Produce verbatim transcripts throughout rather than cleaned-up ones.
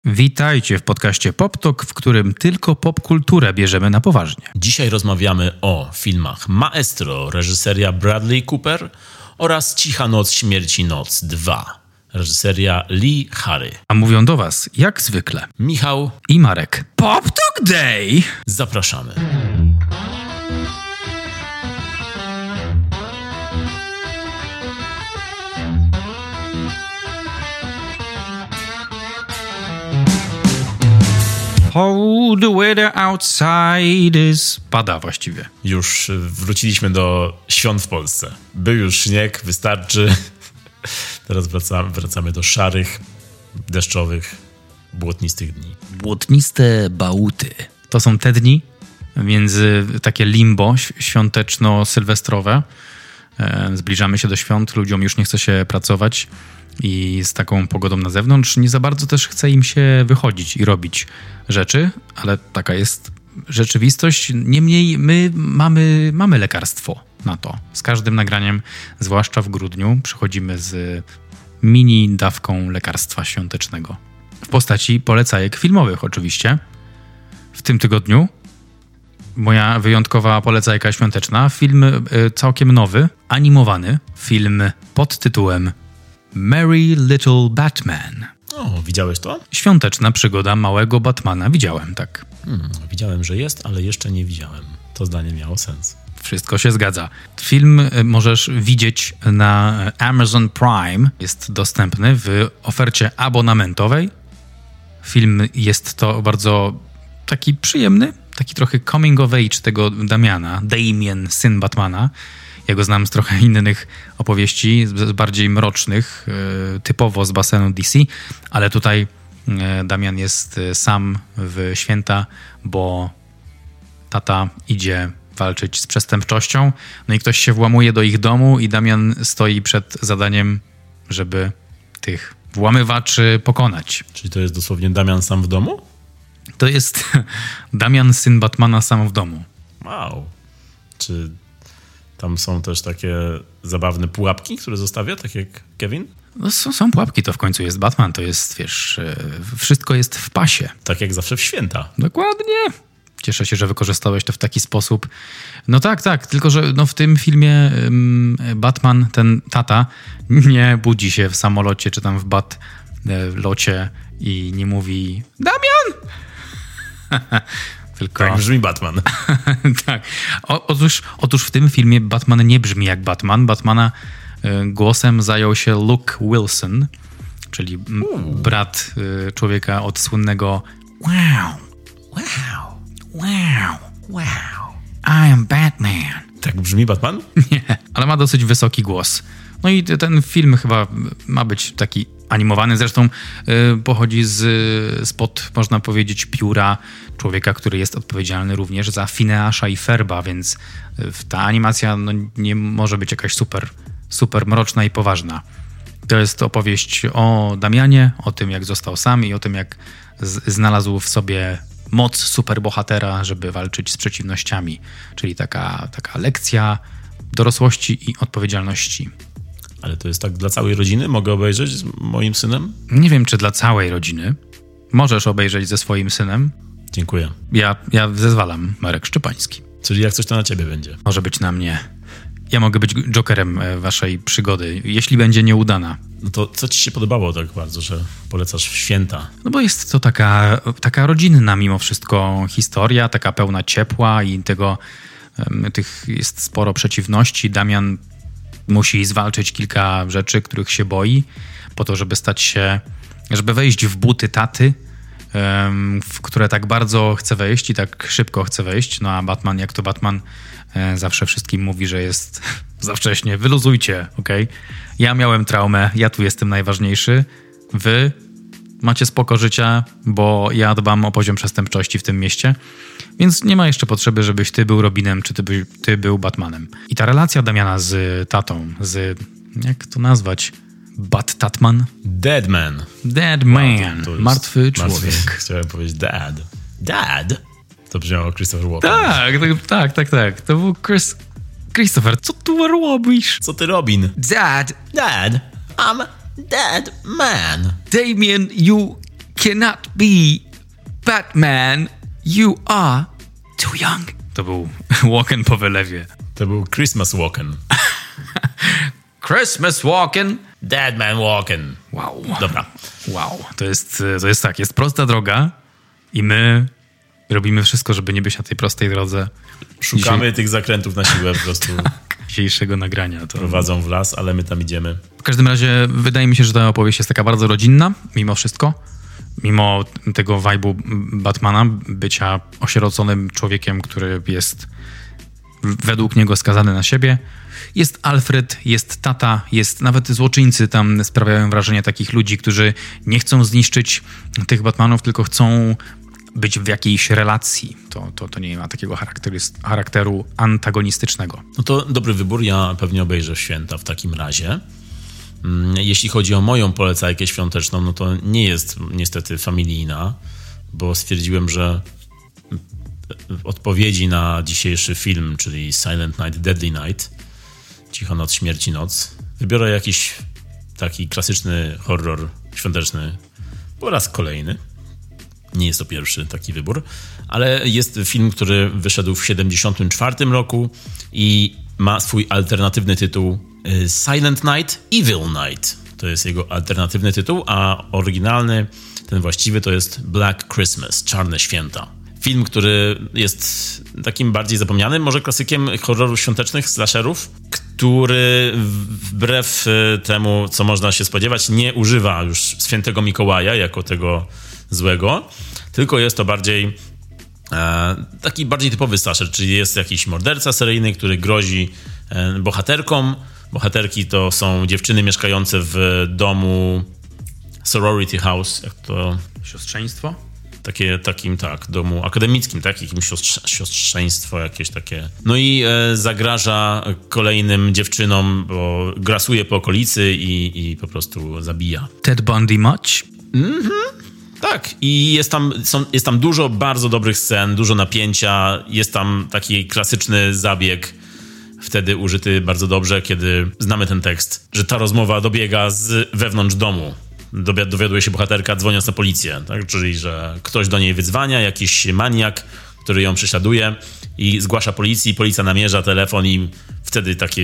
Witajcie w podcaście PopTok, w którym tylko popkulturę bierzemy na poważnie. Dzisiaj rozmawiamy o filmach Maestro, reżyseria Bradley Cooper oraz Cicha noc, śmierci noc dwa, reżyseria Lee Harry. A mówią do was, jak zwykle, Michał i Marek. PopTok Day! Zapraszamy. Oh, the weather outside is... Pada właściwie. Już wróciliśmy do świąt w Polsce. Był już śnieg, wystarczy. Teraz wracamy, wracamy do szarych, deszczowych, błotnistych dni. Błotniste bałuty. To są te dni między takie limbo świąteczno-sylwestrowe. Zbliżamy się do świąt, ludziom już nie chce się pracować i z taką pogodą na zewnątrz nie za bardzo też chce im się wychodzić i robić rzeczy, ale taka jest rzeczywistość. Niemniej my mamy, mamy lekarstwo na to. Z każdym nagraniem, zwłaszcza w grudniu, przychodzimy z mini dawką lekarstwa świątecznego. W postaci polecajek filmowych oczywiście. W tym tygodniu moja wyjątkowa polecajka świąteczna. Film całkiem nowy, animowany. Film pod tytułem Merry Little Batman. O, widziałeś to? Świąteczna przygoda małego Batmana. Widziałem, tak. Hmm, widziałem, że jest, ale jeszcze nie widziałem. To zdanie miało sens. Wszystko się zgadza. Film możesz widzieć na Amazon Prime. Jest dostępny w ofercie abonamentowej. Film jest to bardzo taki przyjemny, taki trochę coming of age tego Damiana, Damien, syn Batmana. Ja go znam z trochę innych opowieści, bardziej mrocznych, typowo z basenu D C, ale tutaj Damian jest sam w święta, bo tata idzie walczyć z przestępczością, no i ktoś się włamuje do ich domu i Damian stoi przed zadaniem, żeby tych włamywaczy pokonać. Czyli to jest dosłownie Damian sam w domu? To jest Damian, syn Batmana, sam w domu. Wow. Czy tam są też takie zabawne pułapki, które zostawia, tak jak Kevin? No, są, są pułapki, to w końcu jest Batman, to jest, wiesz, wszystko jest w pasie. Tak jak zawsze w święta. Dokładnie. Cieszę się, że wykorzystałeś to w taki sposób. No tak, tak, tylko że no w tym filmie um, Batman, ten tata, nie budzi się w samolocie czy tam w batlocie i nie mówi Damian! Tylko... Tak brzmi Batman. tak. O, otóż, otóż w tym filmie Batman nie brzmi jak Batman. Batmana y, głosem zajął się Luke Wilson, czyli m, brat y, człowieka od słynnego Wow, wow, wow, wow, I am Batman. Tak brzmi Batman? Nie, ale ma dosyć wysoki głos. No i ten film chyba ma być taki animowany. Zresztą y, pochodzi z, spod, można powiedzieć, pióra człowieka, który jest odpowiedzialny również za Phineasza i Ferba, więc y, ta animacja no, nie może być jakaś super, super mroczna i poważna. To jest opowieść o Damianie, o tym, jak został sam i o tym, jak z, znalazł w sobie moc superbohatera, żeby walczyć z przeciwnościami. Czyli taka, taka lekcja dorosłości i odpowiedzialności. Ale to jest tak dla całej rodziny? Mogę obejrzeć z moim synem? Nie wiem, czy dla całej rodziny. Możesz obejrzeć ze swoim synem. Dziękuję. Ja, ja zezwalam, Marek Szczepański. Czyli jak coś, to na ciebie będzie. Może być na mnie. Ja mogę być jokerem waszej przygody, jeśli będzie nieudana. No to co ci się podobało tak bardzo, że polecasz w święta? No bo jest to taka, taka rodzinna mimo wszystko historia, taka pełna ciepła i tego, tych jest sporo przeciwności. Damian musi zwalczyć kilka rzeczy, których się boi, po to, żeby stać się, żeby wejść w buty taty, w które tak bardzo chce wejść i tak szybko chce wejść. No a Batman, jak to Batman, zawsze wszystkim mówi, że jest za wcześnie. Wyluzujcie, okej? Okay? Ja miałem traumę, ja tu jestem najważniejszy. Wy macie spoko życia, bo ja dbam o poziom przestępczości w tym mieście. Więc nie ma jeszcze potrzeby, żebyś ty był Robinem, czy ty, by, ty był Batmanem. I ta relacja Damiana z tatą, z... jak to nazwać? Bat-Tatman? Dead man. Dead man. Wow, to, to martwy człowiek. Martwy, chciałem powiedzieć dad. Dad? To brzmiało Christopher Walken. Tak, tak, tak, tak. To był Chris... Christopher, co tu robisz? Co ty, Robin? Dad. Dad. I'm dead man. Damien, you cannot be Batman. You are too young. To był Walken po wylewie. To był Christmas Walken. Christmas Walken. Dead Man Walken. Wow. Dobra. Wow. To jest, to jest tak, jest prosta droga i my robimy wszystko, żeby nie być na tej prostej drodze. Szukamy Dzisiaj... tych zakrętów na siłę po prostu. Dzisiejszego nagrania. To... Prowadzą w las, ale my tam idziemy. W każdym razie wydaje mi się, że ta opowieść jest taka bardzo rodzinna, mimo wszystko. Mimo tego vibe'u Batmana, bycia osieroconym człowiekiem, który jest według niego skazany na siebie. Jest Alfred, jest tata, jest nawet złoczyńcy tam sprawiają wrażenie takich ludzi, którzy nie chcą zniszczyć tych Batmanów, tylko chcą być w jakiejś relacji. To, to, to nie ma takiego charakteru, charakteru antagonistycznego. No to dobry wybór. Ja pewnie obejrzę Święta w takim razie. Jeśli chodzi o moją polecajkę świąteczną, no to nie jest niestety familijna, bo stwierdziłem, że w odpowiedzi na dzisiejszy film, czyli Silent Night, Deadly Night, Cicha Noc, Śmierci Noc, wybiorę jakiś taki klasyczny horror świąteczny po raz kolejny. Nie jest to pierwszy taki wybór, ale jest film, który wyszedł w siedemdziesiątym czwartym roku i ma swój alternatywny tytuł Silent Night, Evil Night. To jest jego alternatywny tytuł, a oryginalny, ten właściwy, to jest Black Christmas, Czarne Święta. Film, który jest takim bardziej zapomnianym, może klasykiem horrorów świątecznych, slasherów, który wbrew temu, co można się spodziewać, nie używa już Świętego Mikołaja jako tego złego, tylko jest to bardziej e, taki bardziej typowy slasher, czyli jest jakiś morderca seryjny, który grozi e, bohaterkom. Bohaterki to są dziewczyny mieszkające w domu sorority house, jak to... Siostrzeństwo? Takie, takim, tak, domu akademickim, tak, jakimś siostrze, siostrzeństwo jakieś takie. No i e, zagraża kolejnym dziewczynom, bo grasuje po okolicy i, i po prostu zabija. Ted Bundy much? Mhm. Tak, i jest tam, są, jest tam dużo bardzo dobrych scen, dużo napięcia, jest tam taki klasyczny zabieg, wtedy użyty bardzo dobrze, kiedy znamy ten tekst, że ta rozmowa dobiega z wewnątrz domu. Dowiaduje się bohaterka, dzwoniąc na policję, tak? Czyli że ktoś do niej wydzwania, jakiś maniak, który ją prześladuje i zgłasza policji, policja namierza telefon i wtedy takie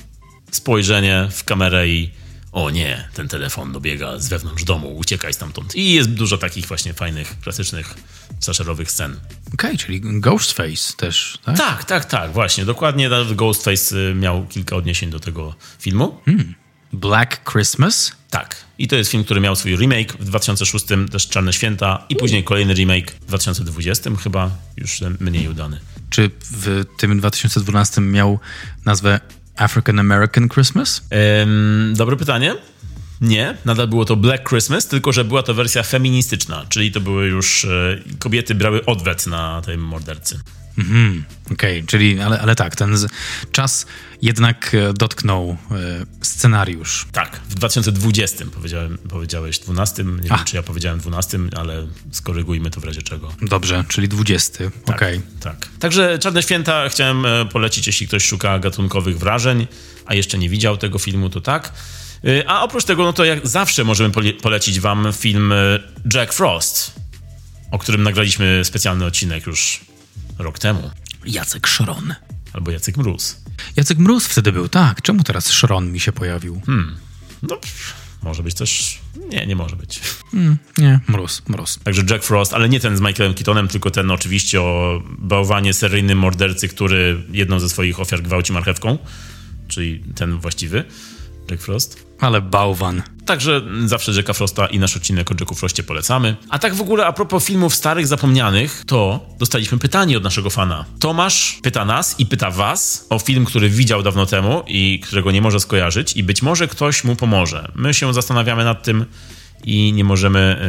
spojrzenie w kamerę i o nie, ten telefon dobiega z wewnątrz domu, uciekaj stamtąd. I jest dużo takich właśnie fajnych, klasycznych, slasherowych scen. Okej, okay, czyli Ghostface też, tak? Tak, tak, tak, właśnie. Dokładnie Ghostface miał kilka odniesień do tego filmu. Hmm. Black Christmas? Tak. I to jest film, który miał swój remake w dwa tysiące szóstym, też Czarne Święta i później kolejny remake w dwa tysiące dwudziestym, chyba już mniej udany. Czy w tym dwa tysiące dwunastym miał nazwę African American Christmas? Ehm, dobre pytanie. Nie, nadal było to Black Christmas, tylko że była to wersja feministyczna, czyli to były już e, kobiety brały odwet na tej mordercy. Mhm, okej, okay, czyli, ale, ale tak, ten z, czas jednak dotknął e, scenariusz. Tak, w dwa tysiące dwudziestym powiedziałem, powiedziałeś dwunastym, nie A. wiem, czy ja powiedziałem dwunastym, ale skorygujmy to w razie czego. Dobrze, czyli dwudziesty, tak, okej. Okay. Tak, także Czarne Święta chciałem polecić, jeśli ktoś szuka gatunkowych wrażeń, a jeszcze nie widział tego filmu, to tak. A oprócz tego, no to jak zawsze możemy polecić wam film Jack Frost, o którym nagraliśmy specjalny odcinek już rok temu. Jacek Szron. Albo Jacek Mróz. Jacek Mróz wtedy był, tak. Czemu teraz Szron mi się pojawił? Hmm. No, może być też... Nie, nie może być. Hmm, nie, Mróz, Mróz. Także Jack Frost, ale nie ten z Michaelem Keatonem, tylko ten oczywiście o bałwanie seryjnym mordercy, który jedną ze swoich ofiar gwałci marchewką. Czyli ten właściwy. Jack Frost. Ale bałwan. Także zawsze Jacka Frosta i nasz odcinek o Jacku Frostie polecamy. A tak w ogóle a propos filmów starych, zapomnianych, to dostaliśmy pytanie od naszego fana. Tomasz pyta nas i pyta was o film, który widział dawno temu i którego nie może skojarzyć i być może ktoś mu pomoże. My się zastanawiamy nad tym i nie możemy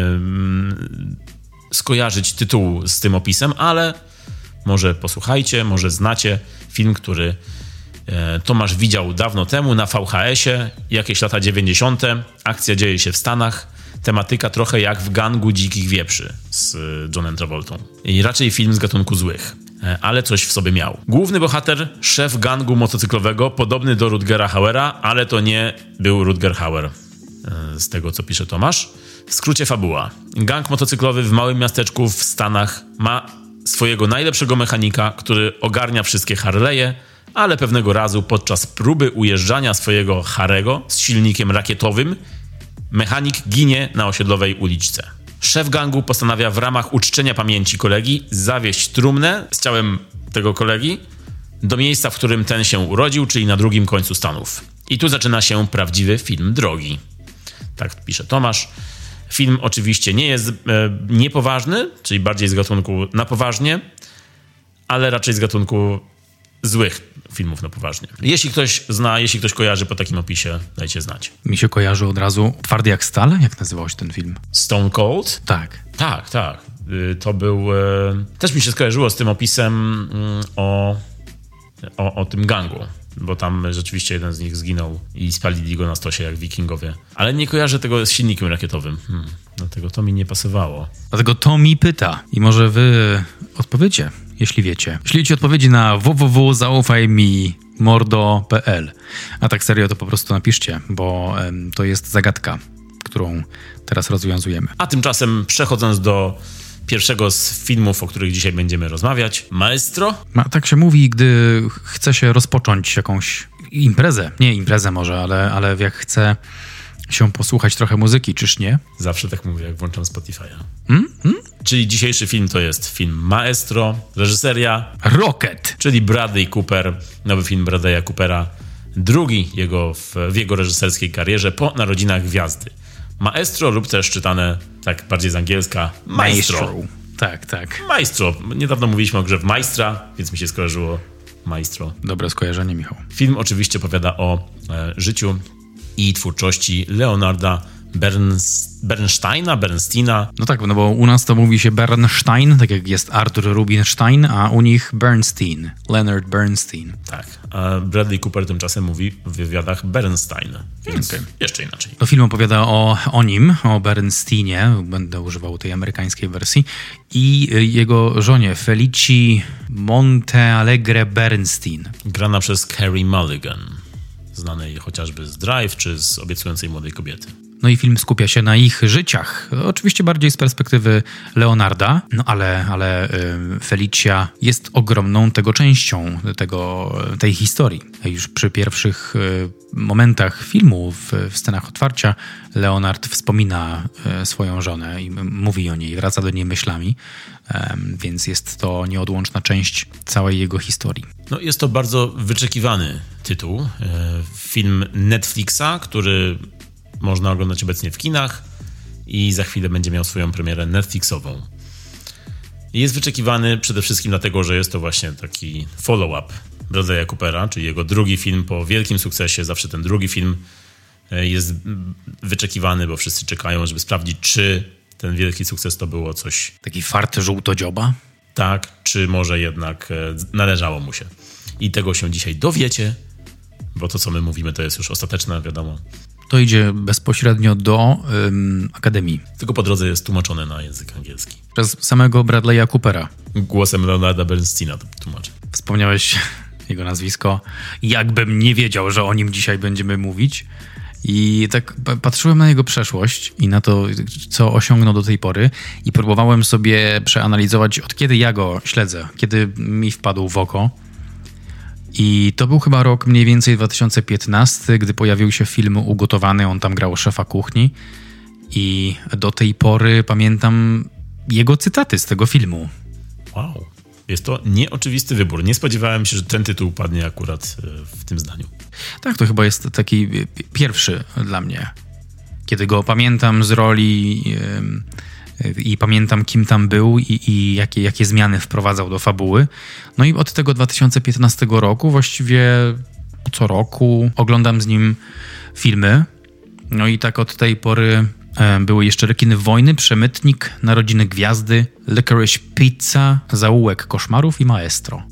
yy, skojarzyć tytułu z tym opisem, ale może posłuchajcie, może znacie film, który Tomasz widział dawno temu na V H S-ie, jakieś lata dziewięćdziesiąte. Akcja dzieje się w Stanach. Tematyka trochę jak w Gangu Dzikich Wieprzy z Johnem Travoltą. I raczej film z gatunku złych, ale coś w sobie miał. Główny bohater, szef gangu motocyklowego, podobny do Rutgera Hauera, ale to nie był Rutger Hauer, z tego co pisze Tomasz. W skrócie fabuła. Gang motocyklowy w małym miasteczku w Stanach ma swojego najlepszego mechanika, który ogarnia wszystkie Harley'e, ale pewnego razu podczas próby ujeżdżania swojego Harego z silnikiem rakietowym mechanik ginie na osiedlowej uliczce. Szef gangu postanawia w ramach uczczenia pamięci kolegi zawieźć trumnę z ciałem tego kolegi do miejsca, w którym ten się urodził, czyli na drugim końcu Stanów. I tu zaczyna się prawdziwy film drogi. Tak pisze Tomasz. Film oczywiście nie jest e, niepoważny, czyli bardziej z gatunku na poważnie, ale raczej z gatunku złych filmów na poważnie. Jeśli ktoś zna, jeśli ktoś kojarzy po takim opisie, dajcie znać. Mi się kojarzy od razu Twardy jak stal? Jak nazywał się ten film? Stone Cold? Tak. Tak, tak. Y, to był... Y, też mi się skojarzyło z tym opisem y, o, o, o tym gangu, bo tam rzeczywiście jeden z nich zginął i spalili go na stosie jak wikingowie. Ale nie kojarzę tego z silnikiem rakietowym. Hmm, dlatego to mi nie pasowało. Dlatego to mi pyta i może wy odpowiecie, jeśli wiecie. Ślijcie odpowiedzi na w w w kropka zaufaj mi mordo kropka p l. A tak serio to po prostu napiszcie, bo em, to jest zagadka, którą teraz rozwiązujemy. A tymczasem przechodząc do pierwszego z filmów, o których dzisiaj będziemy rozmawiać, Maestro. Ma, tak się mówi, gdy chce się rozpocząć jakąś imprezę. Nie imprezę może, ale, ale jak chce się posłuchać trochę muzyki, czyż nie? Zawsze tak mówię, jak włączam Spotify'a. Hmm? Hmm? Czyli dzisiejszy film to jest film Maestro, reżyseria Rocket. Czyli Bradley Cooper, nowy film Bradley'a Coopera, drugi jego w, w jego reżyserskiej karierze po Narodzinach Gwiazdy. Maestro lub też czytane tak bardziej z angielska Maestro. Maestro. Tak, tak. Maestro. Niedawno mówiliśmy o grze w Maestra, więc mi się skojarzyło Maestro. Dobre skojarzenie, Michał. Film oczywiście opowiada o e, życiu i twórczości Leonarda Bernst- Bernsteina, Bernsteina. No tak, no bo u nas to mówi się Bernstein, tak jak jest Arthur Rubinstein, a u nich Bernstein, Leonard Bernstein. Tak, a Bradley Cooper tymczasem mówi w wywiadach Bernstein, więc okay. Jeszcze inaczej. To film opowiada o, o nim, o Bernsteinie, będę używał tej amerykańskiej wersji, i jego żonie Felici Montealegre Bernstein. Grana przez Carey Mulligan, znanej chociażby z Drive czy z Obiecującej młodej kobiety. No i film skupia się na ich życiach. Oczywiście bardziej z perspektywy Leonarda, no ale, ale y, Felicia jest ogromną tego częścią tego, tej historii. Już przy pierwszych y, momentach filmu, w, w scenach otwarcia, Leonard wspomina y, swoją żonę i mówi o niej, wraca do niej myślami, y, więc jest to nieodłączna część całej jego historii. No jest to bardzo wyczekiwany tytuł. Y, film Netflixa, który można oglądać obecnie w kinach i za chwilę będzie miał swoją premierę Netflixową. Jest wyczekiwany przede wszystkim dlatego, że jest to właśnie taki follow-up Bradley'a Coopera, czyli jego drugi film po wielkim sukcesie. Zawsze ten drugi film jest wyczekiwany, bo wszyscy czekają, żeby sprawdzić, czy ten wielki sukces to było coś... Taki fart żółtodzioba? Tak, czy może jednak należało mu się. I tego się dzisiaj dowiecie, bo to, co my mówimy, to jest już ostateczne, wiadomo. To idzie bezpośrednio do ym, Akademii. Tylko po drodze jest tłumaczone na język angielski. Przez samego Bradley'a Coopera. Głosem Leonarda Bernsteina to tłumaczę. Wspomniałeś jego nazwisko. Jakbym nie wiedział, że o nim dzisiaj będziemy mówić. I tak patrzyłem na jego przeszłość i na to, co osiągnął do tej pory i próbowałem sobie przeanalizować, od kiedy ja go śledzę, kiedy mi wpadł w oko. I to był chyba rok mniej więcej dwa tysiące piętnasty, gdy pojawił się film Ugotowany, on tam grał szefa kuchni i do tej pory pamiętam jego cytaty z tego filmu. Wow, jest to nieoczywisty wybór. Nie spodziewałem się, że ten tytuł padnie akurat w tym zdaniu. Tak, to chyba jest taki pierwszy dla mnie. Kiedy go pamiętam z roli yy, i pamiętam, kim tam był i, i jakie, jakie zmiany wprowadzał do fabuły. No i od tego dwa tysiące piętnastego roku właściwie co roku oglądam z nim filmy. No i tak od tej pory e, były jeszcze Rekiny wojny, Przemytnik, Narodziny Gwiazdy, Licorice Pizza, Zaułek koszmarów i Maestro. Ale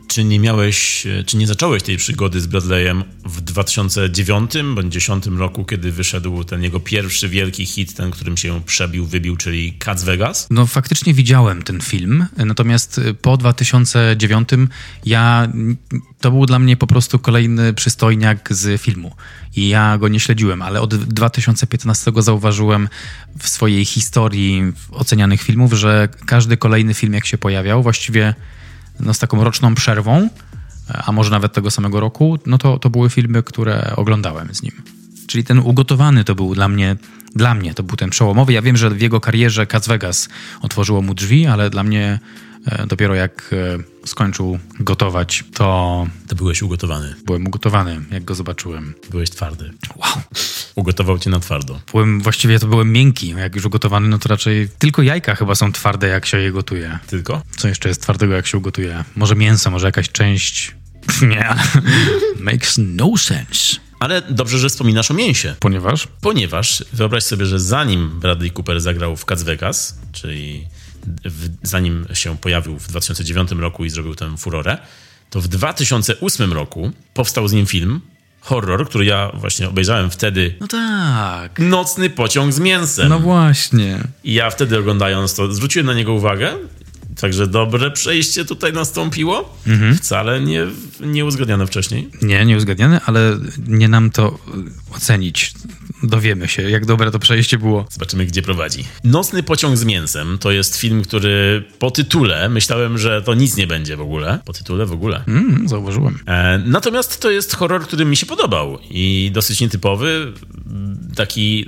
czy nie miałeś, czy nie zacząłeś tej przygody z Bradleyem w dwa tysiące dziewiątym bądź dwa tysiące dziesiątym roku, kiedy wyszedł ten jego pierwszy wielki hit, ten, którym się przebił, wybił, czyli Cats Vegas? No faktycznie widziałem ten film, natomiast po dwa tysiące dziewiątym ja, to był dla mnie po prostu kolejny przystojniak z filmu i ja go nie śledziłem, ale od dwa tysiące piętnastego zauważyłem w swojej historii ocenianych filmów, że każdy kolejny film jak się pojawiał, właściwie no z taką roczną przerwą, a może nawet tego samego roku, no to, to były filmy, które oglądałem z nim. Czyli ten Ugotowany to był dla mnie, dla mnie to był ten przełomowy. Ja wiem, że w jego karierze Cats Vegas otworzyło mu drzwi, ale dla mnie e, dopiero jak e, skończył gotować, to... To byłeś ugotowany. Byłem ugotowany, jak go zobaczyłem. Byłeś twardy. Wow. Ugotował cię na twardo. Byłem, właściwie to byłem miękki. Jak już ugotowany, no to raczej tylko jajka chyba są twarde, jak się je gotuje. Tylko? Co jeszcze jest twardego, jak się ugotuje? Może mięso, może jakaś część... Nie. Makes no sense. Ale dobrze, że wspominasz o mięsie. Ponieważ? Ponieważ wyobraź sobie, że zanim Bradley Cooper zagrał w Cats Vegas, czyli w, zanim się pojawił w dwa tysiące dziewiątym roku i zrobił tę furorę, to w dwa tysiące ósmym roku powstał z nim film, horror, który ja właśnie obejrzałem wtedy. No tak. Nocny pociąg z mięsem. No właśnie. I ja wtedy oglądając to zwróciłem na niego uwagę. Także dobre przejście tutaj nastąpiło. Mhm. Wcale nie, nie uzgadniane wcześniej. Nie, nie uzgadniane, ale nie nam to ocenić. Dowiemy się, jak dobre to przejście było. Zobaczymy, gdzie prowadzi. Nocny pociąg z mięsem to jest film, który po tytule myślałem, że to nic nie będzie w ogóle. Po tytule w ogóle. Mm, zauważyłem. E, natomiast to jest horror, który mi się podobał i dosyć nietypowy. Taki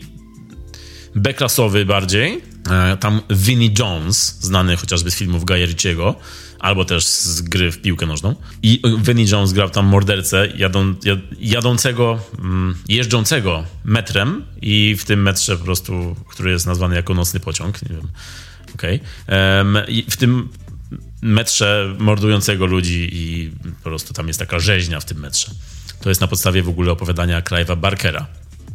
B-klasowy bardziej. E, tam Vinnie Jones, znany chociażby z filmów Guya Ritchiego, albo też z gry w piłkę nożną. I Vinnie Jones grał tam mordercę jadą, jad, jadącego, mm, jeżdżącego metrem i w tym metrze po prostu, który jest nazwany jako nocny pociąg, nie wiem, okej. Okay. Um, w tym metrze mordującego ludzi i po prostu tam jest taka rzeźnia w tym metrze. To jest na podstawie w ogóle opowiadania Clive'a Barkera.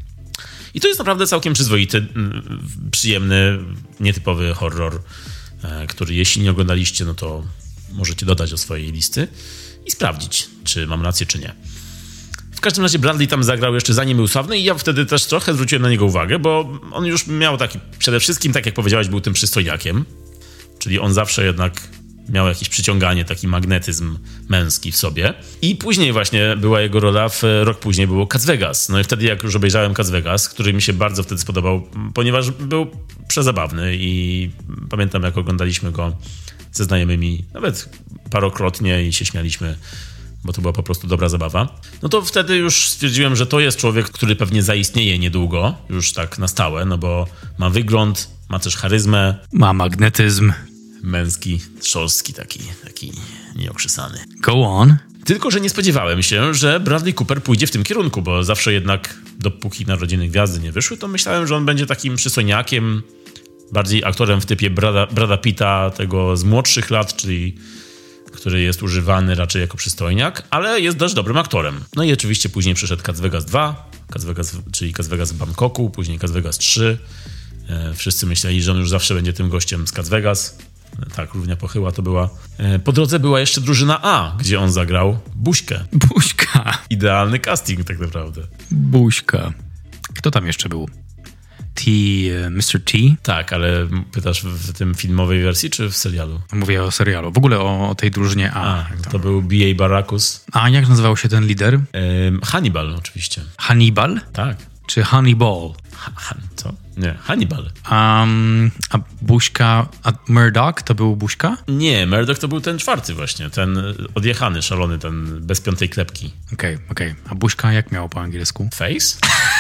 I to jest naprawdę całkiem przyzwoity, przyjemny, nietypowy horror, który jeśli nie oglądaliście, no to możecie dodać do swojej listy i sprawdzić, czy mam rację, czy nie. W każdym razie Bradley tam zagrał jeszcze zanim był sławny i ja wtedy też trochę zwróciłem na niego uwagę, bo on już miał taki, przede wszystkim, tak jak powiedziałeś, był tym przystojniakiem, czyli on zawsze jednak miał jakieś przyciąganie, taki magnetyzm męski w sobie. I później właśnie była jego rola, w rok później było Cats Vegas. No i wtedy jak już obejrzałem Cats Vegas, który mi się bardzo wtedy spodobał, ponieważ był przezabawny i pamiętam, jak oglądaliśmy go ze znajomymi nawet parokrotnie i się śmialiśmy, bo to była po prostu dobra zabawa. No to wtedy już stwierdziłem, że to jest człowiek, który pewnie zaistnieje niedługo, już tak na stałe, no bo ma wygląd, ma też charyzmę. Ma magnetyzm. Męski, szorstki taki, taki nieokrzesany. Go on. Tylko że nie spodziewałem się, że Bradley Cooper pójdzie w tym kierunku, bo zawsze jednak, dopóki Narodziny Gwiazdy nie wyszły, to myślałem, że on będzie takim przystojniakiem, bardziej aktorem w typie Brada, Brada Pitta, tego z młodszych lat, czyli który jest używany raczej jako przystojniak, ale jest też dobrym aktorem. No i oczywiście później przyszedł Cats Vegas dwa, Cats Vegas, czyli Cats Vegas w Bangkoku, później Cats Vegas trzy. E, wszyscy myśleli, że on już zawsze będzie tym gościem z Cats Vegas. Tak, równia pochyła to była. Po drodze była jeszcze drużyna A, gdzie on zagrał Buźkę. Buźka. Idealny casting tak naprawdę. Buźka. Kto tam jeszcze był? T, mister T? Tak, ale pytasz w tym filmowej wersji, czy w serialu? Mówię o serialu. W ogóle o, o tej drużynie A. A, to był B A Baracus. A jak nazywał się ten lider? Ym, Hannibal oczywiście. Hannibal? Tak. Czy Hannibal? Ha, ha, co? Nie, Hannibal. Um, a Buźka, a Murdoch to był Buźka? Nie, Murdoch to był ten czwarty właśnie, ten odjechany, szalony, ten bez piątej klepki. Okej, okay, okej. Okay. A Buźka jak miało po angielsku? Face?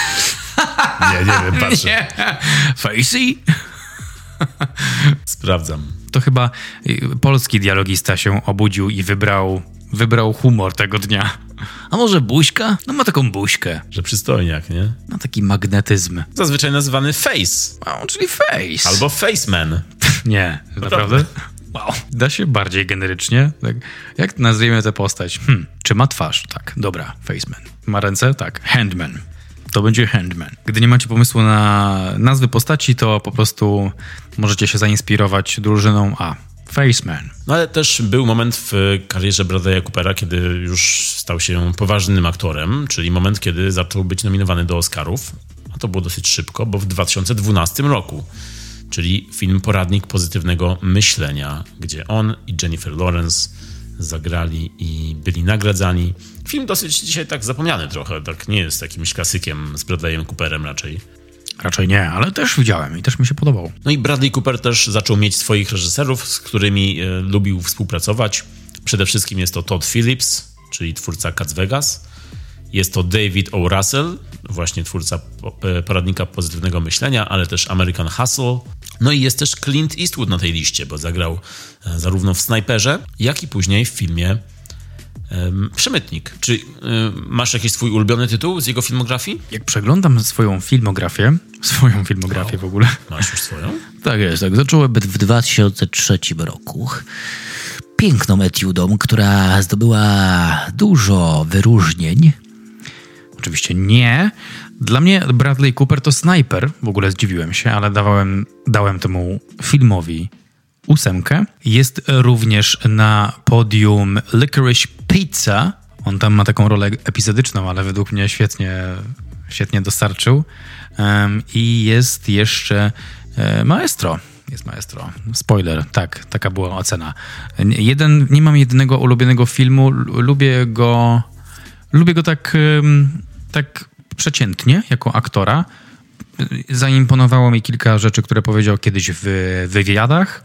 nie, nie wiem, patrzę. Nie. Facey? Sprawdzam. To chyba polski dialogista się obudził i wybrał, wybrał humor tego dnia. A może Buźka? No ma taką buźkę. Że przystojniak, nie? Ma taki magnetyzm. Zazwyczaj nazywany Face. Wow, czyli Face. Albo Faceman. Nie, naprawdę? Wow. Da się bardziej generycznie? Tak. Jak nazwiemy tę postać? Hmm. Czy ma twarz? Tak, dobra, Faceman. Ma ręce? Tak, Handman. To będzie Handman. Gdy nie macie pomysłu na nazwy postaci, to po prostu możecie się zainspirować drużyną A. Faceman. No ale też był moment w karierze Bradley'a Coopera, kiedy już stał się poważnym aktorem, czyli moment, kiedy zaczął być nominowany do Oscarów. A to było dosyć szybko, bo w dwa tysiące dwunastym roku, czyli film Poradnik pozytywnego myślenia, gdzie on i Jennifer Lawrence zagrali i byli nagradzani. Film dosyć dzisiaj tak zapomniany trochę, tak nie jest jakimś klasykiem z Bradley'em Cooperem raczej. Raczej nie, ale też widziałem i też mi się podobał. No i Bradley Cooper też zaczął mieć swoich reżyserów, z którymi e, lubił współpracować. Przede wszystkim jest to Todd Phillips, czyli twórca Cats Vegas. Jest to David O. Russell, właśnie twórca Poradnika pozytywnego myślenia, ale też American Hustle. No i jest też Clint Eastwood na tej liście, bo zagrał e, zarówno w Snajperze, jak i później w filmie e, Przemytnik. Czy e, masz jakiś swój ulubiony tytuł z jego filmografii? Jak przeglądam swoją filmografię, swoją filmografię wow. w ogóle. Masz już swoją? Tak jest, tak. Zacząłem w dwa tysiące trzecim roku. Piękną etiudą, która zdobyła dużo wyróżnień. Oczywiście nie. Dla mnie Bradley Cooper to snajper. W ogóle zdziwiłem się, ale dawałem, dałem temu filmowi ósemkę. Jest również na podium Licorice Pizza. On tam ma taką rolę epizodyczną, ale według mnie świetnie, świetnie dostarczył. Um, I jest jeszcze e, Maestro. Jest Maestro. Spoiler, tak, taka była ocena. Jeden, nie mam jedynego ulubionego filmu. Lubię go... Lubię go tak, tak przeciętnie, jako aktora. Zaimponowało mi kilka rzeczy, które powiedział kiedyś w wywiadach.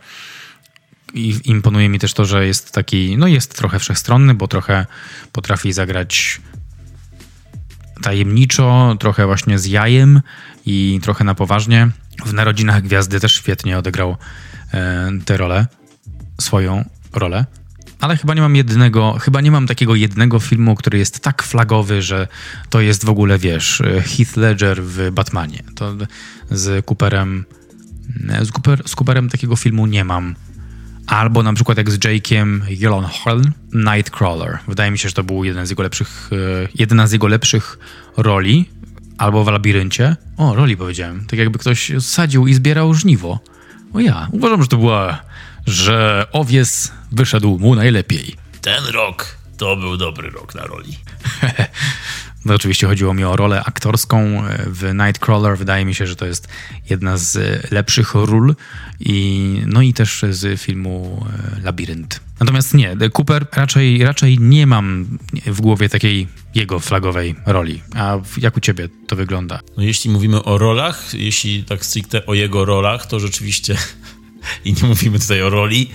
I imponuje mi też to, że jest taki, no jest trochę wszechstronny, bo trochę potrafi zagrać tajemniczo, trochę właśnie z jajem i trochę na poważnie. W Narodzinach Gwiazdy też świetnie odegrał tę rolę, swoją rolę. Ale chyba nie mam jednego, chyba nie mam takiego jednego filmu, który jest tak flagowy, że to jest w ogóle, wiesz, Heath Ledger w Batmanie. To z Cooperem, z, Cooper, z Cooperem takiego filmu nie mam. Albo na przykład jak z Jake'iem Gyllenhaal, Nightcrawler. Wydaje mi się, że to był jeden z jego lepszych, jedna z jego lepszych roli. Albo w Labiryncie. O, roli powiedziałem. Tak jakby ktoś sadził i zbierał żniwo. O ja, uważam, że to była... że owiec wyszedł mu najlepiej. Ten rok to był dobry rok na roli. No oczywiście chodziło mi o rolę aktorską w Nightcrawler. Wydaje mi się, że to jest jedna z lepszych ról. I, no i też z filmu Labirynt. Natomiast nie, Cooper raczej, raczej nie mam w głowie takiej jego flagowej roli. A jak u ciebie to wygląda? No jeśli mówimy o rolach, jeśli tak stricte o jego rolach, to rzeczywiście... I nie mówimy tutaj o roli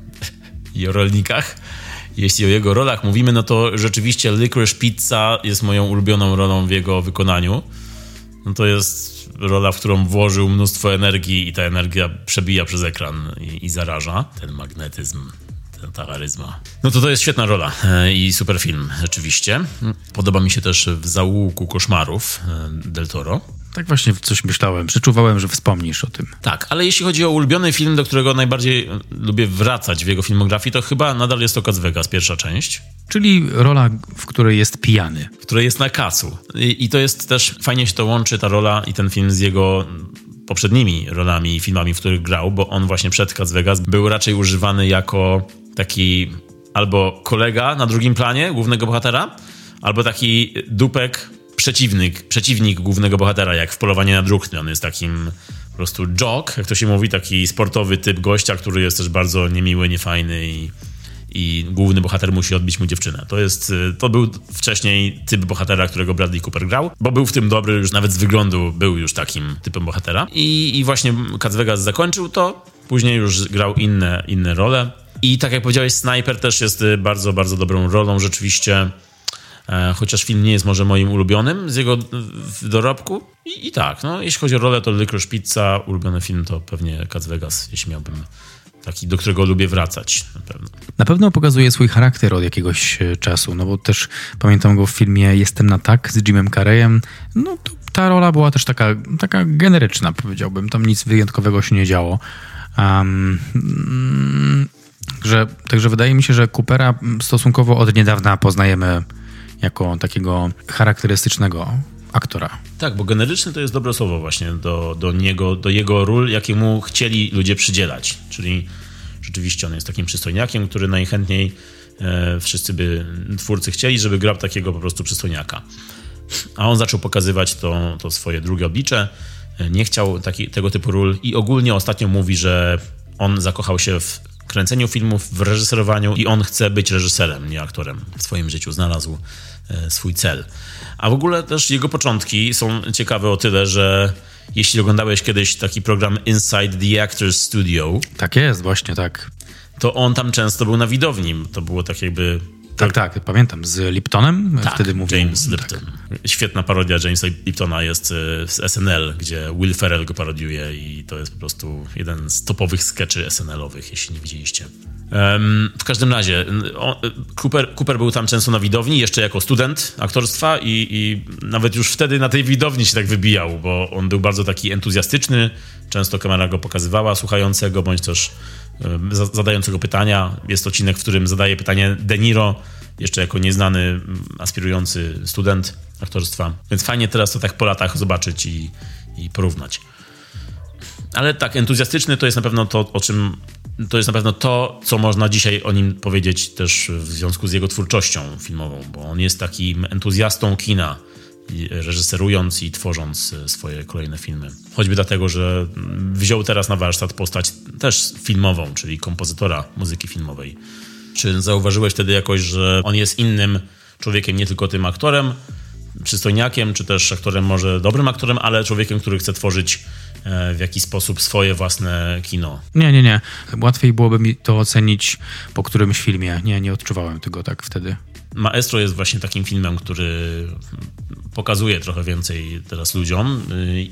i o rolnikach. Jeśli o jego rolach mówimy, no to rzeczywiście Licorice Pizza jest moją ulubioną rolą w jego wykonaniu. No to jest rola, w którą włożył mnóstwo energii i ta energia przebija przez ekran i, i zaraża. Ten magnetyzm, ta charyzma. No to to jest świetna rola i super film, rzeczywiście. Podoba mi się też W zaułku koszmarów Del Toro. Tak właśnie coś myślałem. Przeczuwałem, że wspomnisz o tym. Tak, ale jeśli chodzi o ulubiony film, do którego najbardziej lubię wracać w jego filmografii, to chyba nadal jest to Cats Vegas, pierwsza część. Czyli rola, w której jest pijany. W której jest na kacu. I, I to jest też, fajnie się to łączy, ta rola i ten film z jego poprzednimi rolami i filmami, w których grał, bo on właśnie przed Cats Vegas był raczej używany jako taki albo kolega na drugim planie głównego bohatera, albo taki dupek, Przeciwnik, przeciwnik głównego bohatera, jak w Polowanie na Druhny. On jest takim po prostu jock, jak to się mówi, taki sportowy typ gościa, który jest też bardzo niemiły, niefajny i, i główny bohater musi odbić mu dziewczynę. To jest, to był wcześniej typ bohatera, którego Bradley Cooper grał, bo był w tym dobry, już nawet z wyglądu był już takim typem bohatera. I, i właśnie Cats Vegas zakończył to, później już grał inne, inne role. I tak jak powiedziałeś, Sniper też jest bardzo, bardzo dobrą rolą, rzeczywiście. Chociaż film nie jest może moim ulubionym z jego dorobku. I, i tak, no, jeśli chodzi o rolę, to Licorice Pizza, ulubiony film to pewnie Cats Vegas, jeśli miałbym taki, do którego lubię wracać na pewno. Na pewno pokazuje swój charakter od jakiegoś czasu, no bo też pamiętam go w filmie Jestem na tak z Jimem Carreyem. No to ta rola była też taka, taka generyczna, powiedziałbym. Tam nic wyjątkowego się nie działo. Um, że, także wydaje mi się, że Coopera stosunkowo od niedawna poznajemy jako takiego charakterystycznego aktora. Tak, bo generyczny to jest dobre słowo właśnie do, do niego, do jego ról, jakie mu chcieli ludzie przydzielać. Czyli Rzeczywiście on jest takim przystojniakiem, który najchętniej e, wszyscy by twórcy chcieli, żeby grał takiego po prostu przystojniaka. A on zaczął pokazywać to, to swoje drugie oblicze. Nie chciał taki, tego typu ról i ogólnie ostatnio mówi, że on zakochał się w kręceniu filmów, w reżyserowaniu i on chce być reżyserem, nie aktorem. W swoim życiu znalazł e, swój cel. A w ogóle też jego początki są ciekawe o tyle, że jeśli oglądałeś kiedyś taki program Inside the Actors Studio... Tak jest, właśnie tak. To on tam często był na widowni. To było tak jakby... Tak, tak, pamiętam. Z Liptonem tak, wtedy mówił. James Lipton. Tak. Świetna parodia Jamesa Liptona jest z S N L, gdzie Will Ferrell go parodiuje i to jest po prostu jeden z topowych skeczy S N L-owych, jeśli nie widzieliście. Um, w każdym razie on, Cooper, Cooper był tam często na widowni, jeszcze jako student aktorstwa i, i nawet już wtedy na tej widowni się tak wybijał, bo on był bardzo taki entuzjastyczny, często kamera go pokazywała słuchającego, bądź też um, zadającego pytania. Jest odcinek, w którym zadaje pytanie De Niro, jeszcze jako nieznany, aspirujący student aktorstwa. Więc fajnie teraz to tak po latach zobaczyć i, i porównać. Ale tak, entuzjastyczny to jest na pewno to, o czym to jest na pewno to, co można dzisiaj o nim powiedzieć też w związku z jego twórczością filmową, bo on jest takim entuzjastą kina, reżyserując i tworząc swoje kolejne filmy. Choćby dlatego, że wziął teraz na warsztat postać też filmową, czyli kompozytora muzyki filmowej. Czy zauważyłeś wtedy jakoś, że on jest innym człowiekiem, nie tylko tym aktorem, przystojniakiem, czy też aktorem, może dobrym aktorem, ale człowiekiem, który chce tworzyć w jakiś sposób swoje własne kino? Nie, nie, nie. Łatwiej byłoby mi to ocenić po którymś filmie. Nie, nie odczuwałem tego tak wtedy. Maestro jest właśnie takim filmem, który pokazuje trochę więcej teraz ludziom,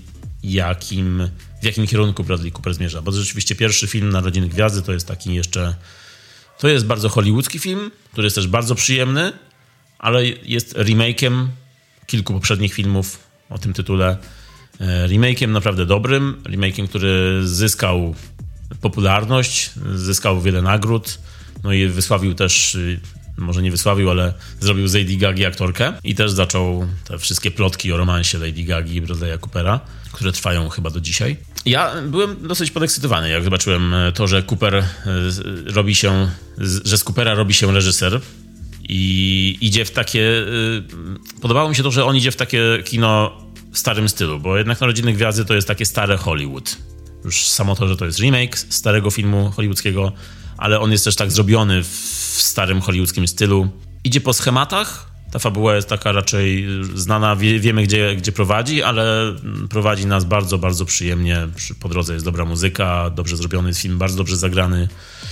jakim, w jakim kierunku Bradley Cooper zmierza. Bo rzeczywiście pierwszy film Narodziny Gwiazdy to jest taki jeszcze... To jest bardzo hollywoodzki film, który jest też bardzo przyjemny, ale jest remake'iem kilku poprzednich filmów o tym tytule. Remake'iem naprawdę dobrym, remake'iem, który zyskał popularność, zyskał wiele nagród, no i wysławił też, może nie wysławił, ale zrobił z Lady Gagi aktorkę i też zaczął te wszystkie plotki o romansie Lady Gagi i Bradley'a Coopera, które trwają chyba do dzisiaj. Ja byłem dosyć podekscytowany, jak zobaczyłem to, że Cooper robi się, że z Coopera robi się reżyser i idzie w takie... Podobało mi się to, że on idzie w takie kino w starym stylu, bo jednak Narodziny Gwiazdy to jest takie stare Hollywood. Już samo to, że to jest remake starego filmu hollywoodzkiego, ale on jest też tak zrobiony w starym hollywoodzkim stylu. Idzie po schematach, ta fabuła jest taka raczej znana, wie, wiemy gdzie, gdzie prowadzi, ale prowadzi nas bardzo, bardzo przyjemnie. Po drodze jest dobra muzyka, dobrze zrobiony jest film, bardzo dobrze zagrany.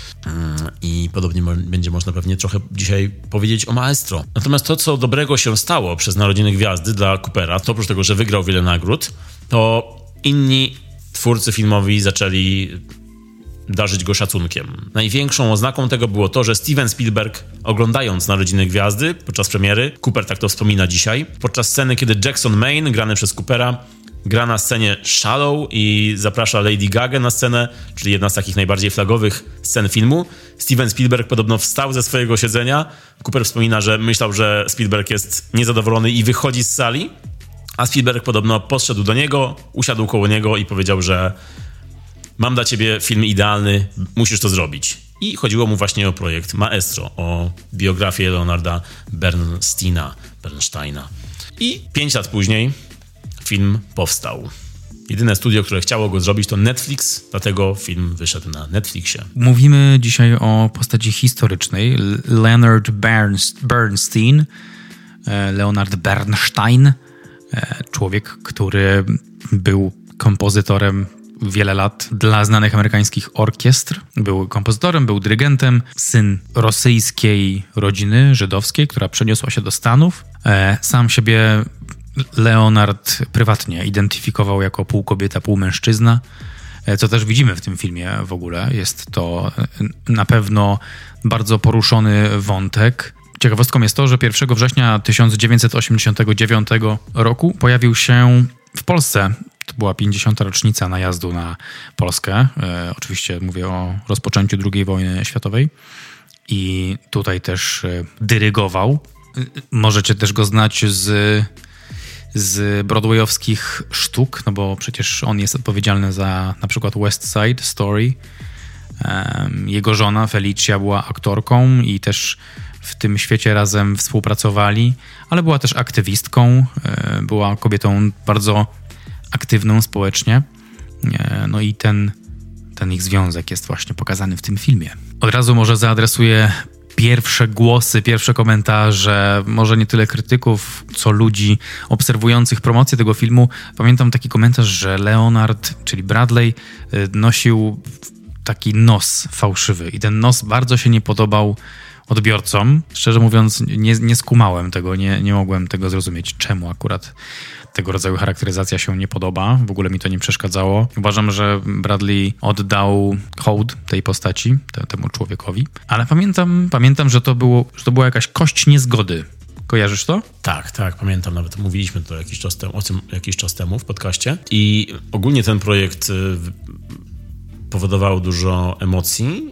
I podobnie mo- będzie można pewnie trochę dzisiaj powiedzieć o Maestro. Natomiast to, co dobrego się stało przez Narodziny Gwiazdy dla Coopera, to oprócz tego, że wygrał wiele nagród, to inni twórcy filmowi zaczęli darzyć go szacunkiem. Największą oznaką tego było to, że Steven Spielberg, oglądając Narodziny Gwiazdy podczas premiery, Cooper tak to wspomina dzisiaj, podczas sceny, kiedy Jackson Maine, grany przez Coopera, gra na scenie Shallow i zaprasza Lady Gagę na scenę, czyli jedna z takich najbardziej flagowych scen filmu. Steven Spielberg podobno wstał ze swojego siedzenia. Cooper wspomina, że myślał, że Spielberg jest niezadowolony i wychodzi z sali, a Spielberg podobno podszedł do niego, usiadł koło niego i powiedział, że mam dla ciebie film idealny, musisz to zrobić. I chodziło mu właśnie o projekt Maestro, o biografię Leonarda Bernsteina, Bernsteina. I pięć lat później film powstał. Jedyne studio, które chciało go zrobić, to Netflix, dlatego film wyszedł na Netflixie. Mówimy dzisiaj o postaci historycznej. Leonard Bernstein, Leonard Bernstein, człowiek, który był kompozytorem wiele lat dla znanych amerykańskich orkiestr. Był kompozytorem, był dyrygentem, syn rosyjskiej rodziny żydowskiej, która przeniosła się do Stanów. Sam siebie Leonard prywatnie identyfikował jako pół kobieta, pół mężczyzna, co też widzimy w tym filmie w ogóle. Jest to na pewno bardzo poruszony wątek. Ciekawostką jest to, że pierwszego września tysiąc dziewięćset osiemdziesiątego dziewiątego roku pojawił się w Polsce. To była pięćdziesiąta rocznica najazdu na Polskę. E, oczywiście mówię o rozpoczęciu drugiej wojny światowej. I tutaj też e, dyrygował. E, możecie też go znać z, z broadwayowskich sztuk, no bo przecież on jest odpowiedzialny za na przykład West Side Story Jego żona Felicia była aktorką i też w tym świecie razem współpracowali, ale była też aktywistką, była kobietą bardzo aktywną społecznie. No i ten, ten ich związek jest właśnie pokazany w tym filmie. Od razu może zaadresuję pierwsze głosy, pierwsze komentarze, może nie tyle krytyków, co ludzi obserwujących promocję tego filmu. Pamiętam taki komentarz, że Leonard, czyli Bradley, nosił taki nos fałszywy i ten nos bardzo się nie podobał odbiorcom. Szczerze mówiąc, nie, nie skumałem tego, nie, nie mogłem tego zrozumieć, czemu akurat tego rodzaju charakteryzacja się nie podoba. W ogóle mi to nie przeszkadzało. Uważam, że Bradley oddał hołd tej postaci, te, temu człowiekowi. Ale pamiętam, pamiętam, że to było, że to była jakaś kość niezgody. Kojarzysz to? Tak, tak, pamiętam. Nawet mówiliśmy to jakiś czas temu, o tym jakiś czas temu w podcaście. I ogólnie ten projekt powodował dużo emocji.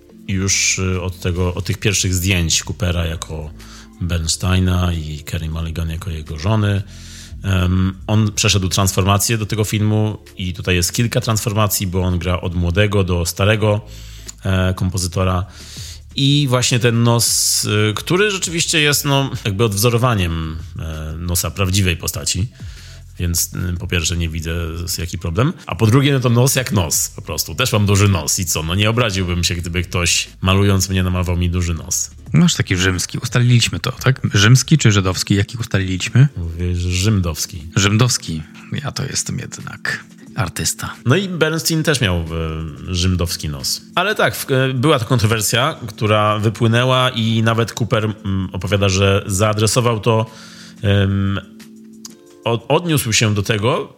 Już od tego, od tych pierwszych zdjęć Coopera jako Bernsteina i Carey Mulligan jako jego żony. Um, on przeszedł transformację do tego filmu i tutaj jest kilka transformacji, bo on gra od młodego do starego e, kompozytora i właśnie ten nos, e, który rzeczywiście jest no, jakby odwzorowaniem e, nosa prawdziwej postaci, więc e, po pierwsze nie widzę jaki problem, a po drugie no to nos jak nos po prostu, też mam duży nos i co, no nie obraziłbym się, gdyby ktoś malując mnie namalował mi duży nos. Masz taki rzymski. Ustaliliśmy to, tak? Rzymski czy żydowski? Jaki ustaliliśmy? Mówię, że rzymdowski. Rzymdowski. Ja to jestem jednak artysta. No i Bernstein też miał e, rzymdowski nos. Ale tak, w, e, była to kontrowersja, która wypłynęła i nawet Cooper m, opowiada, że zaadresował to, em, od, odniósł się do tego,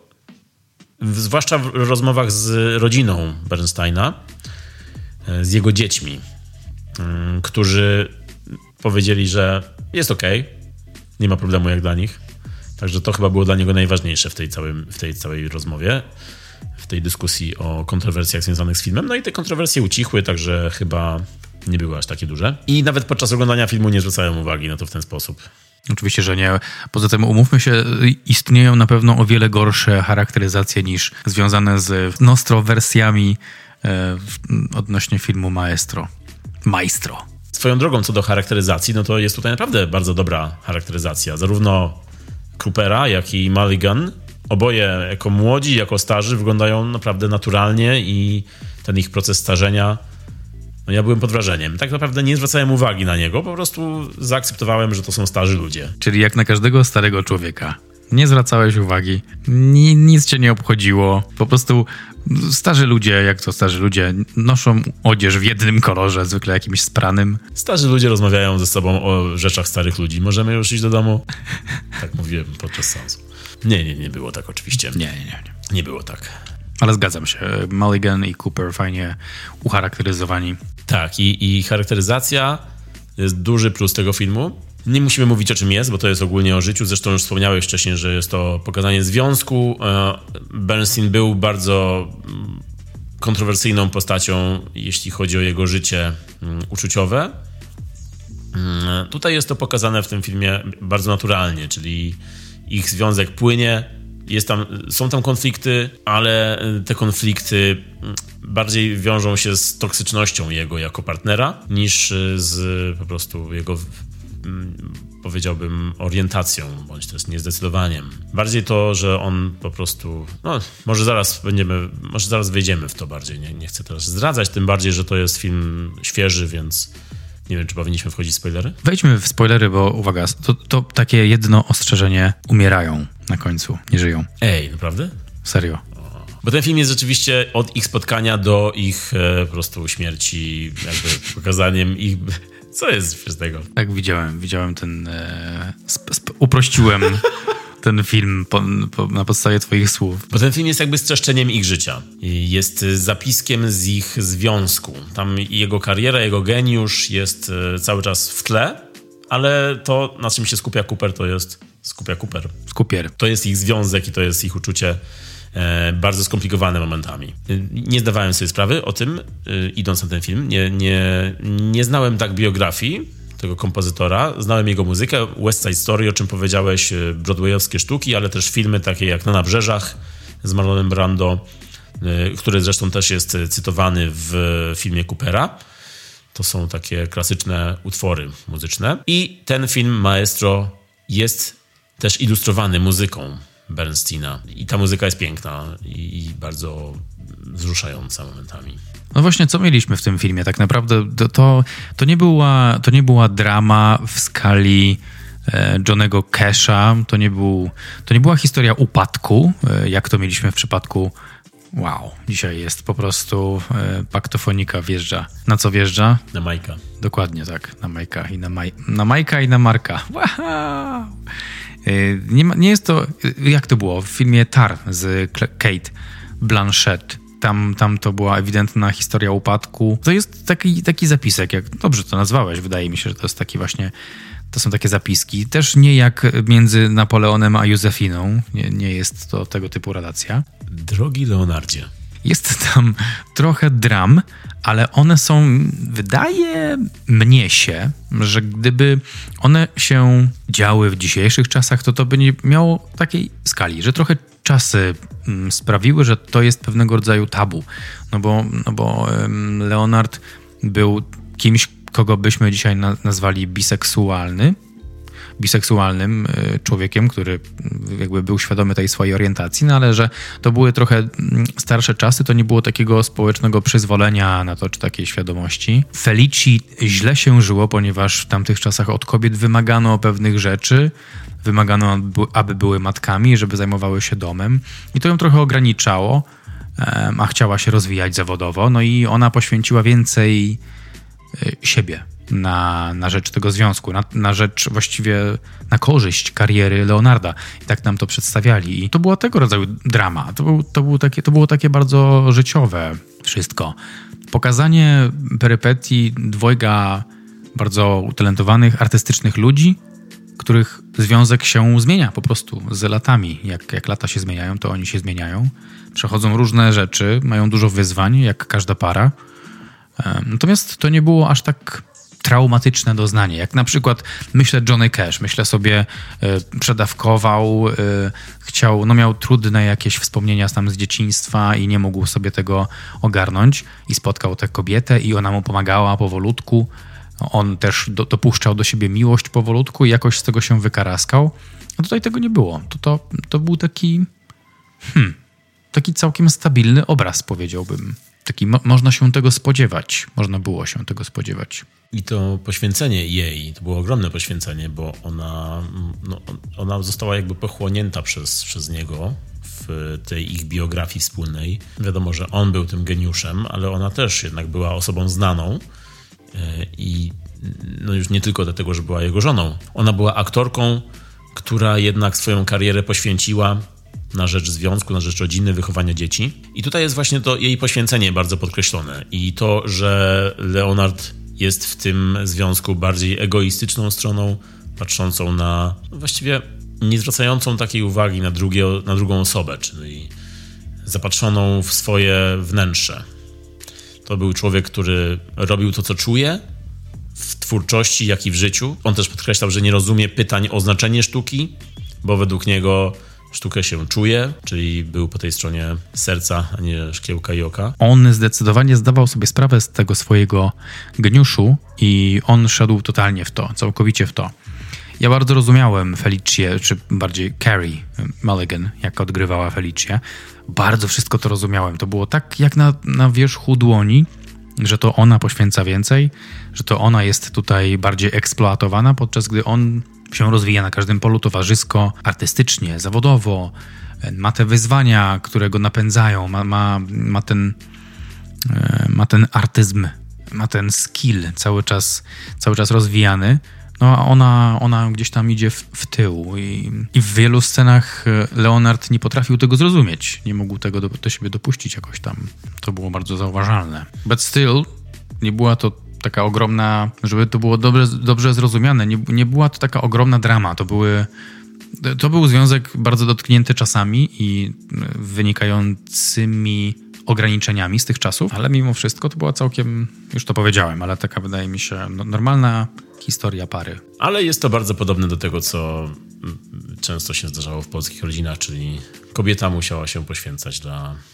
w, zwłaszcza w rozmowach z rodziną Bernsteina, e, z jego dziećmi, m, którzy powiedzieli, że jest okej, okay, nie ma problemu jak dla nich. Także to chyba było dla niego najważniejsze w tej, całym, w tej całej rozmowie, w tej dyskusji o kontrowersjach związanych z filmem. No i te kontrowersje ucichły, także chyba nie były aż takie duże. I nawet podczas oglądania filmu nie zwracałem uwagi na to w ten sposób. Oczywiście, że nie. Poza tym umówmy się, istnieją na pewno o wiele gorsze charakteryzacje niż związane z nostrowersjami e, odnośnie filmu Maestro. Maestro. Swoją drogą co do charakteryzacji, no to jest tutaj naprawdę bardzo dobra charakteryzacja. Zarówno Coopera, jak i Mulligan, oboje jako młodzi, jako starzy wyglądają naprawdę naturalnie i ten ich proces starzenia, no ja byłem pod wrażeniem. Tak naprawdę nie zwracałem uwagi na niego, po prostu zaakceptowałem, że to są starzy ludzie. Czyli jak na każdego starego człowieka. Nie zwracałeś uwagi, ni, nic cię nie obchodziło, po prostu starzy ludzie, jak to starzy ludzie, noszą odzież w jednym kolorze, zwykle jakimś spranym. Starzy ludzie rozmawiają ze sobą o rzeczach starych ludzi. Możemy już iść do domu? Tak mówiłem podczas seansu. Nie, nie, nie było tak oczywiście. Nie, nie, nie. Nie, nie było tak. Ale zgadzam się. Mulligan i Cooper fajnie ucharakteryzowani. Tak, i, i charakteryzacja jest duży plus tego filmu. Nie musimy mówić o czym jest, bo to jest ogólnie o życiu. Zresztą już wspomniałeś wcześniej, że jest to pokazanie związku. Bernstein był bardzo kontrowersyjną postacią, jeśli chodzi o jego życie uczuciowe. Tutaj jest to pokazane w tym filmie bardzo naturalnie, czyli ich związek płynie, jest tam, są tam konflikty, ale te konflikty bardziej wiążą się z toksycznością jego jako partnera, niż z po prostu jego, powiedziałbym, orientacją, bądź też niezdecydowaniem. Bardziej to, że on po prostu, no może zaraz będziemy, może zaraz wejdziemy w to bardziej, nie, nie chcę teraz zdradzać, tym bardziej, że to jest film świeży, więc nie wiem, czy powinniśmy wchodzić w spoilery? Wejdźmy w spoilery, bo uwaga, to, to takie jedno ostrzeżenie, umierają na końcu, nie żyją. Ej, naprawdę? Serio. Bo ten film jest rzeczywiście od ich spotkania do ich e, po prostu śmierci, jakby pokazaniem ich... Co jest z tego? Tak, widziałem, widziałem ten... E, sp, sp, uprościłem ten film po, po, na podstawie twoich słów. Bo ten film jest jakby streszczeniem ich życia. Jest zapiskiem z ich związku. Tam jego kariera, jego geniusz jest cały czas w tle, ale to, na czym się skupia Cooper, to jest... Skupia Cooper. Skupier. To jest ich związek i to jest ich uczucie e, bardzo skomplikowane momentami. Nie zdawałem sobie sprawy o tym, e, idąc na ten film. Nie, nie, nie znałem tak biografii tego kompozytora. Znałem jego muzykę, West Side Story, o czym powiedziałeś, broadwayowskie sztuki, ale też filmy takie jak Na nabrzeżach z Marlonem Brando, który zresztą też jest cytowany w filmie Coopera. To są takie klasyczne utwory muzyczne. I ten film Maestro jest też ilustrowany muzyką Bernsteina. I ta muzyka jest piękna i bardzo wzruszająca momentami. No właśnie, co mieliśmy w tym filmie? Tak naprawdę to, to, to, nie, była, to nie była drama w skali e, Johnnego Casha. To nie, był, to nie była historia upadku, e, jak to mieliśmy w przypadku... Wow, dzisiaj jest po prostu e, paktofonika wjeżdża. Na co wjeżdża? Na Majka. Dokładnie tak, na Majka i na, Maj, na Majka i na Marka. Wow! E, nie, ma, nie jest to... Jak to było? W filmie Tar z Kate Blanchett. Tam, tam to była ewidentna historia upadku. To jest taki, taki zapisek, jak dobrze to nazwałeś. Wydaje mi się, że to jest taki właśnie... To są takie zapiski. Też nie jak między Napoleonem a Józefiną. Nie, nie jest to tego typu relacja. Drogi Leonardzie. Jest tam trochę dram, ale one są... Wydaje mnie się, że gdyby one się działy w dzisiejszych czasach, to to by nie miało takiej skali, że trochę czasy sprawiły, że to jest pewnego rodzaju tabu. No bo, no bo Leonard był kimś, kogo byśmy dzisiaj na, nazwali biseksualny, biseksualnym człowiekiem, który jakby był świadomy tej swojej orientacji, no ale że to były trochę starsze czasy, to nie było takiego społecznego przyzwolenia na to, czy takiej świadomości. Felici źle się żyło, ponieważ w tamtych czasach od kobiet wymagano pewnych rzeczy, wymagano, aby były matkami, żeby zajmowały się domem i to ją trochę ograniczało, a chciała się rozwijać zawodowo, no i ona poświęciła więcej siebie na, na rzecz tego związku, na, na rzecz właściwie, na korzyść kariery Leonarda. I tak nam to przedstawiali. I to była tego rodzaju drama. To, był, to, był takie, to było takie bardzo życiowe wszystko. Pokazanie perypetii dwojga bardzo utalentowanych, artystycznych ludzi, których związek się zmienia po prostu z latami. Jak, jak lata się zmieniają, to oni się zmieniają. Przechodzą różne rzeczy, mają dużo wyzwań, jak każda para. Natomiast to nie było aż tak traumatyczne doznanie, jak na przykład myślę Johnny Cash, myślę sobie y, przedawkował, y, chciał, no miał trudne jakieś wspomnienia tam z dzieciństwa i nie mógł sobie tego ogarnąć i spotkał tę kobietę i ona mu pomagała powolutku, on też do, dopuszczał do siebie miłość powolutku i jakoś z tego się wykaraskał. A tutaj tego nie było. To, to, to był taki hmm, taki całkiem stabilny obraz, powiedziałbym. Taki mo- można się tego spodziewać. Można było się tego spodziewać. I to poświęcenie jej, to było ogromne poświęcenie, bo ona, no, ona została jakby pochłonięta przez, przez niego w tej ich biografii wspólnej. Wiadomo, że on był tym geniuszem, ale ona też jednak była osobą znaną i no już nie tylko dlatego, że była jego żoną. Ona była aktorką, która jednak swoją karierę poświęciła na rzecz związku, na rzecz rodziny, wychowania dzieci. I tutaj jest właśnie to jej poświęcenie bardzo podkreślone. I to, że Leonard jest w tym związku bardziej egoistyczną stroną, patrzącą na, właściwie nie zwracającą takiej uwagi na, drugie, na drugą osobę, czyli zapatrzoną w swoje wnętrze. To był człowiek, który robił to, co czuje w twórczości, jak i w życiu. On też podkreślał, że nie rozumie pytań o znaczenie sztuki, bo według niego sztukę się czuje, czyli był po tej stronie serca, a nie szkiełka i oka. On zdecydowanie zdawał sobie sprawę z tego swojego geniuszu i on szedł totalnie w to, całkowicie w to. Ja bardzo rozumiałem Felicję, czy bardziej Carey Mulligan, jak odgrywała Felicję. Bardzo wszystko to rozumiałem. To było tak jak na, na wierzchu dłoni, że to ona poświęca więcej, że to ona jest tutaj bardziej eksploatowana, podczas gdy on się rozwija na każdym polu towarzysko, artystycznie, zawodowo, ma te wyzwania, które go napędzają, ma, ma, ma, ten, ma ten artyzm, ma ten skill cały czas, cały czas rozwijany, no a ona, ona gdzieś tam idzie w, w tył I, i w wielu scenach Leonard nie potrafił tego zrozumieć, nie mógł tego do, do siebie dopuścić jakoś tam, to było bardzo zauważalne. But still, nie była to taka ogromna, żeby to było dobrze, dobrze zrozumiane, nie, nie była to taka ogromna drama, to były, to był związek bardzo dotknięty czasami i wynikającymi ograniczeniami z tych czasów, ale mimo wszystko to była całkiem, już to powiedziałem, ale taka wydaje mi się no, normalna historia pary. Ale jest to bardzo podobne do tego, co często się zdarzało w polskich rodzinach, czyli kobieta musiała się poświęcać dla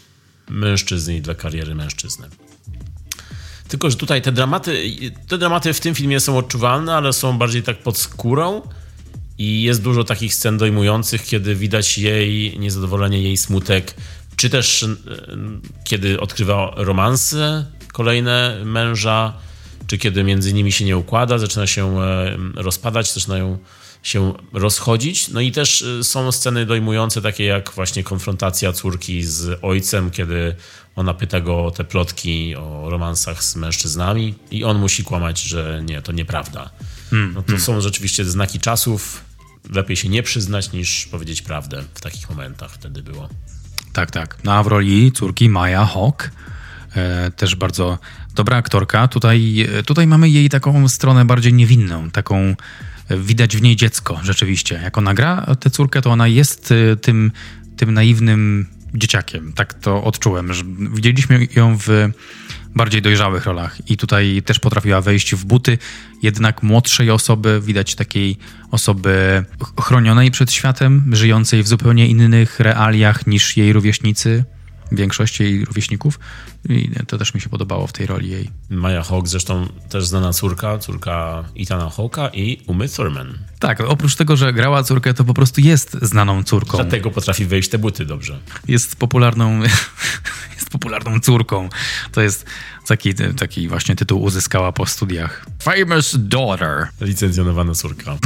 mężczyzny i dla kariery mężczyzny. Tylko, że tutaj te dramaty, te dramaty w tym filmie są odczuwalne, ale są bardziej tak pod skórą i jest dużo takich scen dojmujących, kiedy widać jej niezadowolenie, jej smutek, czy też kiedy odkrywa romanse kolejne męża, czy kiedy między nimi się nie układa, zaczyna się rozpadać, zaczynają się rozchodzić. No i też są sceny dojmujące, takie jak właśnie konfrontacja córki z ojcem, kiedy ona pyta go o te plotki o romansach z mężczyznami i on musi kłamać, że nie, to nieprawda. Hmm. No to hmm. są rzeczywiście znaki czasów. Lepiej się nie przyznać, niż powiedzieć prawdę w takich momentach wtedy było. Tak, tak. No a w roli córki Maya Hawke, e, też bardzo dobra aktorka. Tutaj, tutaj mamy jej taką stronę bardziej niewinną, taką widać w niej dziecko rzeczywiście. Jak ona gra tę córkę, to ona jest tym, tym naiwnym dzieciakiem. Tak to odczułem, że widzieliśmy ją w bardziej dojrzałych rolach i tutaj też potrafiła wejść w buty jednak młodszej osoby, widać takiej osoby chronionej przed światem, żyjącej w zupełnie innych realiach niż jej rówieśnicy, większość jej rówieśników i to też mi się podobało w tej roli jej. Maya Hawke, zresztą też znana córka, córka Ethana Hawke'a i Umy Thurman. Tak, oprócz tego, że grała córkę, to po prostu jest znaną córką. Dlatego potrafi wejść te buty dobrze. Jest popularną, jest popularną córką. To jest taki, taki właśnie tytuł uzyskała po studiach. Famous daughter. Licencjonowana córka.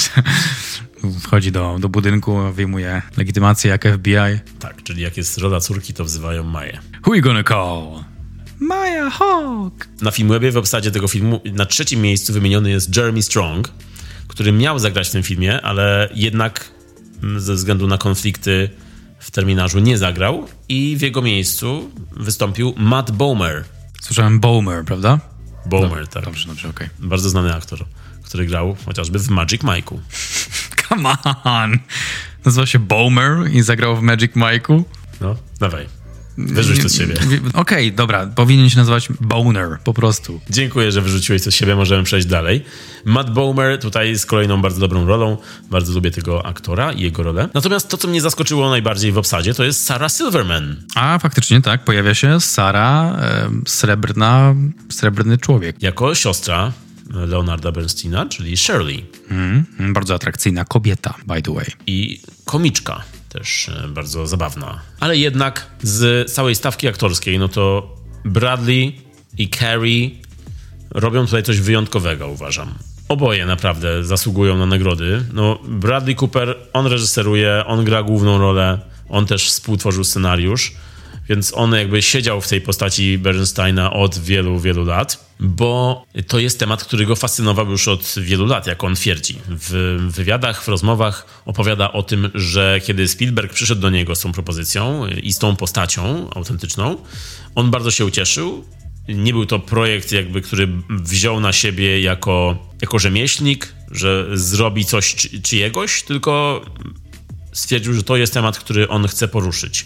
Wchodzi do, do budynku, wyjmuje legitymację jak F B I. Tak, czyli jak jest rola córki, to wzywają Maję. Who you gonna call? Maya Hawke. Na Filmwebie w obsadzie tego filmu na trzecim miejscu wymieniony jest Jeremy Strong, który miał zagrać w tym filmie, ale jednak ze względu na konflikty w terminarzu nie zagrał i w jego miejscu wystąpił Matt Bomer. Słyszałem Bomer, prawda? Bomer, no, tak. Dobrze, dobrze, okej. Okay. Bardzo znany aktor, który grał chociażby w Magic Mike'u. Come on! Nazywa się Bomer i zagrał w Magic Mike'u? No, dawaj. Wyrzuć to z siebie. Okej, okay, dobra. Powinien się nazywać Boner, po prostu. Dziękuję, że wyrzuciłeś to z siebie. Możemy przejść dalej. Matt Bomer tutaj z kolejną bardzo dobrą rolą. Bardzo lubię tego aktora i jego rolę. Natomiast to, co mnie zaskoczyło najbardziej w obsadzie, to jest Sarah Silverman. A, faktycznie tak. Pojawia się Sarah, e, srebrna, srebrny człowiek. Jako siostra Leonarda Bernsteina, czyli Shirley. Mm, bardzo atrakcyjna kobieta, by the way. I komiczka. Też bardzo zabawna. Ale jednak z całej stawki aktorskiej, no to Bradley i Carey robią tutaj coś wyjątkowego, uważam. Oboje naprawdę zasługują na nagrody. No, Bradley Cooper, on reżyseruje, on gra główną rolę, on też współtworzył scenariusz, więc on jakby siedział w tej postaci Bernsteina od wielu, wielu lat, bo to jest temat, który go fascynował już od wielu lat, jak on twierdzi. W wywiadach, w rozmowach opowiada o tym, że kiedy Spielberg przyszedł do niego z tą propozycją i z tą postacią autentyczną, on bardzo się ucieszył. Nie był to projekt, jakby, który wziął na siebie jako, jako rzemieślnik, że zrobi coś czy, czyjegoś, tylko stwierdził, że to jest temat, który on chce poruszyć.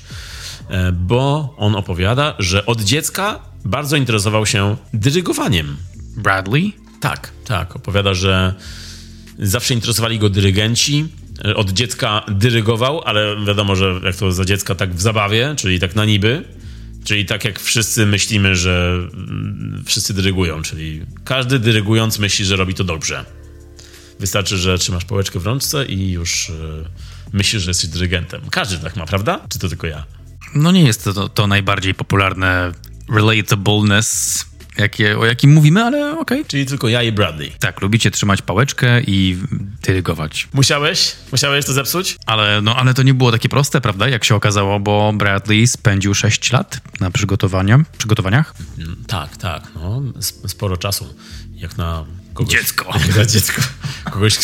Bo on opowiada, że od dziecka bardzo interesował się dyrygowaniem. Bradley? Tak, tak. Opowiada, że zawsze interesowali go dyrygenci. Od dziecka dyrygował, ale wiadomo, że jak to za dziecka tak w zabawie, czyli tak na niby. Czyli tak jak wszyscy myślimy, że wszyscy dyrygują, czyli każdy dyrygując myśli, że robi to dobrze. Wystarczy, że trzymasz pałeczkę w rączce i już myślisz, że jesteś dyrygentem. Każdy tak ma, prawda? Czy to tylko ja? No nie jest to, to, to najbardziej popularne relatableness, jakie, o jakim mówimy, ale okej. Okay. Czyli tylko ja i Bradley. Tak, lubicie trzymać pałeczkę i dyrygować. Musiałeś? Musiałeś to zepsuć? Ale, no, ale to nie było takie proste, prawda? Jak się okazało, bo Bradley spędził sześć lat na przygotowania, przygotowaniach. Tak, tak. No, sporo czasu. Jak na kogoś... Dziecko. Jak na dziecko. Kogoś...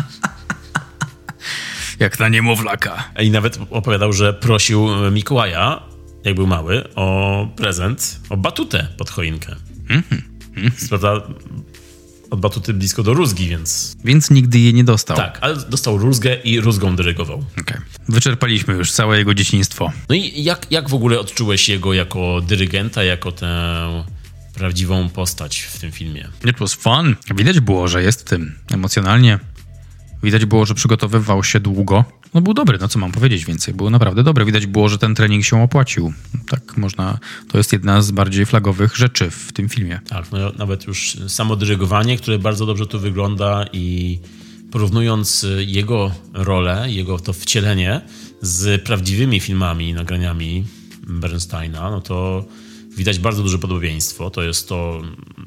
Jak na niemowlaka. I nawet opowiadał, że prosił Mikołaja, jak był mały, o prezent, o batutę pod choinkę. Mm-hmm. Mm-hmm. Prawda? Od batuty blisko do rózgi, więc... Więc nigdy jej nie dostał. Tak, ale dostał rózgę i rózgą dyrygował. Okay. Wyczerpaliśmy już całe jego dzieciństwo. No i jak, jak w ogóle odczułeś jego jako dyrygenta, jako tę prawdziwą postać w tym filmie? It was fun. Widać było, że jest w tym emocjonalnie. Widać było, że przygotowywał się długo. no był dobry, no co mam powiedzieć więcej, był naprawdę dobry. Widać było, że ten trening się opłacił. Tak można, to jest jedna z bardziej flagowych rzeczy w tym filmie. Tak, no nawet już samo dyrygowanie, które bardzo dobrze tu wygląda i porównując jego rolę, jego to wcielenie z prawdziwymi filmami, nagraniami Bernsteina, no to widać bardzo duże podobieństwo. To jest to,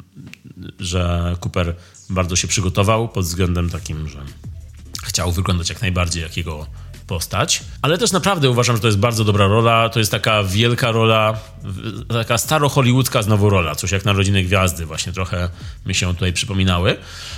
że Cooper bardzo się przygotował pod względem takim, że chciał wyglądać jak najbardziej jak jego postać, ale też naprawdę uważam, że to jest bardzo dobra rola. To jest taka wielka rola, taka staro-hollywoodzka znowu rola, coś jak Narodziny Gwiazdy właśnie trochę mi się tutaj przypominały,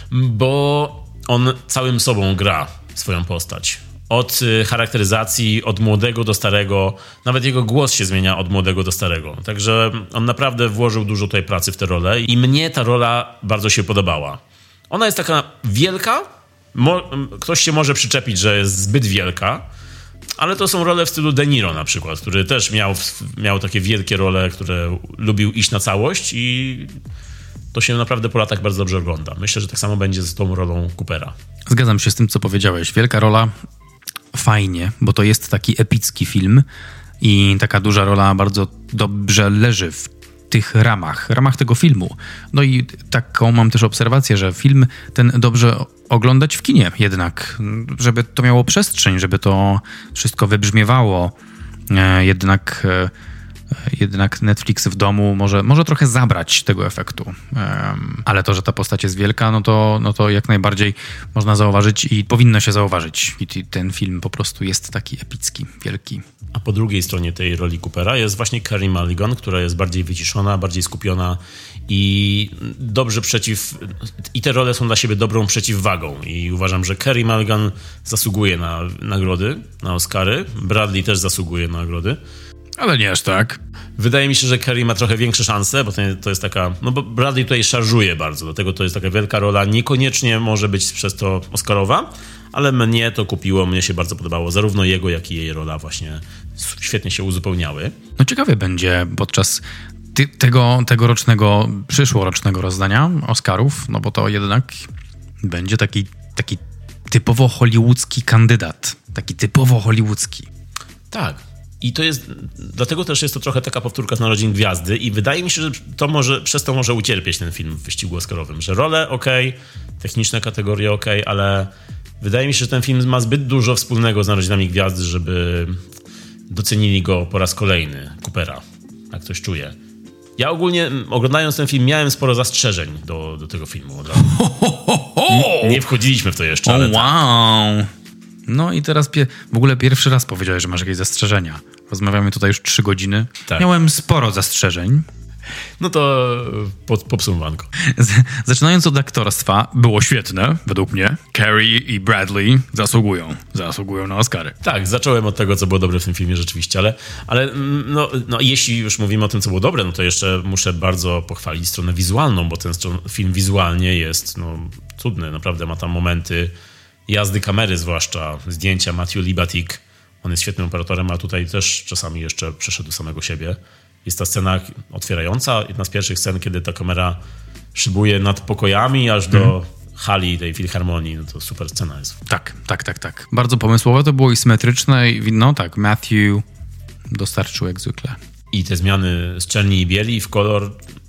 bo on całym sobą gra swoją postać. Od charakteryzacji, od młodego do starego, nawet jego głos się zmienia od młodego do starego. Także on naprawdę włożył dużo tutaj pracy w tę rolę i mnie ta rola bardzo się podobała. Ona jest taka wielka, Mo- ktoś się może przyczepić, że jest zbyt wielka, ale to są role w stylu De Niro na przykład, który też miał, miał takie wielkie role, które lubił iść na całość i to się naprawdę po latach bardzo dobrze ogląda. Myślę, że tak samo będzie z tą rolą Coopera. Zgadzam się z tym, co powiedziałeś. Wielka rola, fajnie, bo to jest taki epicki film i taka duża rola bardzo dobrze leży w tych ramach, ramach tego filmu. No i taką mam też obserwację, że film ten dobrze oglądać w kinie jednak, żeby to miało przestrzeń, żeby to wszystko wybrzmiewało. E, jednak, e, jednak Netflix w domu może, może trochę zabrać tego efektu. E, ale to, że ta postać jest wielka, no to, no to jak najbardziej można zauważyć i powinno się zauważyć. I ten film po prostu jest taki epicki, wielki. A po drugiej stronie tej roli Coopera jest właśnie Carey Mulligan, która jest bardziej wyciszona, bardziej skupiona i dobrze przeciw... I te role są dla siebie dobrą przeciwwagą. I uważam, że Carey Mulligan zasługuje na nagrody, na Oscary. Bradley też zasługuje na nagrody. Ale nie aż tak. Wydaje mi się, że Carey ma trochę większe szanse, bo to, to jest taka... No bo Bradley tutaj szarżuje bardzo, dlatego to jest taka wielka rola. Niekoniecznie może być przez to Oscarowa, ale mnie to kupiło, mnie się bardzo podobało. Zarówno jego, jak i jej rola właśnie świetnie się uzupełniały. No ciekawie będzie podczas ty, tego tegorocznego, przyszłorocznego rozdania Oscarów, no bo to jednak będzie taki, taki typowo hollywoodzki kandydat. Taki typowo hollywoodzki. Tak. I to jest, dlatego też jest to trochę taka powtórka z Narodzin Gwiazdy i wydaje mi się, że to może, przez to może ucierpieć ten film w wyścigu oscarowym, że role okej, okay, techniczne kategorie okej, okay, ale wydaje mi się, że ten film ma zbyt dużo wspólnego z Narodzinami Gwiazdy, żeby docenili go po raz kolejny, Coopera. Tak ktoś czuje. Ja ogólnie oglądając ten film miałem sporo zastrzeżeń do, do tego filmu. Ho, ho, ho, ho. Nie, nie wchodziliśmy w to jeszcze, ale oh, wow. Tak. No i teraz pie- w ogóle pierwszy raz powiedziałeś, że masz jakieś zastrzeżenia. Rozmawiamy tutaj już trzy godziny. Tak. Miałem sporo zastrzeżeń. No to pod, popsumowanko. Z- zaczynając od aktorstwa, było świetne, według mnie. Carey i Bradley zasługują. Zasługują na Oscary. Tak, zacząłem od tego, co było dobre w tym filmie rzeczywiście, ale, ale no, no, jeśli już mówimy o tym, co było dobre, no to jeszcze muszę bardzo pochwalić stronę wizualną, bo ten film wizualnie jest no, cudny. Naprawdę ma tam momenty jazdy kamery, zwłaszcza zdjęcia Matthew Libatic. On jest świetnym operatorem, a tutaj też czasami jeszcze przeszedł do samego siebie. Jest ta scena otwierająca, jedna z pierwszych scen, kiedy ta kamera szybuje nad pokojami aż do hmm. hali tej filharmonii. No to super scena jest. Tak, tak, tak, tak. Bardzo pomysłowe to było i symetryczne. I no tak, Matthew dostarczył jak zwykle. I te zmiany z czerni i bieli w kolor,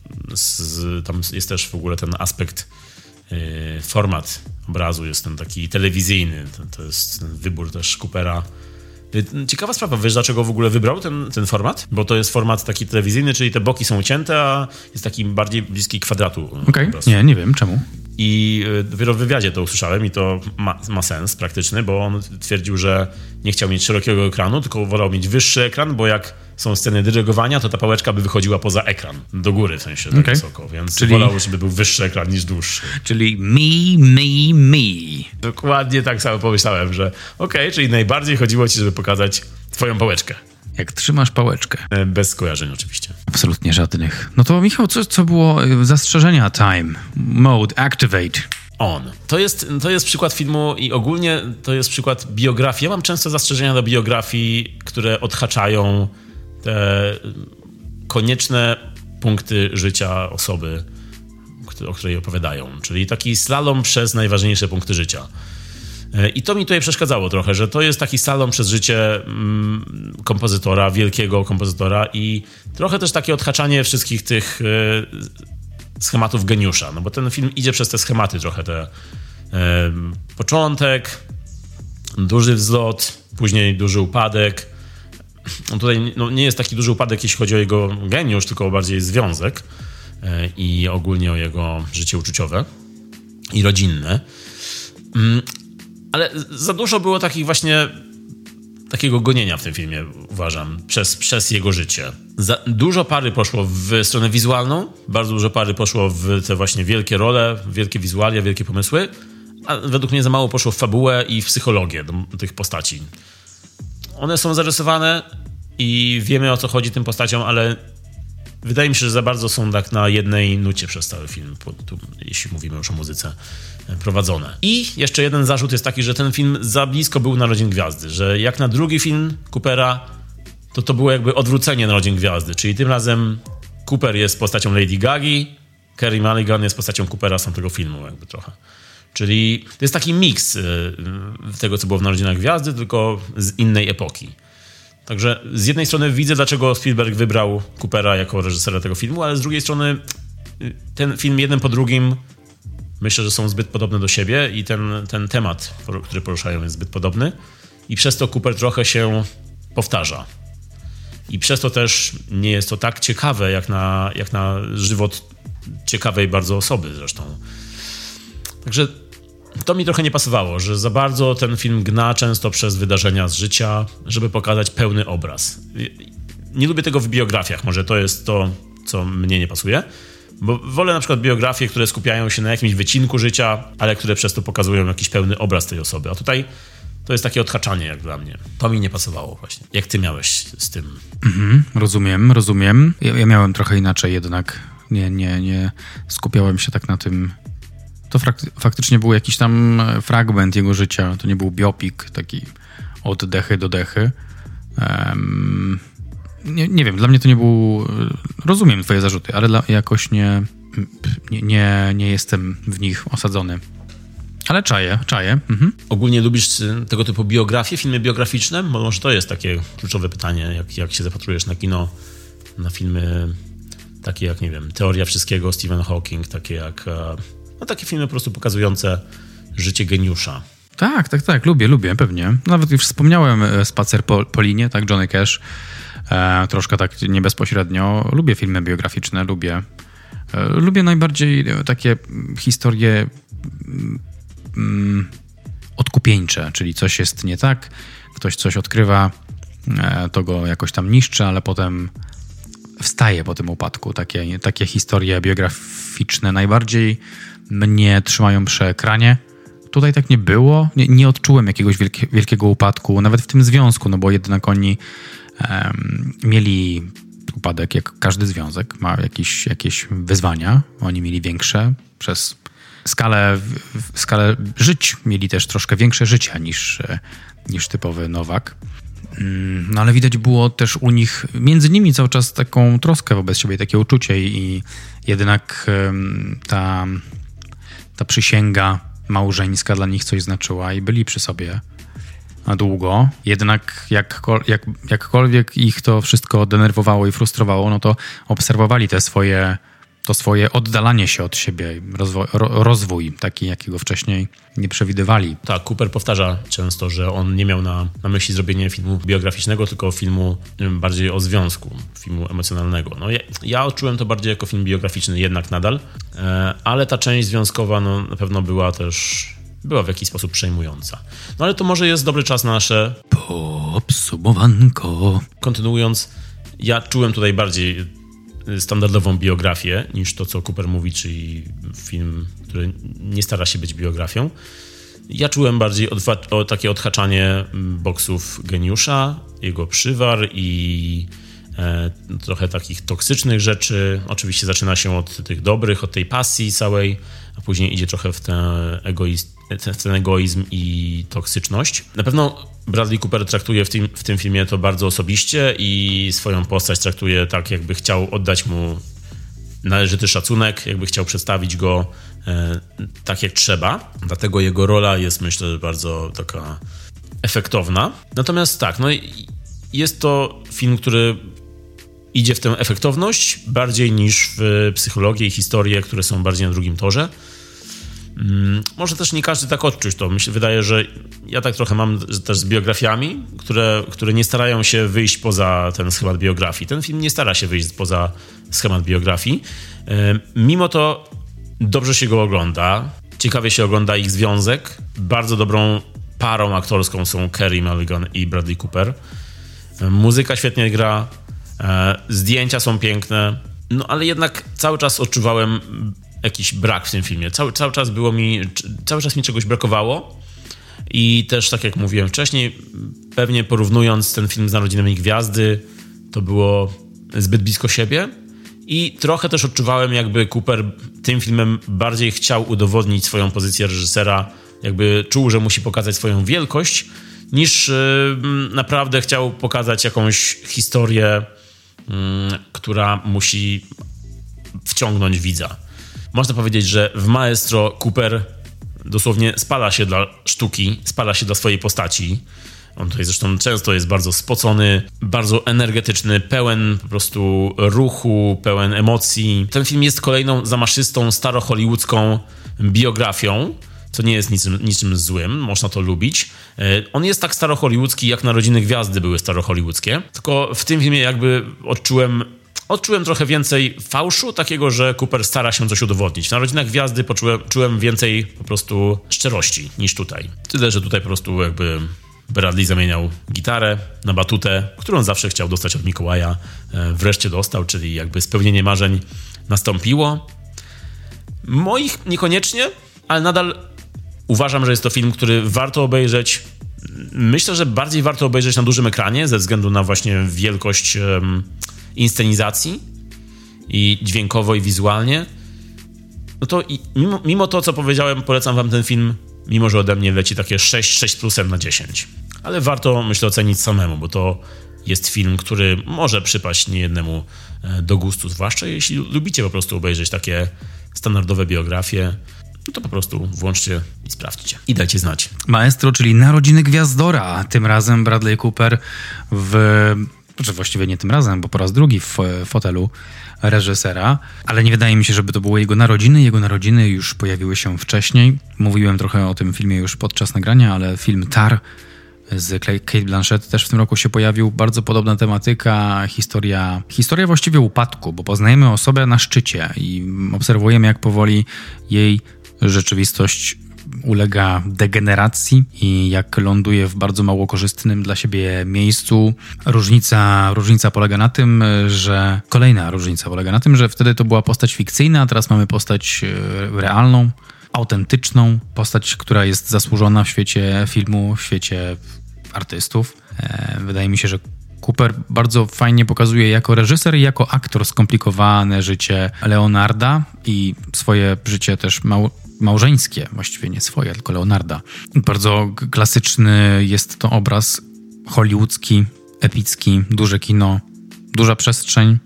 z, tam jest też w ogóle ten aspekt, yy, format obrazu jest ten taki telewizyjny. To, to jest ten wybór też Coopera. Ciekawa sprawa, wiesz dlaczego w ogóle wybrał ten, ten format? Bo to jest format taki telewizyjny, czyli te boki są ucięte, a jest taki bardziej bliski kwadratu. Okej, okay. nie, nie wiem czemu. I dopiero w wywiadzie to usłyszałem i to ma, ma sens praktyczny, bo on twierdził, że nie chciał mieć szerokiego ekranu, tylko wolał mieć wyższy ekran, bo jak są sceny dyrygowania, to ta pałeczka by wychodziła poza ekran, do góry w sensie, tak okay. wysoko, więc czyli wolał, żeby był wyższy ekran niż dłuższy. Czyli me, me, me. Dokładnie tak samo pomyślałem, że okej, okay, czyli najbardziej chodziło ci, żeby pokazać twoją pałeczkę. Jak trzymasz pałeczkę. Bez skojarzeń oczywiście. Absolutnie żadnych. No to Michał, co, co było zastrzeżenia time? Mode, activate. On. To jest, to jest przykład filmu i ogólnie to jest przykład biografii. Ja mam często zastrzeżenia do biografii, które odhaczają te konieczne punkty życia osoby, o której opowiadają. Czyli taki slalom przez najważniejsze punkty życia. I to mi tutaj przeszkadzało trochę, że to jest taki salon przez życie mm, kompozytora, wielkiego kompozytora i trochę też takie odhaczanie wszystkich tych y, schematów geniusza, no bo ten film idzie przez te schematy trochę, te y, początek, duży wzlot, później duży upadek. No tutaj no, nie jest taki duży upadek, jeśli chodzi o jego geniusz, tylko bardziej związek y, i ogólnie o jego życie uczuciowe i rodzinne. Mm. Ale za dużo było takich właśnie takiego gonienia w tym filmie, uważam, przez, przez jego życie. Za dużo pary poszło w stronę wizualną, bardzo dużo pary poszło w te właśnie wielkie role, wielkie wizualia, wielkie pomysły, a według mnie za mało poszło w fabułę i w psychologię do tych postaci. One są zarysowane i wiemy, o co chodzi tym postaciom, ale wydaje mi się, że za bardzo są tak na jednej nucie przez cały film, tu, jeśli mówimy już o muzyce, prowadzone. I jeszcze jeden zarzut jest taki, że ten film za blisko był Narodzin Gwiazdy, że jak na drugi film Coopera, to to było jakby odwrócenie Narodzin Gwiazdy, czyli tym razem Cooper jest postacią Lady Gagi, Carey Mulligan jest postacią Coopera z tamtego filmu jakby trochę. Czyli to jest taki miks tego, co było w Narodzinach Gwiazdy, tylko z innej epoki. Także z jednej strony widzę, dlaczego Spielberg wybrał Coopera jako reżysera tego filmu, ale z drugiej strony ten film jeden po drugim myślę, że są zbyt podobne do siebie i ten, ten temat, który poruszają, jest zbyt podobny i przez to Cooper trochę się powtarza. I przez to też nie jest to tak ciekawe, jak na, jak na żywot ciekawej bardzo osoby zresztą. Także to mi trochę nie pasowało, że za bardzo ten film gna często przez wydarzenia z życia, żeby pokazać pełny obraz. Nie lubię tego w biografiach, może to jest to, co mnie nie pasuje, bo wolę na przykład biografie, które skupiają się na jakimś wycinku życia, ale które przez to pokazują jakiś pełny obraz tej osoby. A tutaj to jest takie odhaczanie jak dla mnie. To mi nie pasowało właśnie. Jak ty miałeś z tym? Mhm, rozumiem, rozumiem. Ja, ja miałem trochę inaczej jednak. Nie, nie, nie skupiałem się tak na tym. To frak- faktycznie był jakiś tam fragment jego życia. To nie był biopik, taki od dechy do dechy. Um, nie, nie wiem, dla mnie to nie był... Rozumiem twoje zarzuty, ale dla, jakoś nie, nie, nie, nie jestem w nich osadzony. Ale czaję, czaję. Mhm. Ogólnie lubisz tego typu biografie, filmy biograficzne? Bo może to jest takie kluczowe pytanie, jak, jak się zapatrujesz na kino, na filmy takie jak, nie wiem, Teoria Wszystkiego, Stephen Hawking, takie jak... No takie filmy po prostu pokazujące życie geniusza. Tak, tak, tak, lubię, lubię, pewnie. Nawet już wspomniałem Spacer po, po linie, tak, Johnny Cash. E, troszkę tak nie bezpośrednio. Lubię filmy biograficzne, lubię. E, lubię najbardziej takie historie mm, odkupieńcze, czyli coś jest nie tak, ktoś coś odkrywa, e, to go jakoś tam niszczy, ale potem wstaje po tym upadku. Takie, takie historie biograficzne najbardziej mnie trzymają przy ekranie. Tutaj tak nie było. Nie, nie odczułem jakiegoś wielkie, wielkiego upadku, nawet w tym związku, no bo jednak oni um, mieli upadek, jak każdy związek, ma jakieś, jakieś wyzwania. Oni mieli większe przez skalę, skalę żyć. Mieli też troszkę większe życia niż, niż typowy Nowak. No ale widać było też u nich, między nimi cały czas taką troskę wobec siebie, takie uczucie i jednak ta, ta przysięga małżeńska dla nich coś znaczyła i byli przy sobie na długo. Jednak jak, jak, jakkolwiek ich to wszystko denerwowało i frustrowało, no to obserwowali te swoje, to swoje oddalanie się od siebie, rozwój, rozwój taki, jakiego wcześniej nie przewidywali. Tak, Cooper powtarza często, że on nie miał na, na myśli zrobienie filmu biograficznego, tylko filmu bardziej o związku, filmu emocjonalnego. No ja, ja odczułem to bardziej jako film biograficzny jednak nadal, e, ale ta część związkowa no, na pewno była też była w jakiś sposób przejmująca. No ale to może jest dobry czas na nasze podsumowanko. Kontynuując, ja czułem tutaj bardziej standardową biografię niż to, co Cooper mówi, czyli film, który nie stara się być biografią. Ja czułem bardziej odwa- o takie odhaczanie boksów geniusza, jego przywar i e, trochę takich toksycznych rzeczy. Oczywiście zaczyna się od tych dobrych, od tej pasji całej, a później idzie trochę w ten egoizm, w ten egoizm i toksyczność. Na pewno Bradley Cooper traktuje w tym, w tym filmie to bardzo osobiście i swoją postać traktuje tak, jakby chciał oddać mu należyty szacunek, jakby chciał przedstawić go e, tak jak trzeba. Dlatego jego rola jest, myślę, bardzo taka efektowna. Natomiast tak, no jest to film, który idzie w tę efektowność bardziej niż w psychologię i historię, które są bardziej na drugim torze. Hmm, może też nie każdy tak odczuć to. Myślę, wydaje, że ja tak trochę mam też z biografiami, które, które nie starają się wyjść poza ten schemat biografii. Ten film nie stara się wyjść poza schemat biografii. E, mimo to dobrze się go ogląda. Ciekawie się ogląda ich związek. Bardzo dobrą parą aktorską są Carey Mulligan i Bradley Cooper. E, muzyka świetnie gra. E, zdjęcia są piękne. No ale jednak cały czas odczuwałem jakiś brak w tym filmie. Cały, cały czas było mi, cały czas mi czegoś brakowało i też, tak jak mówiłem wcześniej, pewnie porównując ten film z Narodzinami Gwiazdy, to było zbyt blisko siebie i trochę też odczuwałem, jakby Cooper tym filmem bardziej chciał udowodnić swoją pozycję reżysera, jakby czuł, że musi pokazać swoją wielkość, niż yy, naprawdę chciał pokazać jakąś historię, yy, która musi wciągnąć widza. Można powiedzieć, że w Maestro Cooper dosłownie spala się dla sztuki, spala się dla swojej postaci. On tutaj zresztą często jest bardzo spocony, bardzo energetyczny, pełen po prostu ruchu, pełen emocji. Ten film jest kolejną zamaszystą, staro-hollywoodzką biografią, co nie jest niczym, niczym złym, można to lubić. On jest tak staro-hollywoodzki, jak Narodziny Gwiazdy były staro-hollywoodzkie, tylko w tym filmie jakby odczułem Odczułem trochę więcej fałszu, takiego, że Cooper stara się coś udowodnić. W Narodzinach Gwiazdy poczułem, czułem więcej po prostu szczerości niż tutaj. Tyle, że tutaj po prostu jakby Bradley zamieniał gitarę na batutę, którą zawsze chciał dostać od Mikołaja. Wreszcie dostał, czyli jakby spełnienie marzeń nastąpiło. Moich niekoniecznie, ale nadal uważam, że jest to film, który warto obejrzeć. Myślę, że bardziej warto obejrzeć na dużym ekranie ze względu na właśnie wielkość um, inscenizacji i dźwiękowo i wizualnie. No to i mimo, mimo to, co powiedziałem, polecam wam ten film, mimo że ode mnie leci takie sześć, sześć plusem na dziesięć. Ale warto, myślę, ocenić samemu, bo to jest film, który może przypaść niejednemu do gustu, zwłaszcza jeśli lubicie po prostu obejrzeć takie standardowe biografie, no to po prostu włączcie i sprawdźcie. I dajcie znać. Maestro, czyli Narodziny Gwiazdora. Tym razem Bradley Cooper w... Znaczy właściwie nie tym razem, bo po raz drugi w fotelu reżysera, ale nie wydaje mi się, żeby to były jego narodziny. Jego narodziny już pojawiły się wcześniej. Mówiłem trochę o tym filmie już podczas nagrania, ale film Tar z Cate Blanchett też w tym roku się pojawił. Bardzo podobna tematyka, historia, historia właściwie upadku, bo poznajemy osobę na szczycie i obserwujemy, jak powoli jej rzeczywistość ulega degeneracji i jak ląduje w bardzo mało korzystnym dla siebie miejscu. Różnica, różnica polega na tym, że... Kolejna różnica polega na tym, że wtedy to była postać fikcyjna, a teraz mamy postać realną, autentyczną, postać, która jest zasłużona w świecie filmu, w świecie artystów. Wydaje mi się, że Cooper bardzo fajnie pokazuje jako reżyser i jako aktor skomplikowane życie Leonarda i swoje życie też mał- małżeńskie, właściwie nie swoje, tylko Leonarda. Bardzo klasyczny jest to obraz hollywoodzki, epicki, duże kino, duża przestrzeń.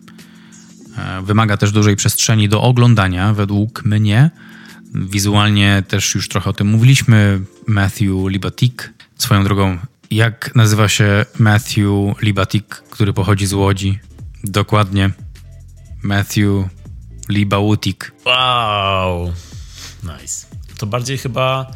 Wymaga też dużej przestrzeni do oglądania, według mnie. Wizualnie też już trochę o tym mówiliśmy. Matthew Libatique. Swoją drogą, jak nazywa się Matthew Libatique, który pochodzi z Łodzi? Dokładnie. Matthew Libautik. Wow. Nice. To bardziej chyba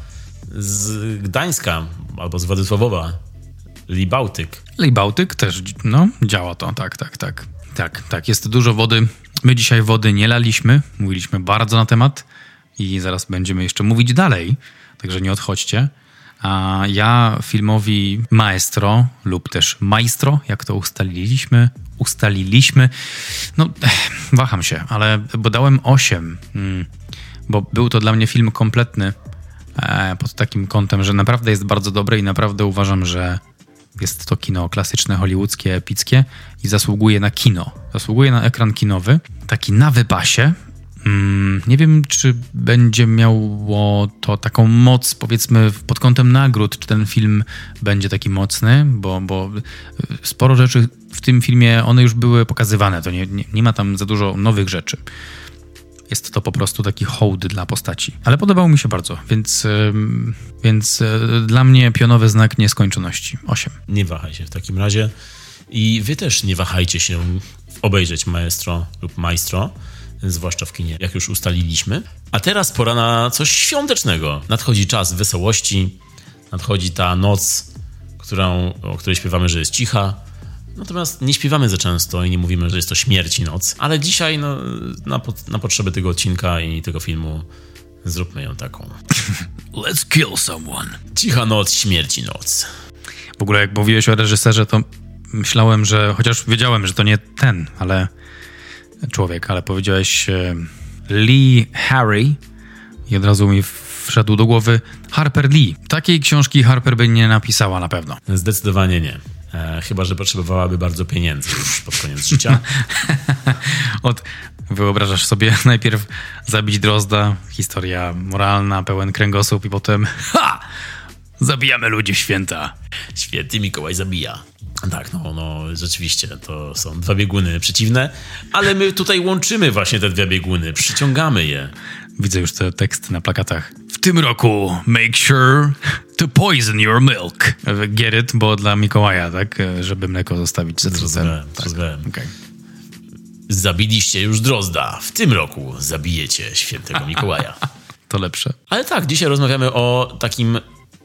z Gdańska albo z Władysławowa. Libautyk. Libautyk też, no, działa to, tak, tak, tak. Tak, tak, jest dużo wody. My dzisiaj wody nie laliśmy, mówiliśmy bardzo na temat i zaraz będziemy jeszcze mówić dalej, także nie odchodźcie. A ja filmowi Maestro lub też Maestro, jak to ustaliliśmy, ustaliliśmy, no waham się, ale bo dałem osiem, hmm, bo był to dla mnie film kompletny e, pod takim kątem, że naprawdę jest bardzo dobry i naprawdę uważam, że jest to kino klasyczne, hollywoodzkie, epickie i zasługuje na kino. Zasługuje na ekran kinowy, taki na wypasie. Mm, nie wiem, czy będzie miało to taką moc, powiedzmy, pod kątem nagród, czy ten film będzie taki mocny, bo, bo sporo rzeczy w tym filmie, one już były pokazywane, to nie, nie, nie ma tam za dużo nowych rzeczy. jest to po prostu taki hołd dla postaci. Ale podobało mi się bardzo, więc, więc dla mnie pionowy znak nieskończoności. osiem. Nie wahaj się w takim razie. I wy też nie wahajcie się obejrzeć Maestro lub Maestro, zwłaszcza w kinie, jak już ustaliliśmy. A teraz pora na coś świątecznego. Nadchodzi czas wesołości, nadchodzi ta noc, którą, o której śpiewamy, że jest cicha. Natomiast nie śpiewamy za często i nie mówimy, że jest to śmierci noc. Ale dzisiaj no, na, na potrzeby tego odcinka i tego filmu zróbmy ją taką. Let's kill someone. Cicha noc, śmierci noc. W ogóle jak mówiłeś o reżyserze, to myślałem, że chociaż wiedziałem, że to nie ten, ale człowiek, ale powiedziałeś e, Lee Harry i od razu mi wszedł do głowy Harper Lee. Takiej książki Harper by nie napisała na pewno. Zdecydowanie nie. E, chyba że potrzebowałaby bardzo pieniędzy już pod koniec życia. Od, wyobrażasz sobie najpierw zabić Drozda, historia moralna, pełen kręgosłup i potem ha! Zabijamy ludzi w święta. Święty Mikołaj zabija. Tak, no, no rzeczywiście to są dwa bieguny przeciwne, ale my tutaj łączymy właśnie te dwie bieguny, przyciągamy je. Widzę już te teksty na plakatach. W tym roku make sure to poison your milk. Get it, bo dla Mikołaja, tak? Żeby mleko zostawić za Zrozumiałem, tak. zrozumiałem. Okay. Zabiliście już Drozda. W tym roku zabijecie świętego Mikołaja. To lepsze. Ale tak, dzisiaj rozmawiamy o takim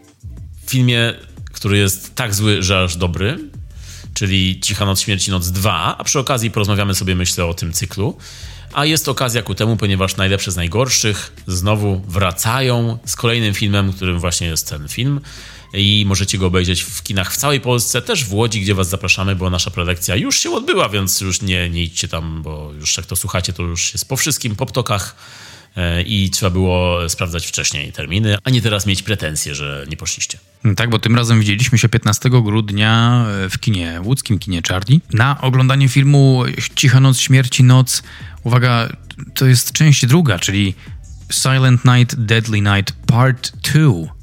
filmie, który jest tak zły, że aż dobry, czyli Cicha noc, śmierci noc dwa, a przy okazji porozmawiamy sobie, myślę, o tym cyklu. A jest okazja ku temu, ponieważ najlepsze z najgorszych znowu wracają z kolejnym filmem, którym właśnie jest ten film. I możecie go obejrzeć w kinach w całej Polsce, też w Łodzi, gdzie was zapraszamy, bo nasza prelekcja już się odbyła, więc już nie, nie idźcie tam, bo już jak to słuchacie, to już jest po wszystkim, po ptokach i trzeba było sprawdzać wcześniej terminy, a nie teraz mieć pretensje, że nie poszliście. Tak, bo tym razem widzieliśmy się piętnastego grudnia w kinie, łódzkim kinie Charlie, na oglądanie filmu Cicha noc, śmierci noc. Uwaga, to jest część druga, czyli Silent Night, Deadly Night Part dwa.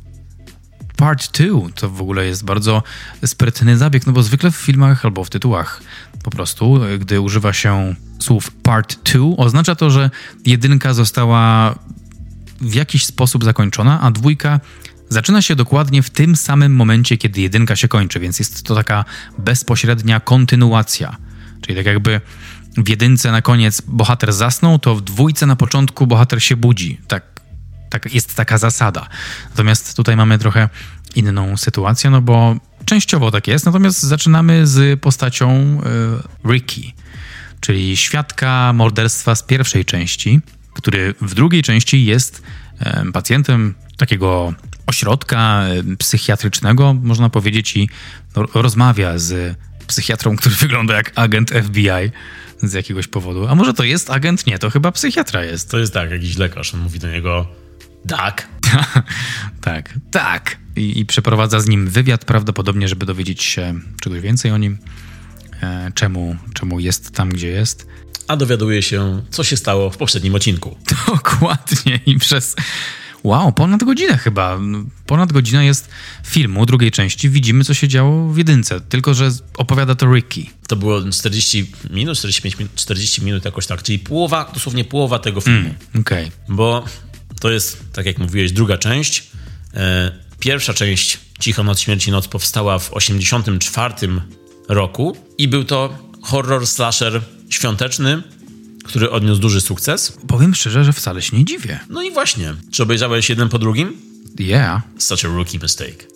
Part dwa to w ogóle jest bardzo sprytny zabieg, no bo zwykle w filmach albo w tytułach po prostu, gdy używa się słów part dwa, oznacza to, że jedynka została w jakiś sposób zakończona, a dwójka zaczyna się dokładnie w tym samym momencie, kiedy jedynka się kończy, więc jest to taka bezpośrednia kontynuacja. Czyli tak jakby w jedynce na koniec bohater zasnął, to w dwójce na początku bohater się budzi. Tak, tak jest taka zasada. Natomiast tutaj mamy trochę inną sytuację, no bo częściowo tak jest, natomiast zaczynamy z postacią y, Ricky, czyli świadka morderstwa z pierwszej części, który w drugiej części jest y, pacjentem takiego ośrodka y, psychiatrycznego, można powiedzieć, i no, rozmawia z psychiatrą, który wygląda jak agent F B I z jakiegoś powodu. A może to jest agent? Nie, to chyba psychiatra jest. To jest tak, jakiś lekarz, on mówi do niego tak. tak, tak. I, I przeprowadza z nim wywiad prawdopodobnie, żeby dowiedzieć się czegoś więcej o nim, e, czemu, czemu jest tam, gdzie jest. A dowiaduje się, co się stało w poprzednim odcinku. Dokładnie i przez... Wow, ponad godzinę chyba. Ponad godzina jest filmu drugiej części. Widzimy, co się działo w jedynce, tylko że opowiada to Ricky. To było czterdzieści minut, czterdzieści pięć minut, czterdzieści minut jakoś tak, czyli połowa, dosłownie połowa tego filmu. Mm, Okej. Okay. Bo to jest, tak jak mówiłeś, druga część. Pierwsza część Cicha noc, śmierci noc powstała w osiemdziesiątym czwartym roku i był to horror slasher świąteczny, który odniósł duży sukces. Powiem szczerze, że wcale się nie dziwię. No i właśnie. Czy obejrzałeś jeden po drugim? Yeah. Such a rookie mistake.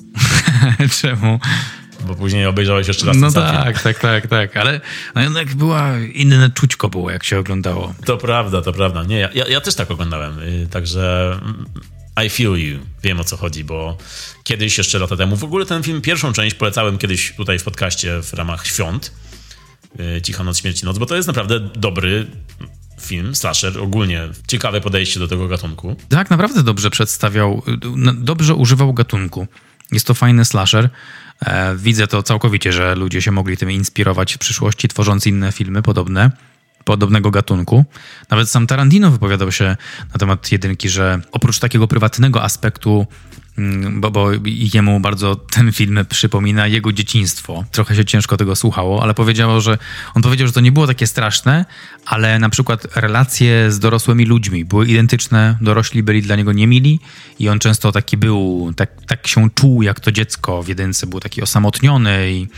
Czemu? Bo później obejrzałeś jeszcze raz no ten tak, film. tak, tak, tak, ale no jednak była inne czućko było, jak się oglądało. To prawda, to prawda. Nie, ja, ja też tak oglądałem, także I feel you. Wiem, o co chodzi, bo kiedyś, jeszcze lata temu, w ogóle ten film, pierwszą część polecałem kiedyś tutaj w podcaście w ramach świąt, Cicha noc, śmierci noc, bo to jest naprawdę dobry film, slasher, ogólnie ciekawe podejście do tego gatunku. Tak, naprawdę dobrze przedstawiał, dobrze używał gatunku. Jest to fajny slasher. Widzę to całkowicie, że ludzie się mogli tym inspirować w przyszłości, tworząc inne filmy podobne, podobnego gatunku. Nawet sam Tarantino wypowiadał się na temat jedynki, że oprócz takiego prywatnego aspektu bo, bo jemu bardzo ten film przypomina jego dzieciństwo. Trochę się ciężko tego słuchało, ale powiedziało, że on powiedział, że to nie było takie straszne, ale na przykład relacje z dorosłymi ludźmi były identyczne, dorośli byli dla niego niemili i on często taki był, tak, tak się czuł jak to dziecko w jedynce, był taki osamotniony i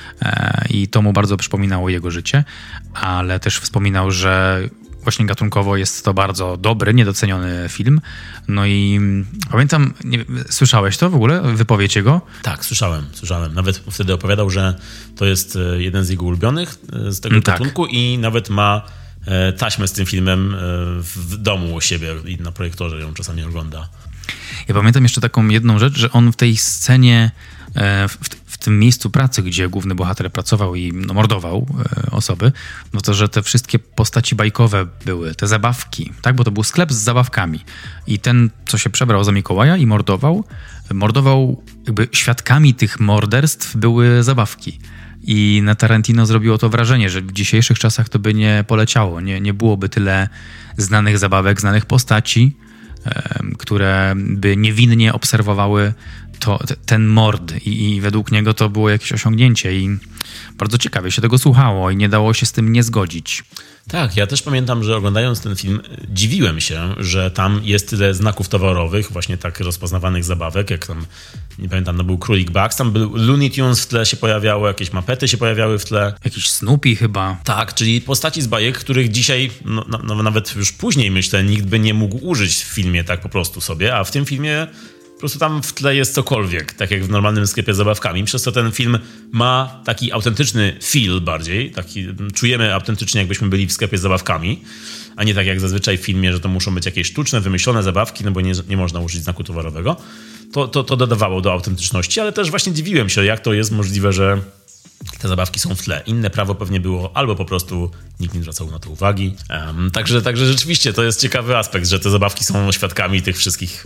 I to mu bardzo przypominało jego życie, ale też wspominał, że właśnie gatunkowo jest to bardzo dobry, niedoceniony film. No i pamiętam, nie, słyszałeś to w ogóle, wypowiedź jego? Tak, słyszałem, słyszałem. Nawet wtedy opowiadał, że to jest jeden z jego ulubionych z tego tak. gatunku i nawet ma taśmę z tym filmem w domu u siebie i na projektorze ją czasami ogląda. Ja pamiętam jeszcze taką jedną rzecz, że on w tej scenie, w, w tym miejscu pracy, gdzie główny bohater pracował i no, mordował e, osoby, no to, że te wszystkie postaci bajkowe były, te zabawki, tak? Bo to był sklep z zabawkami. I ten, co się przebrał za Mikołaja i mordował, mordował jakby świadkami tych morderstw były zabawki. I na Tarantino zrobiło to wrażenie, że w dzisiejszych czasach to by nie poleciało. Nie, nie byłoby tyle znanych zabawek, znanych postaci, e, które by niewinnie obserwowały to, ten mord I, i według niego to było jakieś osiągnięcie i bardzo ciekawie się tego słuchało i nie dało się z tym nie zgodzić. Tak, ja też pamiętam, że oglądając ten film dziwiłem się, że tam jest tyle znaków towarowych, właśnie tak rozpoznawanych zabawek, jak tam, nie pamiętam, no był Królik Bugs, tam był Looney Tunes w tle się pojawiało, jakieś mapety się pojawiały w tle. Jakiś Snoopy chyba. Tak, czyli postaci z bajek, których dzisiaj, no, no, nawet już później myślę, nikt by nie mógł użyć w filmie tak po prostu sobie, a w tym filmie po prostu tam w tle jest cokolwiek, tak jak w normalnym sklepie z zabawkami, przez co ten film ma taki autentyczny feel bardziej, taki, czujemy autentycznie, jakbyśmy byli w sklepie z zabawkami, a nie tak jak zazwyczaj w filmie, że to muszą być jakieś sztuczne, wymyślone zabawki, no bo nie, nie można użyć znaku towarowego. To, to, to dodawało do autentyczności, ale też właśnie dziwiłem się, jak to jest możliwe, że te zabawki są w tle. Inne prawo pewnie było, albo po prostu nikt nie zwracał na to uwagi. Um, także, także rzeczywiście to jest ciekawy aspekt, że te zabawki są świadkami tych wszystkich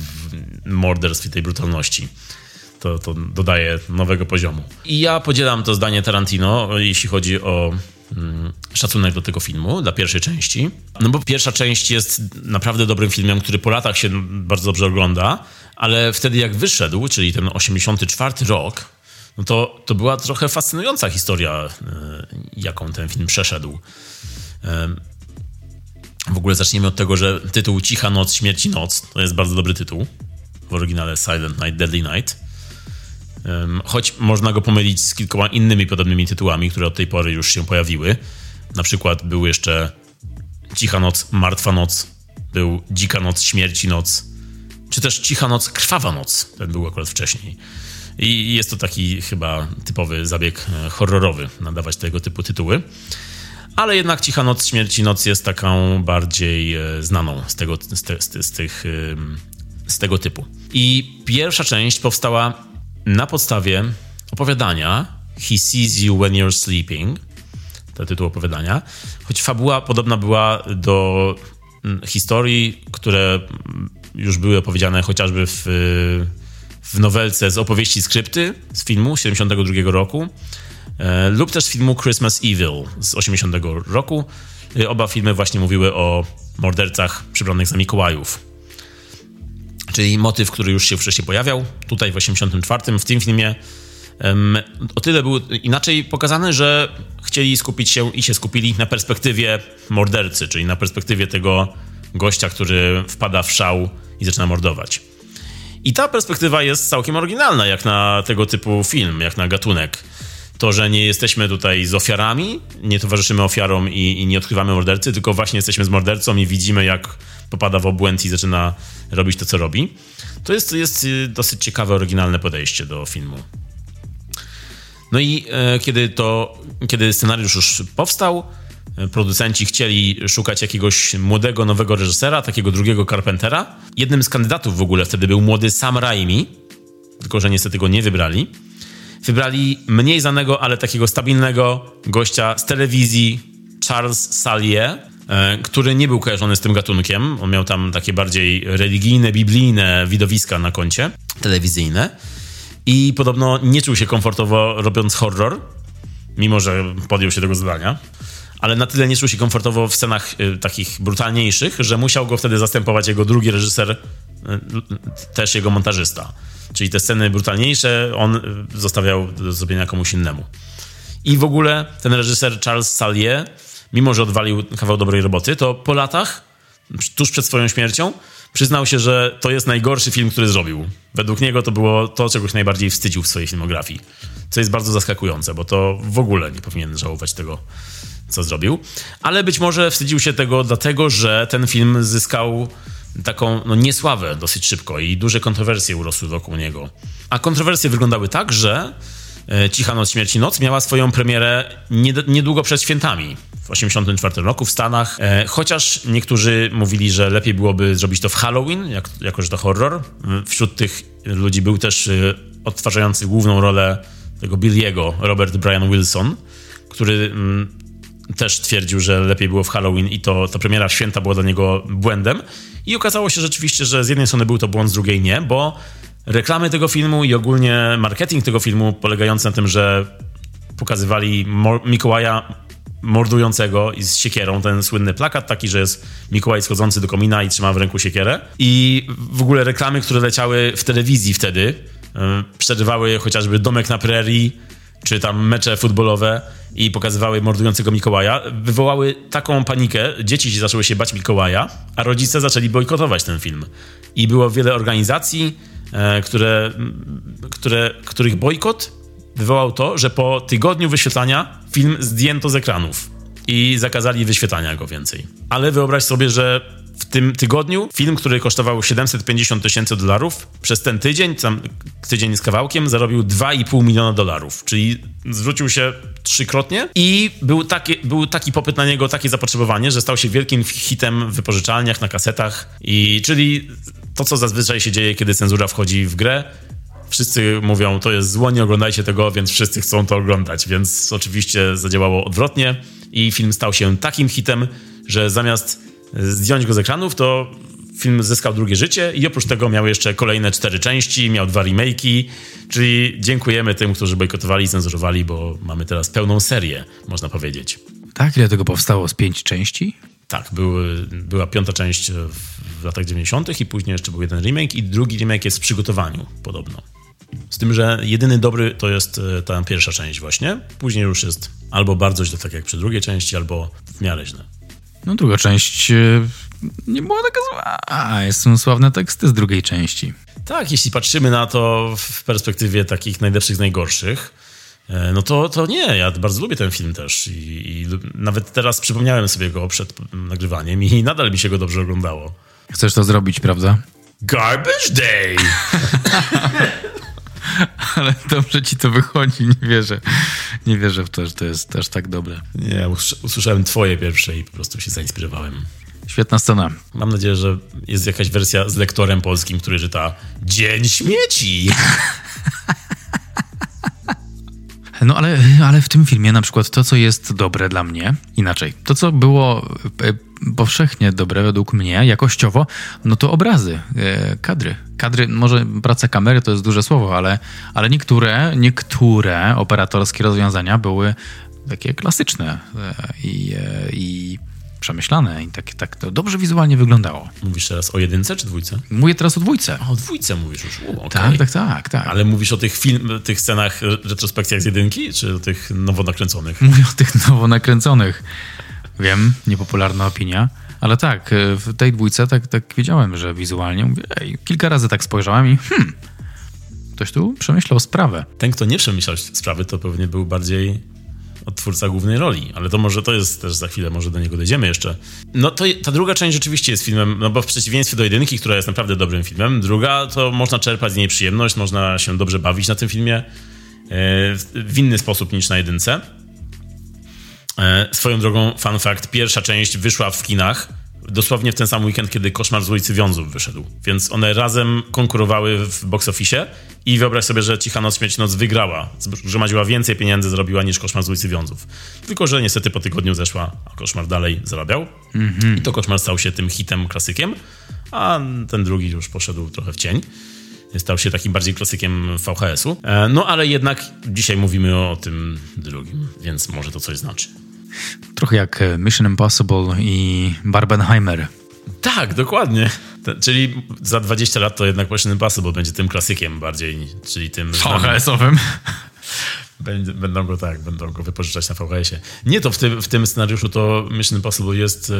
morderstw i tej brutalności. To, to dodaje nowego poziomu. I ja podzielam to zdanie Tarantino, jeśli chodzi o mm, szacunek do tego filmu, dla pierwszej części. No bo pierwsza część jest naprawdę dobrym filmem, który po latach się bardzo dobrze ogląda, ale wtedy jak wyszedł, czyli ten osiemdziesiąty czwarty rok, no to, to była trochę fascynująca historia, jaką ten film przeszedł. W ogóle zaczniemy od tego, że tytuł Cicha Noc, Śmierci Noc to jest bardzo dobry tytuł. W oryginale Silent Night, Deadly Night. Choć można go pomylić z kilkoma innymi podobnymi tytułami, które od tej pory już się pojawiły. Na przykład był jeszcze Cicha Noc, Martwa Noc, był Dzika Noc, Śmierci Noc, czy też Cicha Noc, Krwawa Noc. Ten był akurat wcześniej. I jest to taki chyba typowy zabieg horrorowy, nadawać tego typu tytuły. Ale jednak Cicha Noc, Śmierci Noc jest taką bardziej znaną z tego, z, te, z, z, tych, z tego typu. I pierwsza część powstała na podstawie opowiadania He Sees You When You're Sleeping. To tytuł opowiadania. Choć fabuła podobna była do historii, które już były opowiedziane chociażby w... w nowelce z opowieści Skrypty z filmu siedemdziesiątego drugiego roku e, lub też z filmu Christmas Evil z osiemdziesiątego roku. E, oba filmy właśnie mówiły o mordercach przybranych za Mikołajów. Czyli motyw, który już się wcześniej pojawiał, tutaj w osiemdziesiątym czwartym w tym filmie em, o tyle był inaczej pokazany, że chcieli skupić się i się skupili na perspektywie mordercy, czyli na perspektywie tego gościa, który wpada w szał i zaczyna mordować. I ta perspektywa jest całkiem oryginalna, jak na tego typu film, jak na gatunek. To, że nie jesteśmy tutaj z ofiarami, nie towarzyszymy ofiarom i, i nie odkrywamy mordercy, tylko właśnie jesteśmy z mordercą i widzimy, jak popada w obłęd i zaczyna robić to, co robi. To jest, jest dosyć ciekawe, oryginalne podejście do filmu. No i e, kiedy to, kiedy scenariusz już powstał, producenci chcieli szukać jakiegoś młodego, nowego reżysera, takiego drugiego Carpentera. Jednym z kandydatów w ogóle wtedy był młody Sam Raimi, tylko że niestety go nie wybrali. Wybrali mniej znanego, ale takiego stabilnego gościa z telewizji, Charles Sallier, który nie był kojarzony z tym gatunkiem. On miał tam takie bardziej religijne, biblijne widowiska na koncie, telewizyjne. I podobno nie czuł się komfortowo robiąc horror, mimo że podjął się tego zadania. Ale na tyle nie czuł się komfortowo w scenach y, takich brutalniejszych, że musiał go wtedy zastępować jego drugi reżyser też jego montażysta. Czyli te sceny brutalniejsze on zostawiał do zrobienia komuś innemu. I w ogóle ten reżyser Charles Sallier, mimo że odwalił kawał dobrej roboty, to po latach, tuż przed swoją śmiercią, przyznał się, że to jest najgorszy film, który zrobił. Według niego to było to, czego się najbardziej wstydził w swojej filmografii. Co jest bardzo zaskakujące, bo to w ogóle nie powinien żałować tego, co zrobił. Ale być może wstydził się tego dlatego, że ten film zyskał taką no, niesławę dosyć szybko i duże kontrowersje urosły wokół niego. A kontrowersje wyglądały tak, że Cicha Noc, Śmierci Noc miała swoją premierę niedługo przed świętami w osiemdziesiątym czwartym roku w Stanach, chociaż niektórzy mówili, że lepiej byłoby zrobić to w Halloween, jak, jako że to horror. Wśród tych ludzi był też odtwarzający główną rolę tego Billy'ego Robert Brian Wilson, który mm, też twierdził, że lepiej było w Halloween i to ta premiera w święta była dla niego błędem. I okazało się rzeczywiście, że z jednej strony był to błąd, z drugiej nie, bo reklamy tego filmu i ogólnie marketing tego filmu polegający na tym, że pokazywali Mo- Mikołaja mordującego i z siekierą, ten słynny plakat taki, że jest Mikołaj schodzący do komina i trzyma w ręku siekierę. I w ogóle reklamy, które leciały w telewizji wtedy, yy, przerywały chociażby Domek na Prerii, czy tam mecze futbolowe i pokazywały mordującego Mikołaja, wywołały taką panikę, dzieci się zaczęły się bać Mikołaja, a rodzice zaczęli bojkotować ten film. I było wiele organizacji, e, które, które, których bojkot wywołał to, że po tygodniu wyświetlania film zdjęto z ekranów i zakazali wyświetlania go więcej. Ale wyobraź sobie, że w tym tygodniu film, który kosztował siedemset pięćdziesiąt tysięcy dolarów, przez ten tydzień, tam tydzień z kawałkiem, zarobił dwa i pół miliona dolarów, czyli zwrócił się trzykrotnie i był taki, był taki popyt na niego, takie zapotrzebowanie, że stał się wielkim hitem w wypożyczalniach, na kasetach, i czyli to, co zazwyczaj się dzieje, kiedy cenzura wchodzi w grę. Wszyscy mówią, to jest zło, nie oglądajcie tego, więc wszyscy chcą to oglądać, więc oczywiście zadziałało odwrotnie i film stał się takim hitem, że zamiast zdjąć go z ekranów, to film zyskał drugie życie i oprócz tego miał jeszcze kolejne cztery części, miał dwa remake'i, czyli dziękujemy tym, którzy bojkotowali i cenzurowali, bo mamy teraz pełną serię, można powiedzieć. Tak? Ile tego powstało? Z pięć części? Tak, były, była piąta część w, w latach dziewięćdziesiątych i później jeszcze był jeden remake i drugi remake jest w przygotowaniu podobno. Z tym, że jedyny dobry to jest ta pierwsza część właśnie, później już jest albo bardzo źle, tak jak przy drugiej części, albo w miarę źle. No druga część nie była taka zła. A, są sławne teksty z drugiej części. Tak, jeśli patrzymy na to w perspektywie takich najlepszych z najgorszych, no to, to nie, ja bardzo lubię ten film też i, i nawet teraz przypomniałem sobie go przed nagrywaniem i nadal mi się go dobrze oglądało. Chcesz to zrobić, prawda? Garbage Day! Ale dobrze ci to wychodzi, nie wierzę. Nie wierzę w to, że to jest też tak dobre. Nie, usłyszałem twoje pierwsze i po prostu się zainspirowałem. Świetna scena. Mam nadzieję, że jest jakaś wersja z lektorem polskim, który czyta Dzień Śmieci. No ale, ale w tym filmie na przykład to, co jest dobre dla mnie, inaczej, to, co było powszechnie dobre według mnie, jakościowo, no to obrazy, kadry. Kadry, może praca kamery to jest duże słowo, ale, ale niektóre, niektóre operatorskie rozwiązania były takie klasyczne i, i przemyślane i tak, tak to dobrze wizualnie wyglądało. Mówisz teraz o jedynce czy dwójce? Mówię teraz o dwójce. A, o dwójce mówisz już. U, okay. Tak, tak, tak, tak. Ale mówisz o tych film, tych scenach, retrospekcjach z jedynki, czy o tych nowo nakręconych? Mówię o tych nowo nakręconych. Wiem, niepopularna opinia, ale tak, w tej dwójce tak, tak wiedziałem, że wizualnie mówię, ej, kilka razy tak spojrzałem i hmm, ktoś tu przemyślał sprawę. Ten, kto nie przemyślał sprawy, to pewnie był bardziej odtwórca głównej roli, ale to może to jest też za chwilę, może do niego dojdziemy jeszcze. No to ta druga część rzeczywiście jest filmem, no bo w przeciwieństwie do jedynki, która jest naprawdę dobrym filmem, druga to można czerpać z niej przyjemność, można się dobrze bawić na tym filmie w inny sposób niż na jedynce. Swoją drogą, fun fact, pierwsza część wyszła w kinach dosłownie w ten sam weekend, kiedy Koszmar z ulicy Wiązów wyszedł. Więc one razem konkurowały w box office i wyobraź sobie, że Cicha Noc, Śmierć Noc wygrała. Zgromadziła więcej pieniędzy, zarobiła niż Koszmar z ulicy Wiązów. Tylko że niestety po tygodniu zeszła, a Koszmar dalej zarabiał. Mm-hmm. I to Koszmar stał się tym hitem, klasykiem, a ten drugi już poszedł trochę w cień. Stał się takim bardziej klasykiem V H S-u. No ale jednak dzisiaj mówimy o tym drugim, więc może to coś znaczy. Trochę jak Mission Impossible i Barbenheimer. Tak, dokładnie. T- czyli za dwadzieścia lat to jednak Mission Impossible będzie tym klasykiem bardziej, czyli tym... V H S-owym. Będą, będą go tak, będą go wypożyczać na V H S-ie. Nie, to w tym, w tym scenariuszu to Mission Impossible jest,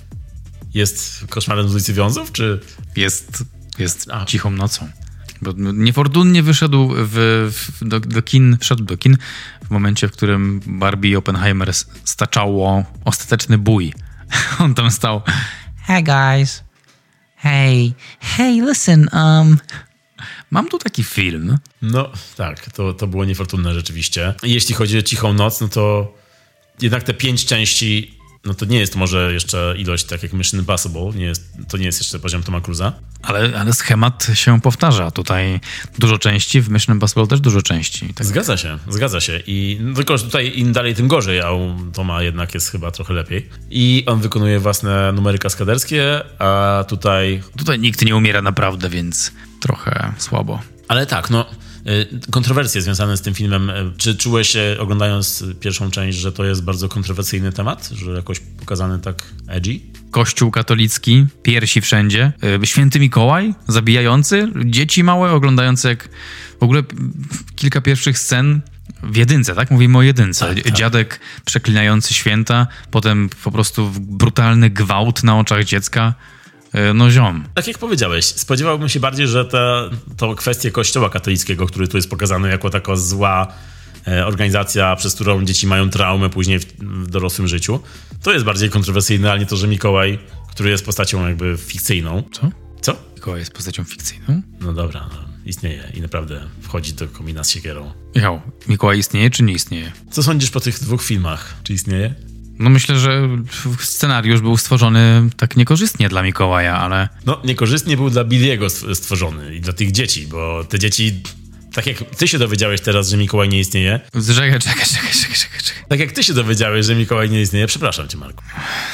jest koszmarem z ulicy Wiązów, czy... Jest, jest cichą nocą. Bo niefortunnie wyszedł w, w, do, do kin, wszedł do kin w momencie, w którym Barbie i Oppenheimer staczało ostateczny bój. On tam stał. Hey guys. Hey. Hey, listen, um... Mam tu taki film. No tak, to, to było niefortunne rzeczywiście. Jeśli chodzi o Cichą Noc, no to jednak te pięć części, no to nie jest może jeszcze ilość tak jak Mission Impossible, nie jest, to nie jest jeszcze poziom Toma Cruise'a. Ale, ale schemat się powtarza. Tutaj dużo części, w Mission Impossible też dużo części. Tak? Zgadza się, zgadza się. I no, tylko, że tutaj im dalej, tym gorzej, a u Toma jednak jest chyba trochę lepiej. I on wykonuje własne numery kaskaderskie, a tutaj... Tutaj nikt nie umiera naprawdę, więc trochę słabo. Ale tak, no... Kontrowersje związane z tym filmem. Czy czułeś się, oglądając pierwszą część, że to jest bardzo kontrowersyjny temat? Że jakoś pokazany tak edgy? Kościół katolicki, piersi wszędzie, święty Mikołaj zabijający, dzieci małe oglądające jak w ogóle kilka pierwszych scen w jedynce, tak? Mówimy o jedynce. Tak, tak. Dziadek przeklinający święta, potem po prostu brutalny gwałt na oczach dziecka. No ziom. Tak jak powiedziałeś, spodziewałbym się bardziej, że te, to kwestie kościoła katolickiego, który tu jest pokazany jako taka zła e, organizacja, przez którą dzieci mają traumę później w, w dorosłym życiu, to jest bardziej kontrowersyjne, a nie to, że Mikołaj, który jest postacią jakby fikcyjną. Co? Co? Mikołaj jest postacią fikcyjną? No dobra, no, istnieje i naprawdę wchodzi do komina z siekierą. Michał, Mikołaj istnieje czy nie istnieje? Co sądzisz po tych dwóch filmach? Czy istnieje? No myślę, że scenariusz był stworzony tak niekorzystnie dla Mikołaja, ale... No, niekorzystnie był dla Billy'ego stworzony i dla tych dzieci, bo te dzieci... Tak jak ty się dowiedziałeś teraz, że Mikołaj nie istnieje... Czekaj, czekaj, czekaj, czekaj, czekaj. Tak jak ty się dowiedziałeś, że Mikołaj nie istnieje... Przepraszam cię, Marku.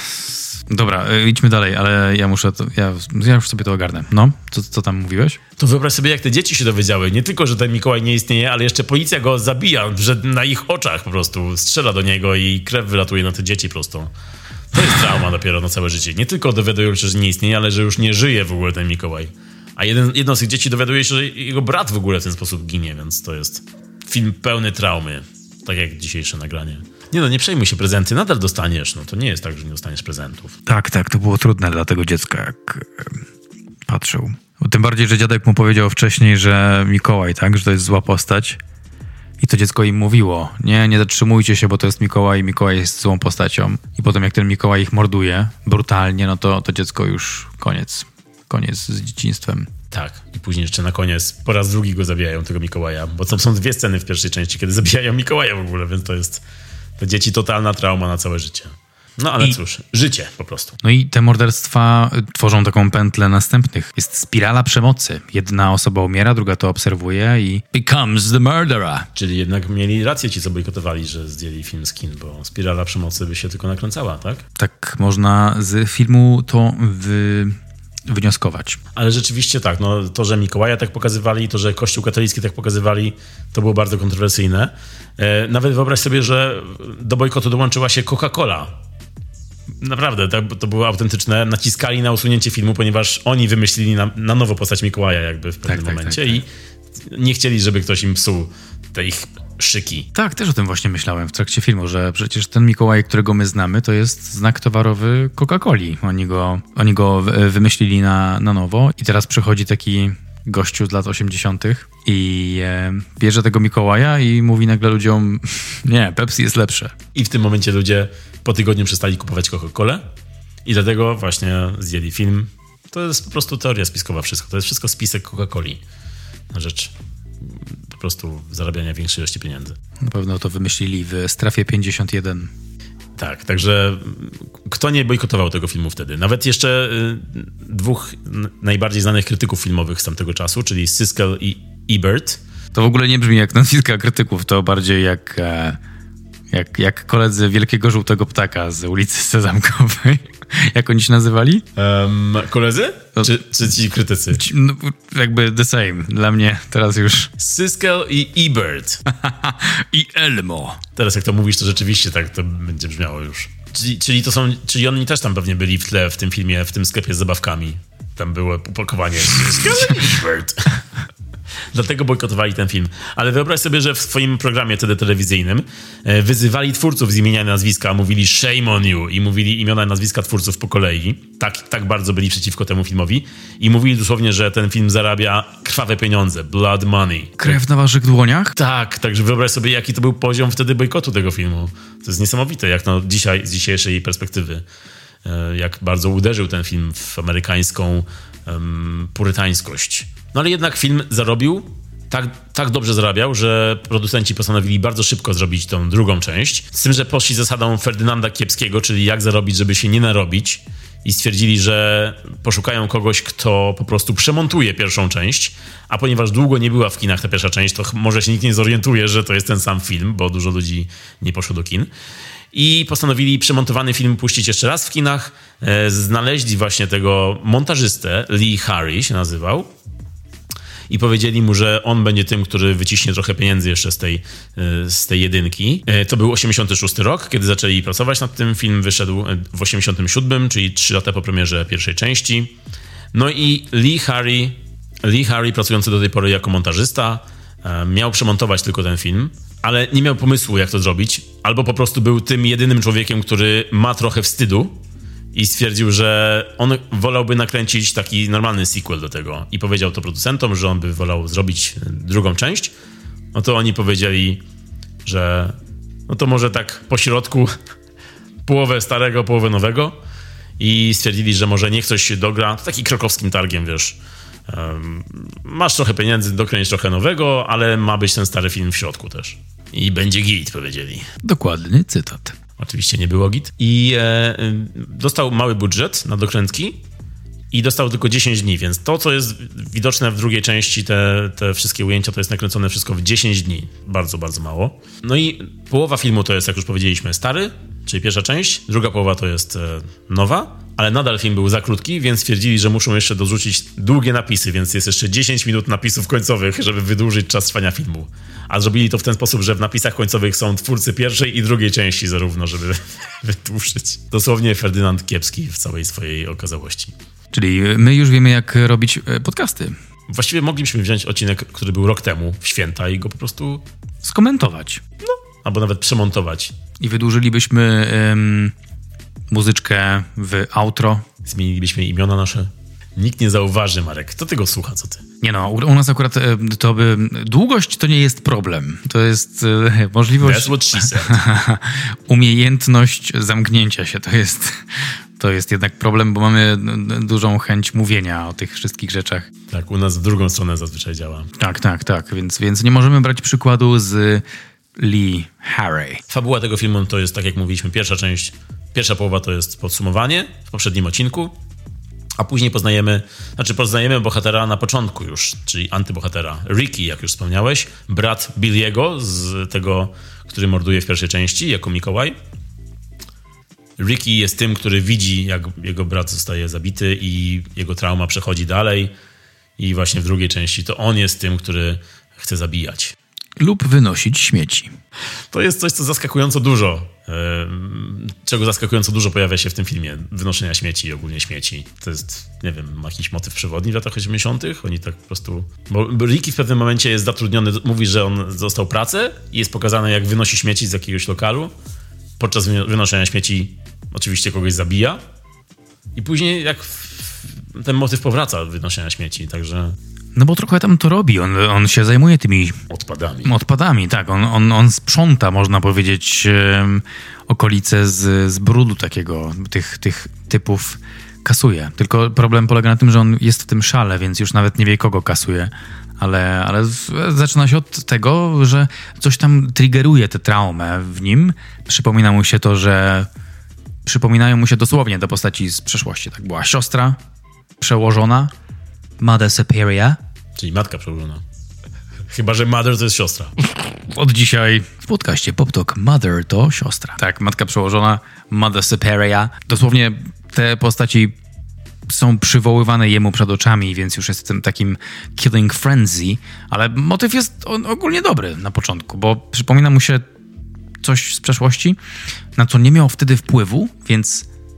Dobra, idźmy dalej, ale ja muszę to... Ja, ja już sobie to ogarnę. No, co, co tam mówiłeś? To wyobraź sobie, jak te dzieci się dowiedziały. Nie tylko, że ten Mikołaj nie istnieje, ale jeszcze policja go zabija, że na ich oczach po prostu strzela do niego i krew wylatuje na te dzieci prosto. To jest trauma dopiero na całe życie. Nie tylko dowiadują się, że nie istnieje, ale że już nie żyje w ogóle ten Mikołaj. A jeden, jedno z tych dzieci dowiaduje się, że jego brat w ogóle w ten sposób ginie, więc to jest film pełny traumy. Tak jak dzisiejsze nagranie. Nie no, nie przejmuj się, prezenty nadal dostaniesz. No to nie jest tak, że nie dostaniesz prezentów. Tak, tak, to było trudne dla tego dziecka, jak patrzył. Tym bardziej, że dziadek mu powiedział wcześniej, że Mikołaj, tak, że to jest zła postać. I to dziecko im mówiło, nie, nie zatrzymujcie się, bo to jest Mikołaj i Mikołaj jest złą postacią. I potem jak ten Mikołaj ich morduje brutalnie, no to to dziecko już koniec. Koniec z dzieciństwem. Tak. I później jeszcze na koniec po raz drugi go zabijają, tego Mikołaja. Bo to są dwie sceny w pierwszej części, kiedy zabijają Mikołaja w ogóle, więc to jest to dzieci totalna trauma na całe życie. No ale I, cóż, życie po prostu. No i te morderstwa tworzą taką pętlę następnych. Jest spirala przemocy. Jedna osoba umiera, druga to obserwuje i becomes the murderer. Czyli jednak mieli rację ci, co bojkotowali, że zdjęli film z kin, bo spirala przemocy by się tylko nakręcała, tak? Tak można z filmu to wy... wnioskować. Ale rzeczywiście tak, no to, że Mikołaja tak pokazywali, to, że Kościół katolicki tak pokazywali, to było bardzo kontrowersyjne. E, nawet wyobraź sobie, że do bojkotu dołączyła się Coca-Cola. Naprawdę, tak, to było autentyczne. Naciskali na usunięcie filmu, ponieważ oni wymyślili na, na nowo postać Mikołaja jakby w pewnym tak, momencie tak, tak, tak. i nie chcieli, żeby ktoś im psuł te ich szyki. Tak, też o tym właśnie myślałem w trakcie filmu, że przecież ten Mikołaj, którego my znamy, to jest znak towarowy Coca-Coli. Oni go, oni go wymyślili na, na nowo i teraz przychodzi taki gościu z lat osiemdziesiątych i e, bierze tego Mikołaja i mówi nagle ludziom, nie, Pepsi jest lepsze. I w tym momencie ludzie po tygodniu przestali kupować Coca-Colę i dlatego właśnie zdjęli film. To jest po prostu teoria spiskowa wszystko. To jest wszystko spisek Coca-Coli na rzecz po prostu zarabiania większej ilości pieniędzy. Na pewno to wymyślili w Strefie pięćdziesiąt jeden. Tak, także kto nie bojkotował tego filmu wtedy? Nawet jeszcze y, dwóch najbardziej znanych krytyków filmowych z tamtego czasu, czyli Siskel i Ebert. To w ogóle nie brzmi jak nazwiska krytyków, to bardziej jak, e, jak, jak koledzy Wielkiego Żółtego Ptaka z ulicy Sezamkowej. Jak oni się nazywali? Um, koledzy? Czy, czy ci krytycy? Ci, no, jakby the same. Dla mnie teraz już... Siskel i Ebert. I Elmo. Teraz jak to mówisz, to rzeczywiście tak to będzie brzmiało już. Czyli, czyli to są, czyli oni też tam pewnie byli w tle w tym filmie, w tym sklepie z zabawkami. tam było upakowanie. Dlatego bojkotowali ten film. Ale wyobraź sobie, że w swoim programie wtedy telewizyjnym wyzywali twórców z imienia i nazwiska, mówili shame on you i mówili imiona i nazwiska twórców po kolei. Tak, tak bardzo byli przeciwko temu filmowi. I mówili dosłownie, że ten film zarabia krwawe pieniądze, blood money. Krew na waszych dłoniach? Tak, także wyobraź sobie, jaki to był poziom wtedy bojkotu tego filmu. To jest niesamowite, jak no dzisiaj, z dzisiejszej perspektywy. Jak bardzo uderzył ten film w amerykańską um, purytańskość. No ale jednak film zarobił, tak, tak dobrze zarabiał, że producenci postanowili bardzo szybko zrobić tą drugą część. Z tym, że poszli zasadą Ferdynanda Kiepskiego, czyli jak zarobić, żeby się nie narobić. I stwierdzili, że poszukają kogoś, kto po prostu przemontuje pierwszą część. A ponieważ długo nie była w kinach ta pierwsza część, to może się nikt nie zorientuje, że to jest ten sam film, bo dużo ludzi nie poszło do kin. I postanowili przemontowany film puścić jeszcze raz w kinach. E, znaleźli właśnie tego montażystę, Lee Harry się nazywał. I powiedzieli mu, że on będzie tym, który wyciśnie trochę pieniędzy jeszcze z tej, z tej jedynki. To był osiemdziesiąty szósty rok, kiedy zaczęli pracować nad tym. Film wyszedł w osiemdziesiątym siódmym, czyli trzy lata po premierze pierwszej części. No i Lee Harry, Lee Harry, pracujący do tej pory jako montażysta, miał przemontować tylko ten film, ale nie miał pomysłu, jak to zrobić. Albo po prostu był tym jedynym człowiekiem, który ma trochę wstydu, i stwierdził, że on wolałby nakręcić taki normalny sequel do tego. I powiedział to producentom, że on by wolał zrobić drugą część. No to oni powiedzieli, że no to może tak po środku połowę starego, połowę nowego. I stwierdzili, że może niech coś się dogra. To taki krakowskim targiem, wiesz. Um, masz trochę pieniędzy, dokręć trochę nowego, ale ma być ten stary film w środku też. I będzie git, powiedzieli. Dokładny cytat. Oczywiście nie było git. I e, dostał mały budżet na dokrętki i dostał tylko dziesięć dni, więc to, co jest widoczne w drugiej części, te, te wszystkie ujęcia, to jest nakręcone wszystko w dziesięć dni. Bardzo, bardzo mało. No i połowa filmu to jest, jak już powiedzieliśmy, stary, czyli pierwsza część. Druga połowa to jest e, nowa, ale nadal film był za krótki, więc stwierdzili, że muszą jeszcze dorzucić długie napisy, więc jest jeszcze dziesięć minut napisów końcowych, żeby wydłużyć czas trwania filmu. A zrobili to w ten sposób, że w napisach końcowych są twórcy pierwszej i drugiej części zarówno, żeby wydłużyć. Dosłownie Ferdynand Kiepski w całej swojej okazałości. Czyli my już wiemy, jak robić podcasty. Właściwie moglibyśmy wziąć odcinek, który był rok temu, w święta, i go po prostu skomentować. No, albo nawet przemontować. I wydłużylibyśmy ym, muzyczkę w outro. Zmienilibyśmy imiona nasze. Nikt nie zauważy, Marek. Kto tego słucha, co ty? Nie no, u nas akurat to by... Długość to nie jest problem. To jest e, możliwość... That's what she said. Umiejętność zamknięcia się. To jest, to jest jednak problem, bo mamy dużą chęć mówienia o tych wszystkich rzeczach. Tak, u nas w drugą stronę zazwyczaj działa. Tak, tak, tak. Więc, więc nie możemy brać przykładu z Lee Harry. Fabuła tego filmu to jest, tak jak mówiliśmy, pierwsza część, pierwsza połowa to jest podsumowanie w poprzednim odcinku. A później poznajemy, znaczy poznajemy bohatera na początku już, czyli antybohatera. Ricky, jak już wspomniałeś, brat Billiego, z tego, który morduje w pierwszej części, jako Mikołaj. Ricky jest tym, który widzi, jak jego brat zostaje zabity i jego trauma przechodzi dalej. I właśnie w drugiej części to on jest tym, który chce zabijać. Lub wynosić śmieci. To jest coś, co zaskakująco dużo, yy, czego zaskakująco dużo pojawia się w tym filmie. Wynoszenia śmieci i ogólnie śmieci. To jest, nie wiem, jakiś motyw przewodni w latach osiemdziesiątych. Oni tak po prostu... Bo Ricky w pewnym momencie jest zatrudniony, mówi, że on dostał pracę i jest pokazane, jak wynosi śmieci z jakiegoś lokalu. Podczas wynoszenia śmieci oczywiście kogoś zabija. I później jak ten motyw powraca wynoszenia śmieci, także... No bo trochę tam to robi. On, on się zajmuje tymi... Odpadami. Odpadami, tak. On, on, on sprząta, można powiedzieć, um, okolice z, z brudu takiego, tych, tych typów kasuje. Tylko problem polega na tym, że on jest w tym szale, więc już nawet nie wie, kogo kasuje. Ale, ale zaczyna się od tego, że coś tam triggeruje tę traumę w nim. Przypomina mu się to, że... Przypominają mu się dosłownie te postaci z przeszłości. Tak, była siostra przełożona, Mother Superior. Czyli matka przełożona. Chyba że Mother to jest siostra. Od dzisiaj w podcaście Pop Talk Mother to siostra. Tak, matka przełożona, Mother Superior. Dosłownie te postaci są przywoływane jemu przed oczami, więc już jest w tym takim killing frenzy, ale motyw jest on ogólnie dobry na początku, bo przypomina mu się coś z przeszłości, na co nie miał wtedy wpływu, więc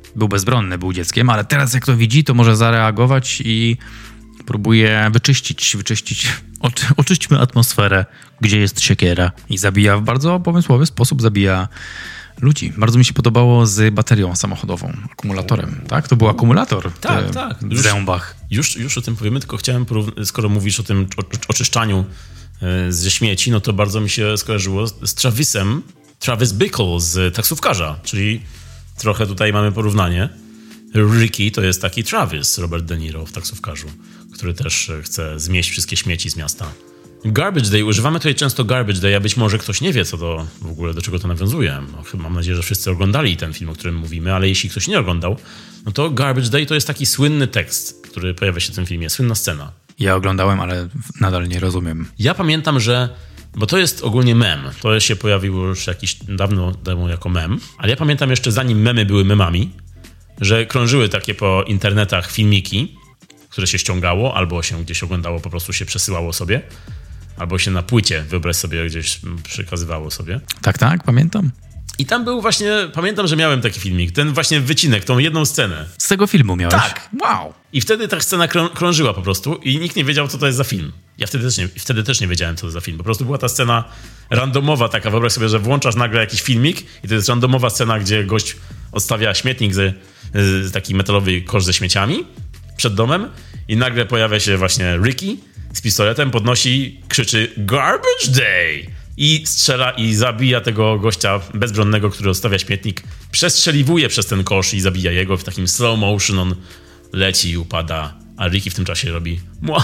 był bezbronny, był dzieckiem, ale teraz jak to widzi, to może zareagować i próbuje wyczyścić, wyczyścić, oczy, oczyśćmy atmosferę, gdzie jest siekiera i zabija w bardzo pomysłowy sposób, zabija ludzi. Bardzo mi się podobało z baterią samochodową, akumulatorem, tak? To był akumulator tak, tak. w już, zębach. Już, już o tym powiemy, tylko chciałem, skoro mówisz o tym o, oczyszczaniu ze śmieci, no to bardzo mi się skojarzyło z Travisem, Travis Bickle z Taksówkarza, czyli trochę tutaj mamy porównanie. Ricky to jest taki Travis, Robert De Niro w Taksówkarzu, który też chce zmieść wszystkie śmieci z miasta. Garbage Day, używamy tutaj często Garbage Day, a być może ktoś nie wie, co to w ogóle, do czego to nawiązuje. Mam nadzieję, że wszyscy oglądali ten film, o którym mówimy, ale jeśli ktoś nie oglądał, no to Garbage Day to jest taki słynny tekst, który pojawia się w tym filmie, słynna scena. Ja oglądałem, ale nadal nie rozumiem. Ja pamiętam, że, bo to jest ogólnie mem, to się pojawiło już jakiś dawno temu jako mem, ale ja pamiętam jeszcze zanim memy były memami, że krążyły takie po internetach filmiki, które się ściągało, albo się gdzieś oglądało, po prostu się przesyłało sobie, albo się na płycie, wyobraź sobie, gdzieś przekazywało sobie. Tak, tak, pamiętam. I tam był właśnie, pamiętam, że miałem taki filmik, ten właśnie wycinek, tą jedną scenę. Z tego filmu miałeś? Tak. Wow. I wtedy ta scena krą- krążyła po prostu i nikt nie wiedział, co to jest za film. Ja wtedy też, nie, wtedy też nie wiedziałem, co to za film. Po prostu była ta scena randomowa taka, wyobraź sobie, że włączasz nagle jakiś filmik i to jest randomowa scena, gdzie gość odstawia śmietnik, z, z taki metalowy kosz ze śmieciami przed domem i nagle pojawia się właśnie Ricky z pistoletem, podnosi, krzyczy Garbage Day i strzela i zabija tego gościa bezbronnego, który odstawia śmietnik, przestrzeliwuje przez ten kosz i zabija jego w takim slow motion, on leci i upada, a Ricky w tym czasie robi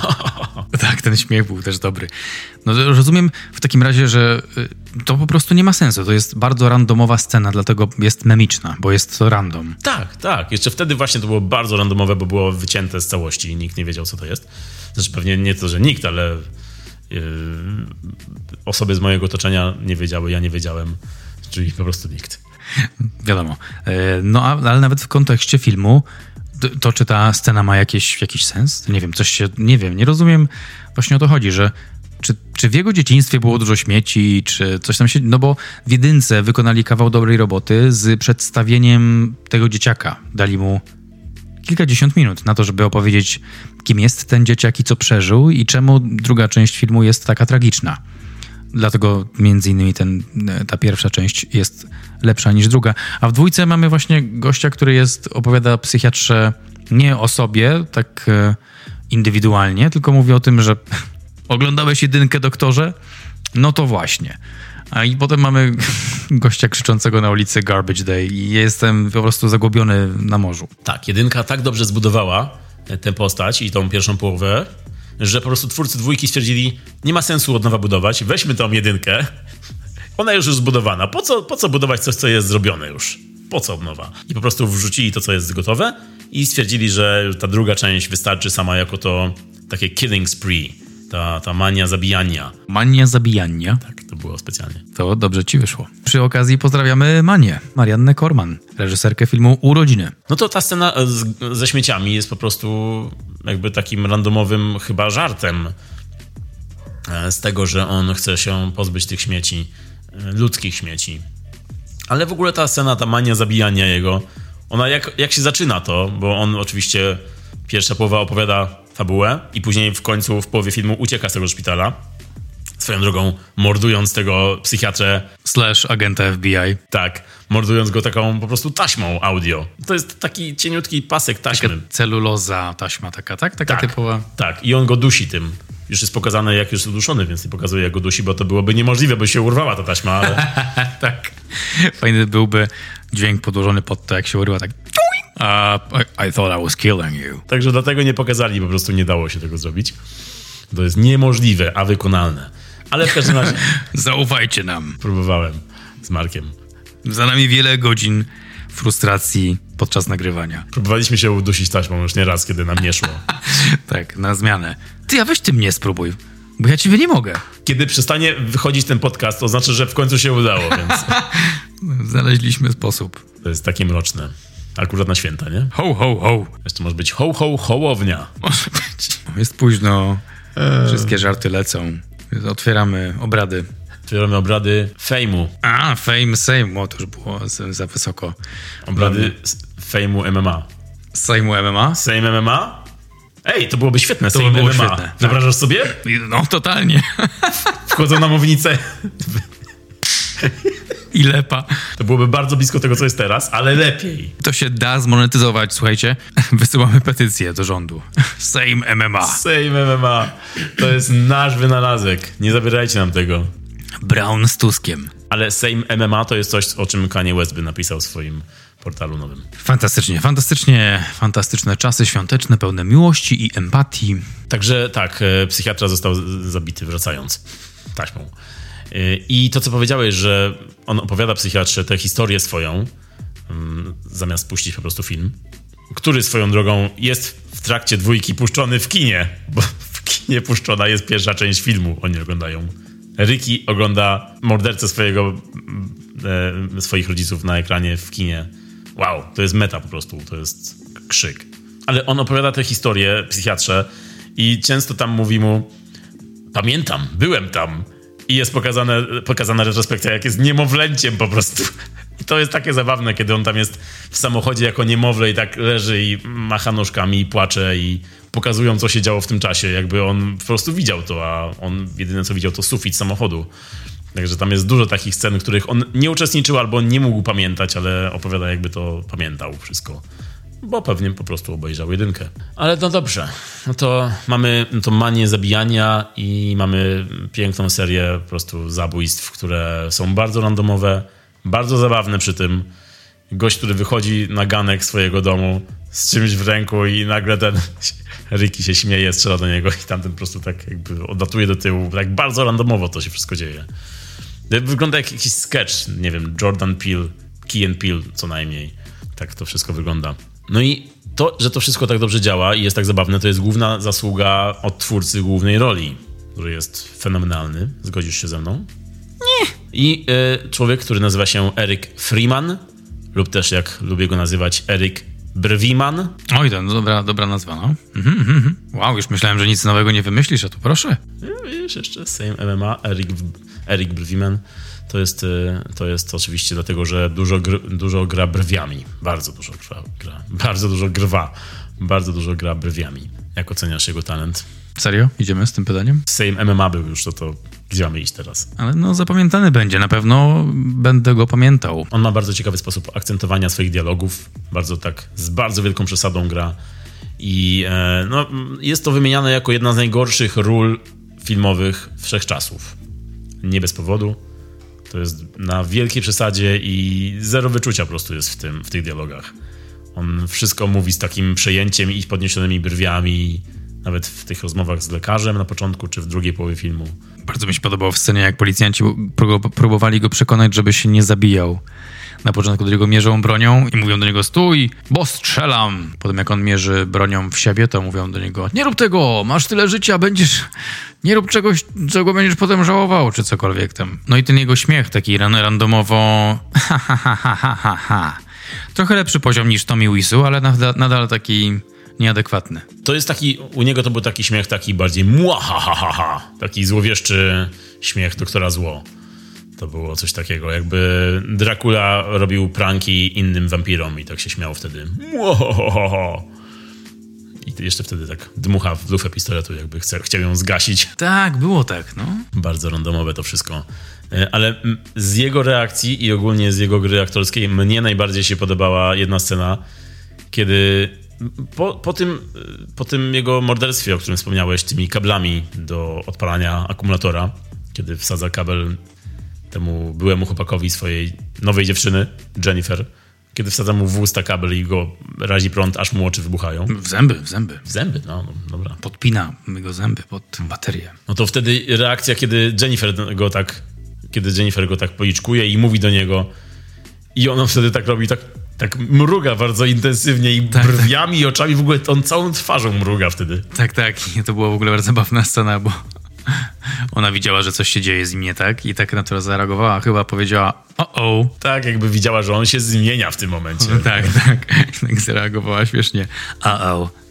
tak, ten śmiech był też dobry. No rozumiem w takim razie, że to po prostu nie ma sensu. To jest bardzo randomowa scena, dlatego jest memiczna, bo jest to random. Tak, tak. Jeszcze wtedy właśnie to było bardzo randomowe, bo było wycięte z całości i nikt nie wiedział, co to jest. Znaczy pewnie nie to, że nikt, ale yy, osoby z mojego otoczenia nie wiedziały, ja nie wiedziałem, czyli po prostu nikt. Wiadomo. No ale nawet w kontekście filmu to, czy ta scena ma jakieś, jakiś sens? Nie wiem, coś się, nie wiem, nie rozumiem. Właśnie o to chodzi, że czy, czy w jego dzieciństwie było dużo śmieci, czy coś tam się... No bo w jedynce wykonali kawał dobrej roboty z przedstawieniem tego dzieciaka. Dali mu kilkadziesiąt minut na to, żeby opowiedzieć, kim jest ten dzieciak i co przeżył i czemu druga część filmu jest taka tragiczna. Dlatego między innymi ten, ta pierwsza część jest lepsza niż druga. A w dwójce mamy właśnie gościa, który jest, opowiada psychiatrze nie o sobie tak indywidualnie, tylko mówi o tym, że oglądałeś jedynkę, doktorze? No to właśnie. A i potem mamy gościa krzyczącego na ulicy Garbage Day i jestem po prostu zagubiony na morzu. Tak, jedynka tak dobrze zbudowała tę postać i tą pierwszą połowę, że po prostu twórcy dwójki stwierdzili, nie ma sensu od nowa budować, weźmy tą jedynkę, ona już jest zbudowana, po co, po co budować coś, co jest zrobione już? Po co od nowa? I po prostu wrzucili to, co jest gotowe i stwierdzili, że ta druga część wystarczy sama jako to takie killing spree, ta, ta mania zabijania. Mania zabijania? Tak, to było specjalnie. To dobrze ci wyszło. Przy okazji pozdrawiamy Manię, Mariannę Korman, reżyserkę filmu Urodziny. No to ta scena z, ze śmieciami jest po prostu jakby takim randomowym chyba żartem z tego, że on chce się pozbyć tych śmieci, ludzkich śmieci. Ale w ogóle ta scena, ta mania zabijania jego, ona jak, jak się zaczyna to, bo on oczywiście pierwsza połowa opowiada fabułę i później w końcu, w połowie filmu ucieka z tego szpitala. Swoją drogą mordując tego psychiatrę. Slash agenta F B I. Tak, mordując go taką po prostu taśmą audio. To jest taki cieniutki pasek taśmy. Taka celuloza taśma taka, tak? Taka tak, typowa. Tak, i on go dusi tym. Już jest pokazane, jak już jest uduszony, więc nie pokazuje, jak go dusi, bo to byłoby niemożliwe, bo się urwała ta taśma, ale... tak. Fajny byłby dźwięk podłożony pod to, jak się urwa tak... Uh, I, I thought I was killing you. Także dlatego nie pokazali, po prostu nie dało się tego zrobić. To jest niemożliwe, a wykonalne. Ale w każdym razie... Zaufajcie nam. Próbowałem z Markiem. Za nami wiele godzin frustracji podczas nagrywania. Próbowaliśmy się udusić taśmą już nie raz, kiedy nam nie szło. Tak, na zmianę. Ty, a weź ty mnie spróbuj, bo ja ciebie nie mogę. Kiedy przestanie wychodzić ten podcast, to znaczy, że w końcu się udało, więc... Znaleźliśmy sposób. To jest takie mroczne. Akurat na święta, nie? Ho, ho, ho. Jeszcze może być ho, ho, hołownia. Może być. Jest późno. Eee. Wszystkie żarty lecą. Otwieramy obrady. Mamy obrady Fejmu. A, Fame, Sejmu, o, to już było za, za wysoko. Obrady Fejmu M M A. Sejmu M M A? Sejm M M A? Ej, to byłoby świetne, To Sejm by było M M A. świetne, tak. Wyobrażasz sobie? No, totalnie. Wchodzą na mównicę. I lepa. To byłoby bardzo blisko tego, co jest teraz, ale lepiej. To się da zmonetyzować, słuchajcie. Wysyłamy petycję do rządu. Sejm M M A. Sejm M M A. To jest nasz wynalazek. Nie zabierajcie nam tego. Brown z Tuskiem. Ale Sejm M M A to jest coś, o czym Kanye West by napisał w swoim portalu nowym. Fantastycznie, fantastycznie, fantastyczne czasy świąteczne, pełne miłości i empatii. Także tak, e, psychiatra został z- zabity wracając taśmą. E, I to, co powiedziałeś, że on opowiada psychiatrze tę historię swoją, mm, zamiast puścić po prostu film, który swoją drogą jest w trakcie dwójki puszczony w kinie, bo w kinie puszczona jest pierwsza część filmu, oni oglądają. Ricky ogląda mordercę swojego, e, swoich rodziców na ekranie w kinie. Wow, to jest meta po prostu, to jest krzyk. Ale on opowiada tę historię psychiatrze i często tam mówi mu: pamiętam, byłem tam. I jest pokazane, pokazana retrospekcja, jak jest niemowlęciem po prostu. I to jest takie zabawne, kiedy on tam jest w samochodzie jako niemowlę i tak leży i macha nóżkami i płacze i pokazują, co się działo w tym czasie. Jakby on po prostu widział to, a on jedyne, co widział, to sufit samochodu. Także tam jest dużo takich scen, w których on nie uczestniczył albo nie mógł pamiętać, ale opowiada, jakby to pamiętał wszystko. Bo pewnie po prostu obejrzał jedynkę. Ale no dobrze, no to mamy to manię zabijania i mamy piękną serię po prostu zabójstw, które są bardzo randomowe, bardzo zabawne przy tym. Gość, który wychodzi na ganek swojego domu z czymś w ręku i nagle ten Ricky się śmieje, strzela do niego i tamten po prostu tak jakby odlatuje do tyłu. Tak bardzo randomowo to się wszystko dzieje. Wygląda jak jakiś sketch, nie wiem, Jordan Peele, Key and Peele co najmniej. Tak to wszystko wygląda. No i to, że to wszystko tak dobrze działa i jest tak zabawne, to jest główna zasługa odtwórcy głównej roli, który jest fenomenalny. Zgodzisz się ze mną? Nie. I y, człowiek, który nazywa się Eric Freeman, lub też, jak lubię go nazywać, Eric Brwiman. Oj, to no, dobra, dobra nazwa, no. Mhm, mhm. Wow, już myślałem, że nic nowego nie wymyślisz, a tu proszę. Wiesz, jeszcze Sejm M M A, Eric, Eric Brwiman. To jest, to jest oczywiście dlatego, że dużo, gr, dużo gra brwiami. Bardzo dużo gra, gra. Bardzo dużo grwa. Bardzo dużo gra brwiami. Jak oceniasz jego talent? Serio? Idziemy z tym pytaniem? Sejm M M A był już, to, to gdzie mamy iść teraz? Ale no zapamiętany będzie, na pewno będę go pamiętał. On ma bardzo ciekawy sposób akcentowania swoich dialogów. Bardzo tak, z bardzo wielką przesadą gra. I e, no, jest to wymieniane jako jedna z najgorszych ról filmowych wszechczasów. Nie bez powodu. To jest na wielkiej przesadzie i zero wyczucia po prostu jest w tym, w tych dialogach. On wszystko mówi z takim przejęciem i podniesionymi brwiami, nawet w tych rozmowach z lekarzem na początku, czy w drugiej połowie filmu. Bardzo mi się podobało w scenie, jak policjanci próbowali go przekonać, żeby się nie zabijał. Na początku do niego mierzą bronią i mówią do niego: stój, bo strzelam. Potem jak on mierzy bronią w siebie, to mówią do niego: nie rób tego, masz tyle życia, będziesz... Nie rób czegoś, czego będziesz potem żałował, czy cokolwiek tam. No i ten jego śmiech taki ran- randomowo... Ha, ha, ha, ha, ha, ha, ha. Trochę lepszy poziom niż Tommy Wiseau, ale nadal, nadal taki nieadekwatny. To jest taki, u niego to był taki śmiech taki bardziej mua, ha, ha, ha, ha. Taki złowieszczy śmiech doktora Zło. To było coś takiego, jakby Dracula robił pranki innym wampirom i tak się śmiał wtedy. Mua, ha, ha, ha. I jeszcze wtedy tak dmucha w lufę pistoletu, jakby chce, chciał ją zgasić. Tak, było tak, no. Bardzo randomowe to wszystko. Ale z jego reakcji i ogólnie z jego gry aktorskiej mnie najbardziej się podobała jedna scena, kiedy po, po, tym, po tym jego morderstwie, o którym wspomniałeś, tymi kablami do odpalania akumulatora, kiedy wsadza kabel temu byłemu chłopakowi swojej nowej dziewczyny, Jennifer, kiedy wsadza mu w usta kabel i go razi prąd, aż mu oczy wybuchają. W zęby, w zęby. W zęby, no, no dobra. Podpina jego zęby pod baterię. No to wtedy reakcja, kiedy Jennifer go tak, kiedy Jennifer go tak policzkuje i mówi do niego i on wtedy tak robi, tak, tak mruga bardzo intensywnie i tak, brwiami tak. i oczami, w ogóle on całą twarzą mruga wtedy. Tak, tak. I to była w ogóle bardzo zabawna scena, bo ona widziała, że coś się dzieje z nim nie tak i tak na to zareagowała. Chyba powiedziała o-o. Tak, jakby widziała, że on się zmienia w tym momencie. Tak, tak. Tak zareagowała śmiesznie. O-o.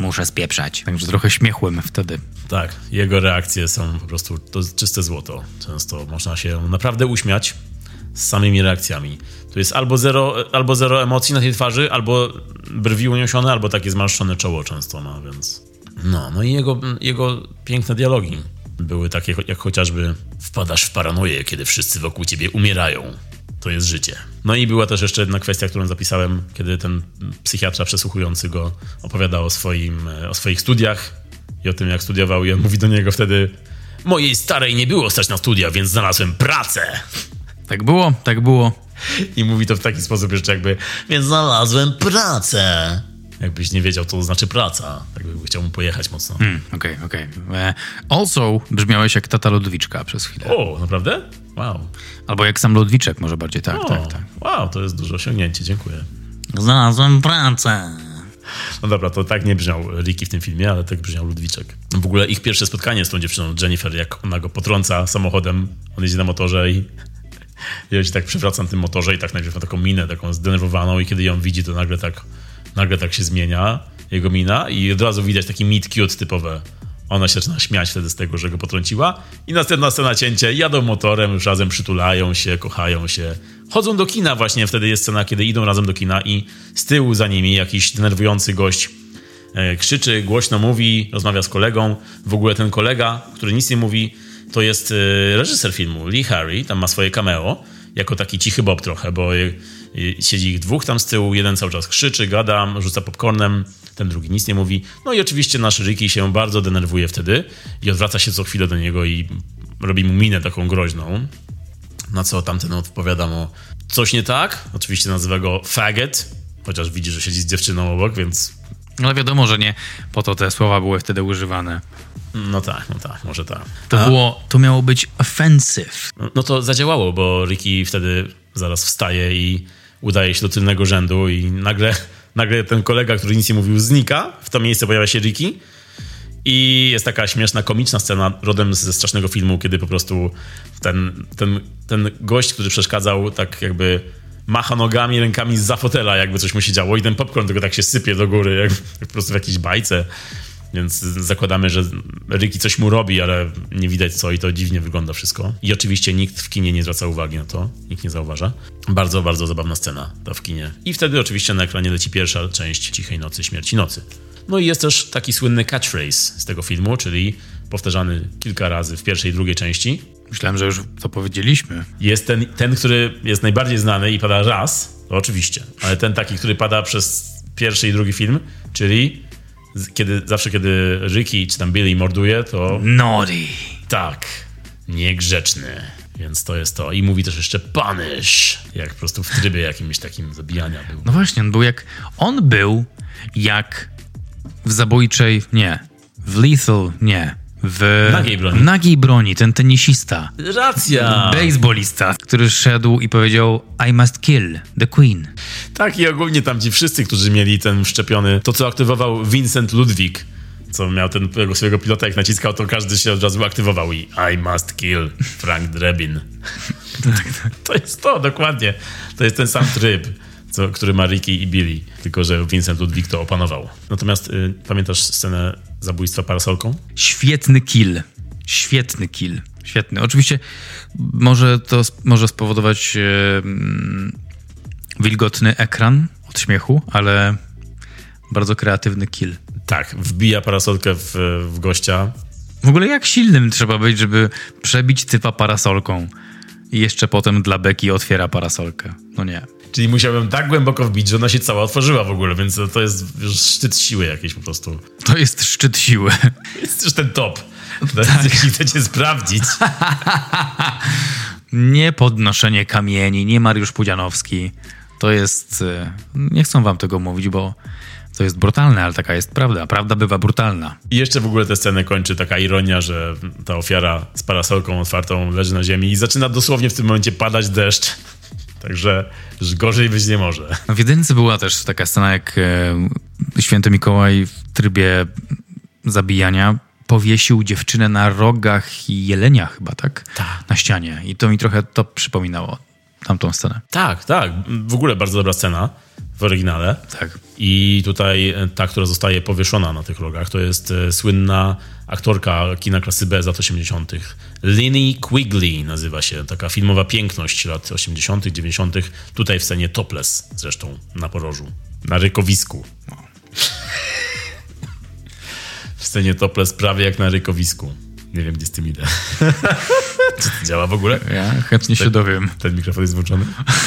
muszę spieprzać. Także trochę śmiechłem wtedy. Tak, jego reakcje są po prostu, to jest czyste złoto. Często można się naprawdę uśmiać z samymi reakcjami. Tu jest albo zero, albo zero emocji na tej twarzy, albo brwi uniesione, albo takie zmarszczone czoło często ma, więc... No, no i jego, jego piękne dialogi były takie, jak chociażby wpadasz w paranoję, kiedy wszyscy wokół ciebie umierają. To jest życie. No i była też jeszcze jedna kwestia, którą zapisałem, kiedy ten psychiatra przesłuchujący go opowiadał o, swoim, o swoich studiach i o tym, jak studiował, i on mówi do niego wtedy: mojej starej nie było stać na studia, więc znalazłem pracę. Tak było, tak było. I mówi to w taki sposób jeszcze jakby, więc znalazłem pracę. Jakbyś nie wiedział, to znaczy praca. Jakby chciał mu pojechać mocno. Okej, mm, okej. Okay, okay. Also brzmiałeś jak tata Ludwiczka przez chwilę. O, naprawdę? Wow. Albo jak sam Ludwiczek, może bardziej, tak, o, tak, tak. Wow, to jest duże osiągnięcie, dziękuję. Znalazłem pracę. No dobra, to tak nie brzmiał Ricky w tym filmie, ale tak brzmiał Ludwiczek. W ogóle ich pierwsze spotkanie z tą dziewczyną, Jennifer, jak ona go potrąca samochodem, on jedzie na motorze i ja się tak przewraca na tym motorze i tak najpierw ma taką minę, taką zdenerwowaną, i kiedy ją widzi, to nagle tak, nagle tak się zmienia jego mina i od razu widać taki meet cute typowe. Ona się zaczyna śmiać wtedy z tego, że go potrąciła, i następna scena cięcie, jadą motorem, już razem przytulają się, kochają się. Chodzą do kina właśnie, wtedy jest scena, kiedy idą razem do kina i z tyłu za nimi jakiś denerwujący gość e, krzyczy, głośno mówi, rozmawia z kolegą. W ogóle ten kolega, który nic nie mówi, to jest e, reżyser filmu, Lee Harvey, tam ma swoje cameo, jako taki cichy Bob trochę, bo e, e, siedzi ich dwóch tam z tyłu, jeden cały czas krzyczy, gada, rzuca popcornem, ten drugi nic nie mówi. No i oczywiście nasz Ricky się bardzo denerwuje wtedy i odwraca się co chwilę do niego i robi mu minę taką groźną. Na co tamten odpowiada mu: coś nie tak? Oczywiście nazywa go faggot, chociaż widzi, że siedzi z dziewczyną obok, więc... Ale wiadomo, że nie po to te słowa były wtedy używane. No tak, no tak, może tak. To, było, to miało być offensive. No, no to zadziałało, bo Ricky wtedy zaraz wstaje i udaje się do tylnego rzędu i nagle, nagle ten kolega, który nic nie mówił, znika. W to miejsce pojawia się Ricky. I jest taka śmieszna, komiczna scena rodem ze strasznego filmu, kiedy po prostu ten, ten, ten gość, który przeszkadzał, tak jakby macha nogami, rękami zza fotela, jakby coś mu się działo, i ten popcorn tylko tak się sypie do góry, jak, jak po prostu w jakiejś bajce. Więc zakładamy, że Ricky coś mu robi, ale nie widać co, i to dziwnie wygląda wszystko. I oczywiście nikt w kinie nie zwraca uwagi na to, nikt nie zauważa. Bardzo, bardzo zabawna scena ta w kinie. I wtedy oczywiście na ekranie leci pierwsza część Cichej Nocy, Śmierci Nocy. No i jest też taki słynny catchphrase z tego filmu, czyli powtarzany kilka razy w pierwszej i drugiej części. Myślałem, że już to powiedzieliśmy. Jest ten, ten, który jest najbardziej znany i pada raz, to oczywiście, ale ten taki, który pada przez pierwszy i drugi film, czyli kiedy, zawsze kiedy Ricky czy tam Billy morduje, to... Naughty. Tak, niegrzeczny. Więc to jest to. I mówi też jeszcze punish, jak po prostu w trybie jakimś takim zabijania był. No właśnie, on był jak... On był jak w zabójczej... Nie. W Lethal... Nie. W Nagiej broni. Nagiej broni, ten tenisista. Racja. Baseballista, który szedł i powiedział: I must kill the queen. Tak, i ogólnie tam ci wszyscy, którzy mieli ten wszczepiony, to co aktywował Vincent Ludwig, co miał ten tego swojego pilota, jak naciskał, to każdy się od razu aktywował i I must kill Frank Drebin. To jest to, dokładnie. To jest ten sam tryb, co, który ma Ricky i Billy, tylko że Vincent Ludwig to opanował. Natomiast y, pamiętasz scenę zabójstwa parasolką? Świetny kill. Świetny kill. Świetny. Oczywiście może to może spowodować e, wilgotny ekran od śmiechu, ale bardzo kreatywny kill. Tak, wbija parasolkę w, w gościa. W ogóle jak silnym trzeba być, żeby przebić typa parasolką i jeszcze potem dla beki otwiera parasolkę. No nie. Czyli musiałem tak głęboko wbić, że ona się cała otworzyła w ogóle, więc to jest już szczyt siły jakiejś po prostu. To jest szczyt siły. Jest już ten top. Tak. Jeśli chcecie sprawdzić. Nie podnoszenie kamieni, nie Mariusz Pudzianowski. To jest... Nie chcą wam tego mówić, bo to jest brutalne, ale taka jest prawda. Prawda bywa brutalna. I jeszcze w ogóle tę scenę kończy taka ironia, że ta ofiara z parasolką otwartą leży na ziemi i zaczyna dosłownie w tym momencie padać deszcz. Także już gorzej być nie może. W jedynce była też taka scena, jak e, Święty Mikołaj w trybie zabijania powiesił dziewczynę na rogach jelenia chyba, tak? Tak. Na ścianie. I to mi trochę to przypominało tamtą scenę. Tak, tak. W ogóle bardzo dobra scena. w oryginale. Tak. I tutaj ta, która zostaje powieszona na tych rogach, to jest e, słynna aktorka kina klasy B z lat osiemdziesiątych. Linnea Quigley nazywa się, taka filmowa piękność lat osiemdziesiątych, dziewięćdziesiątych. Tutaj w scenie topless zresztą, na porożu, na rykowisku. W scenie topless prawie jak na rykowisku. Nie wiem, gdzie z tym idę. Czy to działa w ogóle? Ja chętnie się ten, dowiem. Ten mikrofon jest włączony.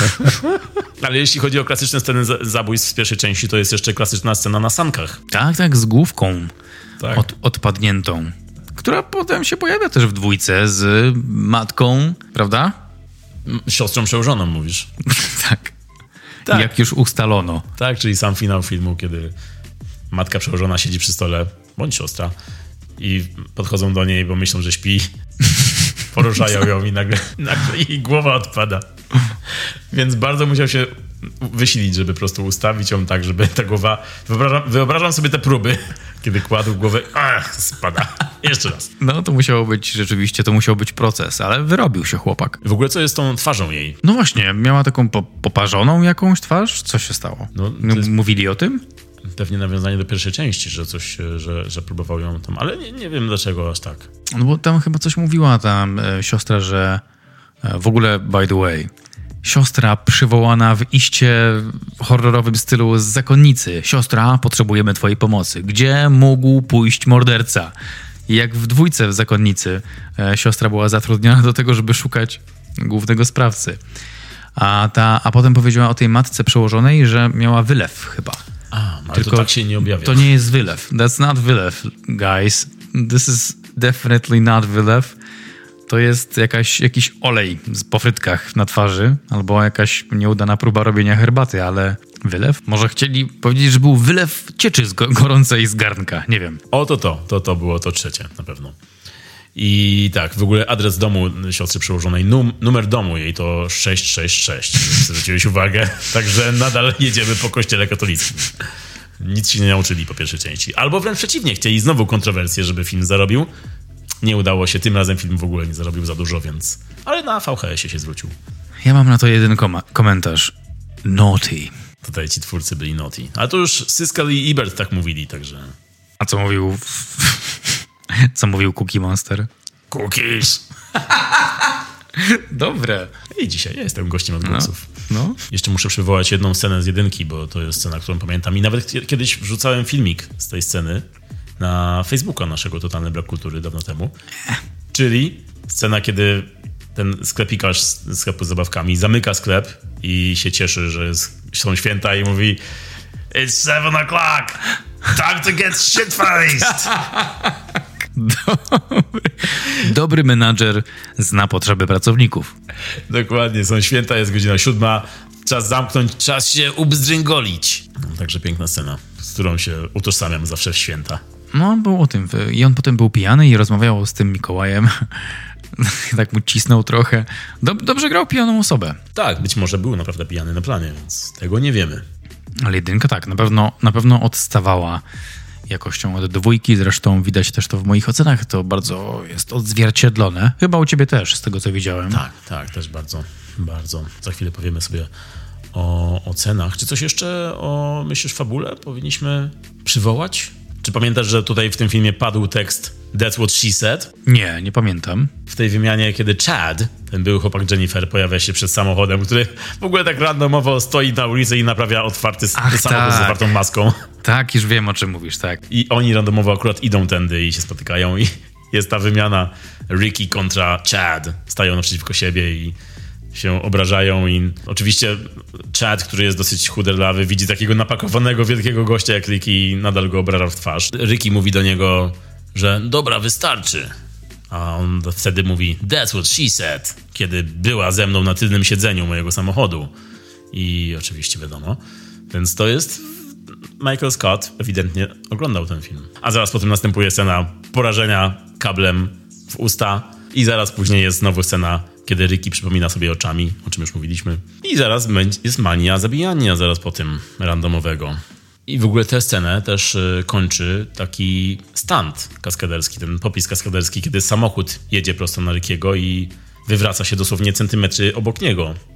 Ale jeśli chodzi o klasyczne sceny zabójstw w pierwszej części, to jest jeszcze klasyczna scena na sankach. Tak, tak, z główką Tak. od, odpadniętą, która potem się pojawia też w dwójce z matką, prawda? Siostrą przełożoną, mówisz. Tak. Tak. Jak już ustalono. Tak, czyli sam finał filmu, kiedy matka przełożona siedzi przy stole, bądź siostra, i podchodzą do niej, bo myślą, że śpi. Poruszają ją i nagle, nagle jej głowa odpada. Więc bardzo musiał się wysilić, żeby po prostu ustawić ją tak, żeby ta głowa... Wyobrażam, wyobrażam sobie te próby, kiedy kładł głowę, ach, spada. Jeszcze raz. No to musiało być, rzeczywiście to musiał być proces, ale wyrobił się chłopak. W ogóle co jest z tą twarzą jej? No właśnie, miała taką po, poparzoną jakąś twarz? Co się stało? No, to M- jest- Mówili o tym? Pewnie nawiązanie do pierwszej części, że coś, że, że próbował ją tam, ale nie, nie wiem dlaczego aż tak. No bo tam chyba coś mówiła tam e, siostra, że e, w ogóle, by the way, siostra przywołana w iście horrorowym stylu z zakonnicy. Siostra, potrzebujemy twojej pomocy. Gdzie mógł pójść morderca? I jak w dwójce w zakonnicy e, siostra była zatrudniona do tego, żeby szukać głównego sprawcy. A, ta, a potem powiedziała o tej matce przełożonej, że miała wylew chyba. A, ale Tylko to tak się nie objawia. To nie jest wylew. That's not wylew, guys. This is definitely not wylew. To jest jakaś, jakiś olej po frytkach na twarzy albo jakaś nieudana próba robienia herbaty, ale wylew? Może chcieli powiedzieć, że był wylew cieczy z go- gorącej z garnka. Nie wiem. O, to to, to to było to trzecie, na pewno. I tak, w ogóle adres domu siostry przełożonej, num, numer domu jej to sześć sześć sześć. Zwróciłeś uwagę? Także nadal jedziemy po kościele katolickim. Nic się nie nauczyli po pierwszej części. Albo wręcz przeciwnie, chcieli znowu kontrowersję, żeby film zarobił. Nie udało się, tym razem film w ogóle nie zarobił za dużo, więc... Ale na V H S-ie się zwrócił. Ja mam na to jeden koma- komentarz. Naughty. Tutaj ci twórcy byli naughty. Ale to już Siskel i Ebert tak mówili, także... A co mówił... co mówił Cookie Monster? Cookies! Dobre. I dzisiaj ja jestem gościem od głosów. No. Jeszcze muszę przywołać jedną scenę z jedynki, bo to jest scena, którą pamiętam. I nawet kiedyś wrzucałem filmik z tej sceny na Facebooka naszego Totalny Brak Kultury dawno temu. Czyli scena, kiedy ten sklepikarz z sklepu z zabawkami zamyka sklep i się cieszy, że jest, są święta i mówi It's seven o'clock! Time to get shit-faced! Dobry, dobry menadżer zna potrzeby pracowników. Dokładnie, są święta, jest godzina siódma, czas zamknąć, czas się ubzdrzęgolić. No, także piękna scena, z którą się utożsamiam zawsze w święta. No, był o tym. I on potem był pijany i rozmawiał z tym Mikołajem. Tak mu cisnął trochę. Dob- dobrze grał pijaną osobę. Tak, być może był naprawdę pijany na planie, więc tego nie wiemy. Ale jedynka tak, na pewno, na pewno odstawała jakością od dwójki. Zresztą widać też to w moich ocenach. To bardzo jest odzwierciedlone. Chyba u ciebie też, z tego co widziałem. Tak, tak, też bardzo, bardzo. Za chwilę powiemy sobie o ocenach. Czy coś jeszcze o, myślisz, fabule powinniśmy przywołać? Czy pamiętasz, że tutaj w tym filmie padł tekst That's what she said? Nie, nie pamiętam. W tej wymianie, kiedy Chad, ten były chłopak Jennifer, pojawia się przed samochodem, który w ogóle tak randomowo stoi na ulicy i naprawia otwarty Ach, samochód tak. z otwartą maską. Tak, już wiem, o czym mówisz, tak. I oni randomowo akurat idą tędy i się spotykają i jest ta wymiana Ricky kontra Chad. Stają naprzeciwko siebie i się obrażają i oczywiście Chad, który jest dosyć chuderlawy, widzi takiego napakowanego wielkiego gościa jak Ricky i nadal go obraża w twarz. Ricky mówi do niego, że dobra, wystarczy. A on wtedy mówi That's what she said, kiedy była ze mną na tylnym siedzeniu mojego samochodu. I oczywiście wiadomo. Więc to jest... Michael Scott ewidentnie oglądał ten film. A zaraz potem następuje scena porażenia kablem w usta i zaraz później jest znowu scena, kiedy Ricky przypomina sobie oczami, o czym już mówiliśmy. I zaraz jest mania zabijania zaraz po tym randomowego. I w ogóle tę scenę też y, kończy taki stunt kaskaderski, ten popis kaskaderski, kiedy samochód jedzie prosto na Rickiego i wywraca się dosłownie centymetry obok niego.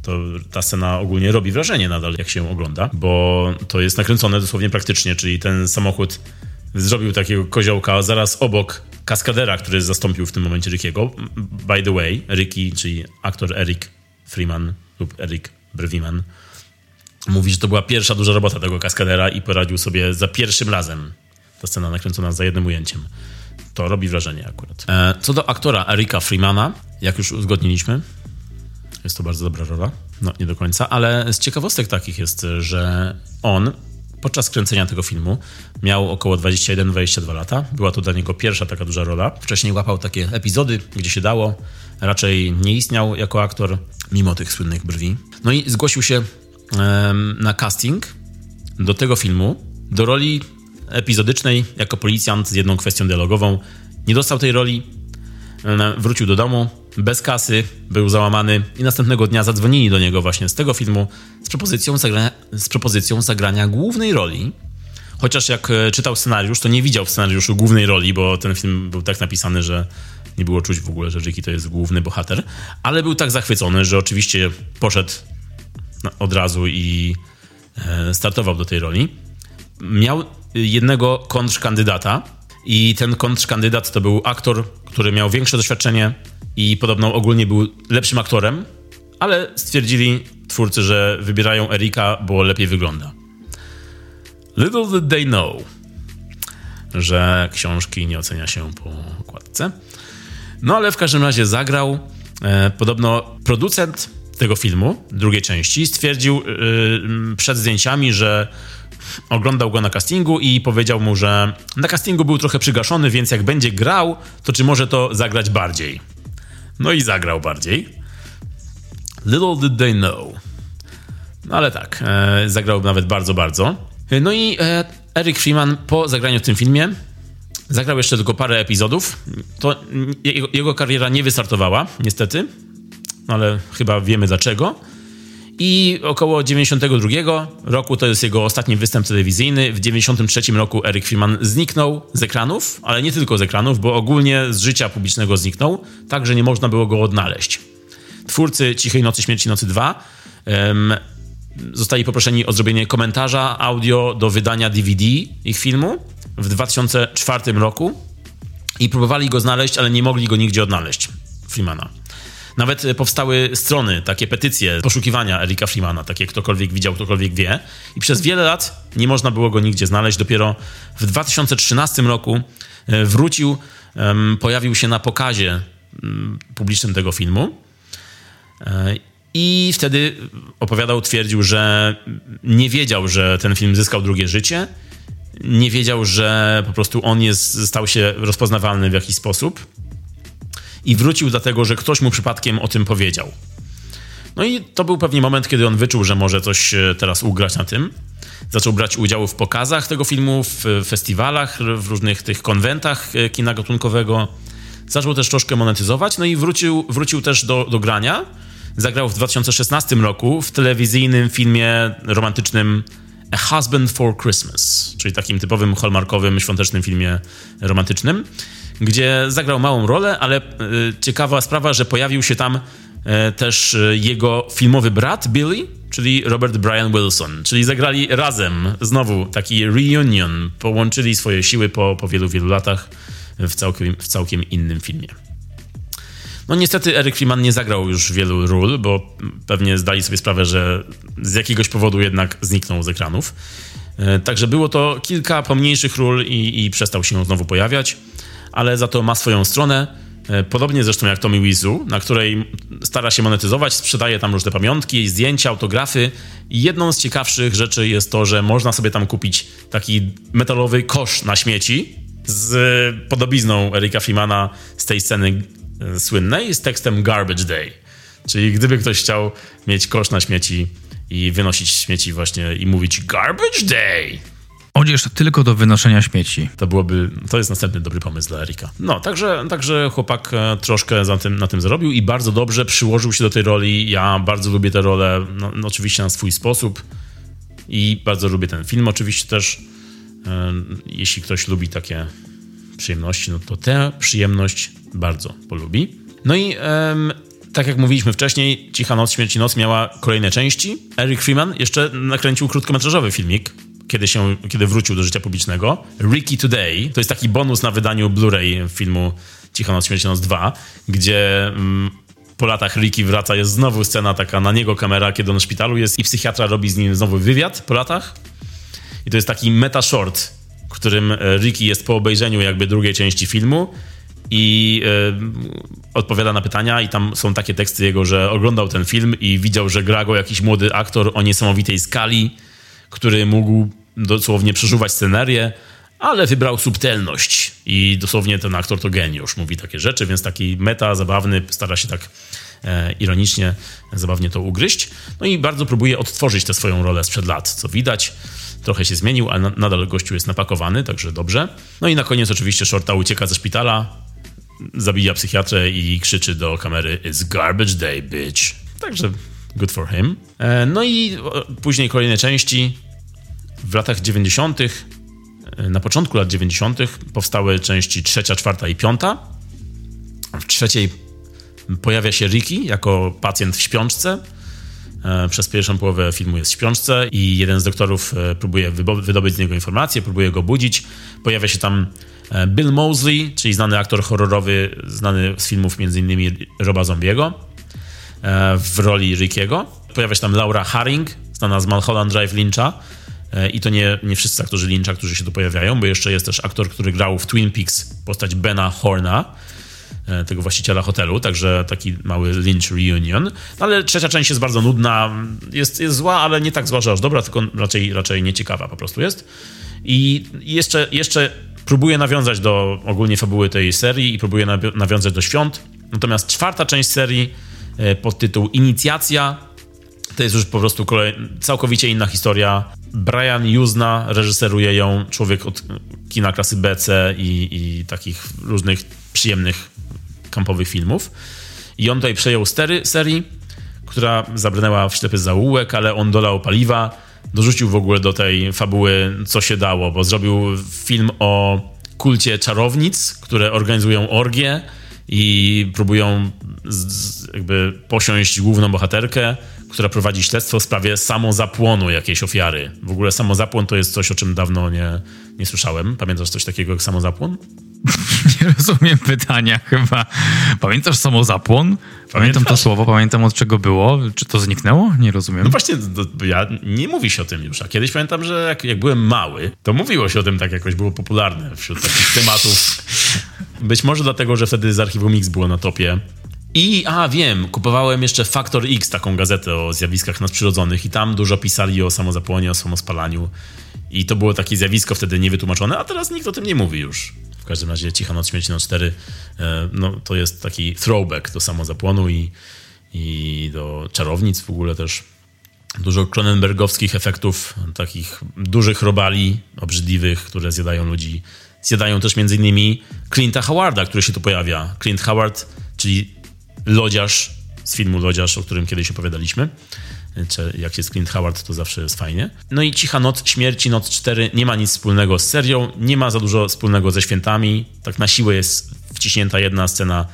To ta scena ogólnie robi wrażenie nadal, jak się ją ogląda, bo to jest nakręcone dosłownie praktycznie, czyli ten samochód zrobił takiego koziołka zaraz obok kaskadera, który zastąpił w tym momencie Rickiego. By the way, Ricky, czyli aktor Eric Freeman lub Eric Breviman, mówi, że to była pierwsza duża robota tego kaskadera i poradził sobie za pierwszym razem. Ta scena nakręcona za jednym ujęciem. To robi wrażenie akurat. E, co do aktora Erika Freemana, jak już uzgodniliśmy, jest to bardzo dobra rola. No, nie do końca, ale z ciekawostek takich jest, że on podczas kręcenia tego filmu miał około dwadzieścia jeden dwadzieścia dwa lata. Była to dla niego pierwsza taka duża rola. Wcześniej łapał takie epizody, gdzie się dało. Raczej nie istniał jako aktor, mimo tych słynnych brwi. No i zgłosił się um, na casting do tego filmu, do roli epizodycznej jako policjant z jedną kwestią dialogową. Nie dostał tej roli, wrócił do domu bez kasy, był załamany i następnego dnia zadzwonili do niego właśnie z tego filmu z propozycją zagrania, z propozycją zagrania głównej roli. Chociaż jak czytał scenariusz, to nie widział w scenariuszu głównej roli, bo ten film był tak napisany, że nie było czuć w ogóle, że Ricky to jest główny bohater, ale był tak zachwycony, że oczywiście poszedł od razu i startował do tej roli. Miał jednego kontrkandydata i ten kontrkandydat to był aktor, który miał większe doświadczenie i podobno ogólnie był lepszym aktorem, ale stwierdzili twórcy, że wybierają Erika, bo lepiej wygląda. Little did they know, że książki nie ocenia się po okładce. No ale w każdym razie zagrał. E, podobno producent tego filmu, drugiej części, stwierdził yy, przed zdjęciami, że oglądał go na castingu i powiedział mu, że na castingu był trochę przygaszony, więc jak będzie grał, to czy może to zagrać bardziej? No i zagrał bardziej. Little did they know. No ale tak, e, zagrał nawet bardzo, bardzo. No i e, Eric Freeman po zagraniu w tym filmie zagrał jeszcze tylko parę epizodów. To jego, jego kariera nie wystartowała, niestety, ale chyba wiemy dlaczego. I około dziewięćdziesiątego drugiego roku to jest jego ostatni występ telewizyjny. W dziewięćdziesiątym trzecim roku Eric Freeman zniknął z ekranów, ale nie tylko z ekranów, bo ogólnie z życia publicznego zniknął, tak że nie można było go odnaleźć. Twórcy Cichej Nocy, Śmierci Nocy dwa um, zostali poproszeni o zrobienie komentarza audio do wydania D V D ich filmu w dwa tysiące czwartym roku i próbowali go znaleźć, ale nie mogli go nigdzie odnaleźć, Freemana. Nawet powstały strony, takie petycje poszukiwania Erika Freemana, takie ktokolwiek widział, ktokolwiek wie. I przez wiele lat nie można było go nigdzie znaleźć. Dopiero w dwa tysiące trzynastym roku wrócił, um, pojawił się na pokazie um, publicznym tego filmu. I wtedy opowiadał, twierdził, że nie wiedział, że ten film zyskał drugie życie. Nie wiedział, że po prostu on jest, stał się rozpoznawalny w jakiś sposób. I wrócił dlatego, że ktoś mu przypadkiem o tym powiedział. No i to był pewnie moment, kiedy on wyczuł, że może coś teraz ugrać na tym. Zaczął brać udział w pokazach tego filmu, w festiwalach, w różnych tych konwentach kina gatunkowego. Zaczął też troszkę monetyzować, no i wrócił, wrócił też do, do grania. Zagrał w dwa tysiące szesnastym roku w telewizyjnym filmie romantycznym A Husband for Christmas, czyli takim typowym hallmarkowym, świątecznym filmie romantycznym, gdzie zagrał małą rolę, ale y, ciekawa sprawa, że pojawił się tam y, też y, jego filmowy brat Billy, czyli Robert Brian Wilson, czyli zagrali razem znowu taki reunion, połączyli swoje siły po, po wielu, wielu latach w całkiem, w całkiem innym filmie. No niestety Eric Freeman nie zagrał już wielu ról, bo pewnie zdali sobie sprawę, że z jakiegoś powodu jednak zniknął z ekranów. Y, także było to kilka pomniejszych ról i, i przestał się znowu pojawiać. Ale za to ma swoją stronę, podobnie zresztą jak Tommy Wiseau, na której stara się monetyzować, sprzedaje tam różne pamiątki, zdjęcia, autografy. I jedną z ciekawszych rzeczy jest to, że można sobie tam kupić taki metalowy kosz na śmieci z podobizną Erika Freemana z tej sceny słynnej z tekstem Garbage Day. Czyli gdyby ktoś chciał mieć kosz na śmieci i wynosić śmieci właśnie i mówić Garbage Day, odzież tylko do wynoszenia śmieci. To byłoby, to jest następny dobry pomysł dla Erika. No, także, także chłopak troszkę za tym, na tym zarobił i bardzo dobrze przyłożył się do tej roli. Ja bardzo lubię tę rolę, no, no, oczywiście na swój sposób i bardzo lubię ten film oczywiście też. E, jeśli ktoś lubi takie przyjemności, no to tę przyjemność bardzo polubi. No i e, tak jak mówiliśmy wcześniej, Cicha Noc, Śmierci Noc miała kolejne części. Eric Freeman jeszcze nakręcił krótkometrażowy filmik, kiedy, się, kiedy wrócił do życia publicznego. Ricky Today, to jest taki bonus na wydaniu Blu-ray filmu Cicha Noc, Śmierci Noc dwa, gdzie mm, po latach Ricky wraca, jest znowu scena taka na niego kamera, kiedy on w szpitalu jest i psychiatra robi z nim znowu wywiad po latach. I to jest taki meta-short, w którym Ricky jest po obejrzeniu jakby drugiej części filmu i y, odpowiada na pytania i tam są takie teksty jego, że oglądał ten film i widział, że gra go jakiś młody aktor o niesamowitej skali, który mógł dosłownie przeżuwać scenerię, ale wybrał subtelność i dosłownie ten aktor to geniusz, mówi takie rzeczy, więc taki meta, zabawny, stara się tak e, ironicznie, zabawnie to ugryźć. No i bardzo próbuje odtworzyć tę swoją rolę sprzed lat, co widać. Trochę się zmienił, ale nadal gościu jest napakowany, także dobrze. No i na koniec oczywiście Shorta ucieka ze szpitala, zabija psychiatrę i krzyczy do kamery "It's garbage day, bitch". Także good for him. E, no i o, później kolejne części. W latach dziewięćdziesiątych, na początku lat dziewięćdziesiątych powstały części trzecia, czwarta i piąta. W trzeciej pojawia się Ricky jako pacjent w śpiączce. Przez pierwszą połowę filmu jest w śpiączce i jeden z doktorów próbuje wydobyć z niego informacje, próbuje go budzić. Pojawia się tam Bill Moseley, czyli znany aktor horrorowy, znany z filmów między innymi Roba Zombiego w roli Rickiego. Pojawia się tam Laura Harring, znana z Mulholland Drive Lyncha. I to nie, nie wszyscy aktorzy Lyncha, którzy się tu pojawiają, bo jeszcze jest też aktor, który grał w Twin Peaks postać Bena Horna, tego właściciela hotelu, także taki mały Lynch reunion. No ale trzecia część jest bardzo nudna, jest, jest zła, ale nie tak zła, że aż dobra, tylko raczej, raczej nieciekawa po prostu jest. I jeszcze, jeszcze próbuje nawiązać do ogólnie fabuły tej serii i próbuje nawiązać do świąt. Natomiast czwarta część serii pod tytuł Inicjacja to jest już po prostu kolej, całkowicie inna historia. Brian Yuzna reżyseruje ją, człowiek od kina klasy B C i, i takich różnych przyjemnych, kampowych filmów. I on tutaj przejął stery serii, która zabrnęła w ślepy zaułek, ale on dolał paliwa, dorzucił w ogóle do tej fabuły co się dało, bo zrobił film o kulcie czarownic, które organizują orgie i próbują z, z, jakby posiąść główną bohaterkę, która prowadzi śledztwo w sprawie samozapłonu jakiejś ofiary. W ogóle samozapłon to jest coś, o czym dawno nie, nie słyszałem. Pamiętasz coś takiego jak samozapłon? Nie rozumiem pytania chyba. Pamiętasz samozapłon? Pamiętam Pamiętasz? to słowo, pamiętam od czego było. Czy to zniknęło? Nie rozumiem. No właśnie, to, ja nie mówi się o tym już. A kiedyś pamiętam, że jak, jak byłem mały, to mówiło się o tym tak jakoś, było popularne wśród takich tematów. Być może dlatego, że wtedy z Archiwum X było na topie. I, a wiem, kupowałem jeszcze Faktor X, taką gazetę o zjawiskach nadprzyrodzonych i tam dużo pisali o samozapłonie, o samospalaniu. I to było takie zjawisko wtedy niewytłumaczone, a teraz nikt o tym nie mówi już. W każdym razie Cicha Noc, Śmierci Noc cztery, no to jest taki throwback do samozapłonu i, i do czarownic w ogóle też. Dużo Cronenbergowskich efektów, takich dużych robali obrzydliwych, które zjadają ludzi. Zjadają też między innymi Clint'a Howarda, który się tu pojawia. Clint Howard, czyli lodziarz z filmu Lodziarz, o którym kiedyś opowiadaliśmy. Jak jest Clint Howard, to zawsze jest fajnie. No i Cicha Noc, Śmierci Noc cztery nie ma nic wspólnego z serią, nie ma za dużo wspólnego ze świętami. Tak na siłę jest wciśnięta jedna scena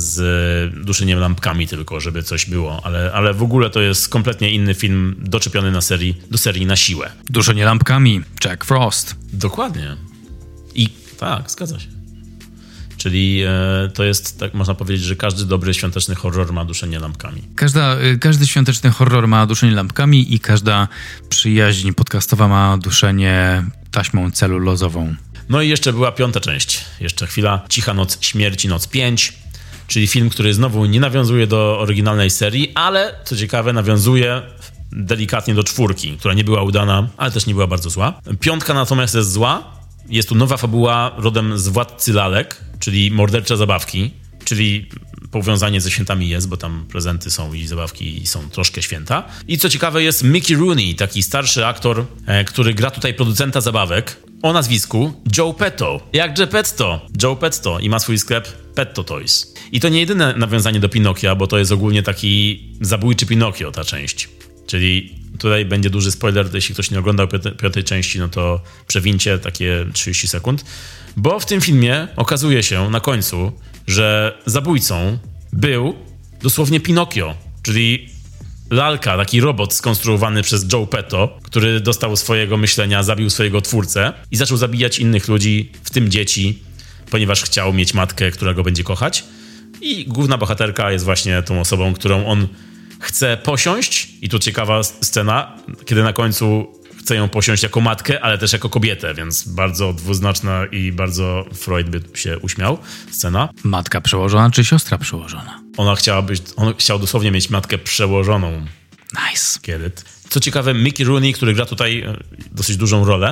z duszeniem lampkami tylko, żeby coś było, ale, ale w ogóle to jest kompletnie inny film doczepiony na serii, do serii na siłę. Duszenie lampkami, Jack Frost. Dokładnie. I tak, zgadza się. Czyli e, to jest, tak można powiedzieć, że każdy dobry świąteczny horror ma duszenie lampkami. Każda, każdy świąteczny horror ma duszenie lampkami i każda przyjaźń podcastowa ma duszenie taśmą celulozową. No i jeszcze była piąta część. Jeszcze chwila. Cicha Noc, Śmierci Noc pięć, czyli film, który znowu nie nawiązuje do oryginalnej serii, ale co ciekawe nawiązuje delikatnie do czwórki, która nie była udana, ale też nie była bardzo zła. Piątka natomiast jest zła. Jest tu nowa fabuła rodem z Władcy Lalek, czyli Mordercze zabawki, czyli powiązanie ze świętami jest, bo tam prezenty są i zabawki są troszkę święta. I co ciekawe jest Mickey Rooney, taki starszy aktor, e, który gra tutaj producenta zabawek o nazwisku Joe Petto. Jak Geppetto, Joe Petto i ma swój sklep Petto Toys. I to nie jedyne nawiązanie do Pinokia, bo to jest ogólnie taki zabójczy Pinokio, ta część. Czyli tutaj będzie duży spoiler, jeśli ktoś nie oglądał piątej części, no to przewincie takie trzydzieści sekund. Bo w tym filmie okazuje się na końcu, że zabójcą był dosłownie Pinokio, czyli lalka, taki robot skonstruowany przez Joe Petto, który dostał swojego myślenia, zabił swojego twórcę i zaczął zabijać innych ludzi, w tym dzieci, ponieważ chciał mieć matkę, która go będzie kochać. I główna bohaterka jest właśnie tą osobą, którą on chce posiąść. I tu ciekawa scena, kiedy na końcu chce ją posiąść jako matkę, ale też jako kobietę, więc bardzo dwuznaczna i bardzo Freud by się uśmiał scena. Matka przełożona czy siostra przełożona? Ona chciała być, on chciał dosłownie mieć matkę przełożoną. Nice. Get it. Co ciekawe, Mickey Rooney, który gra tutaj dosyć dużą rolę,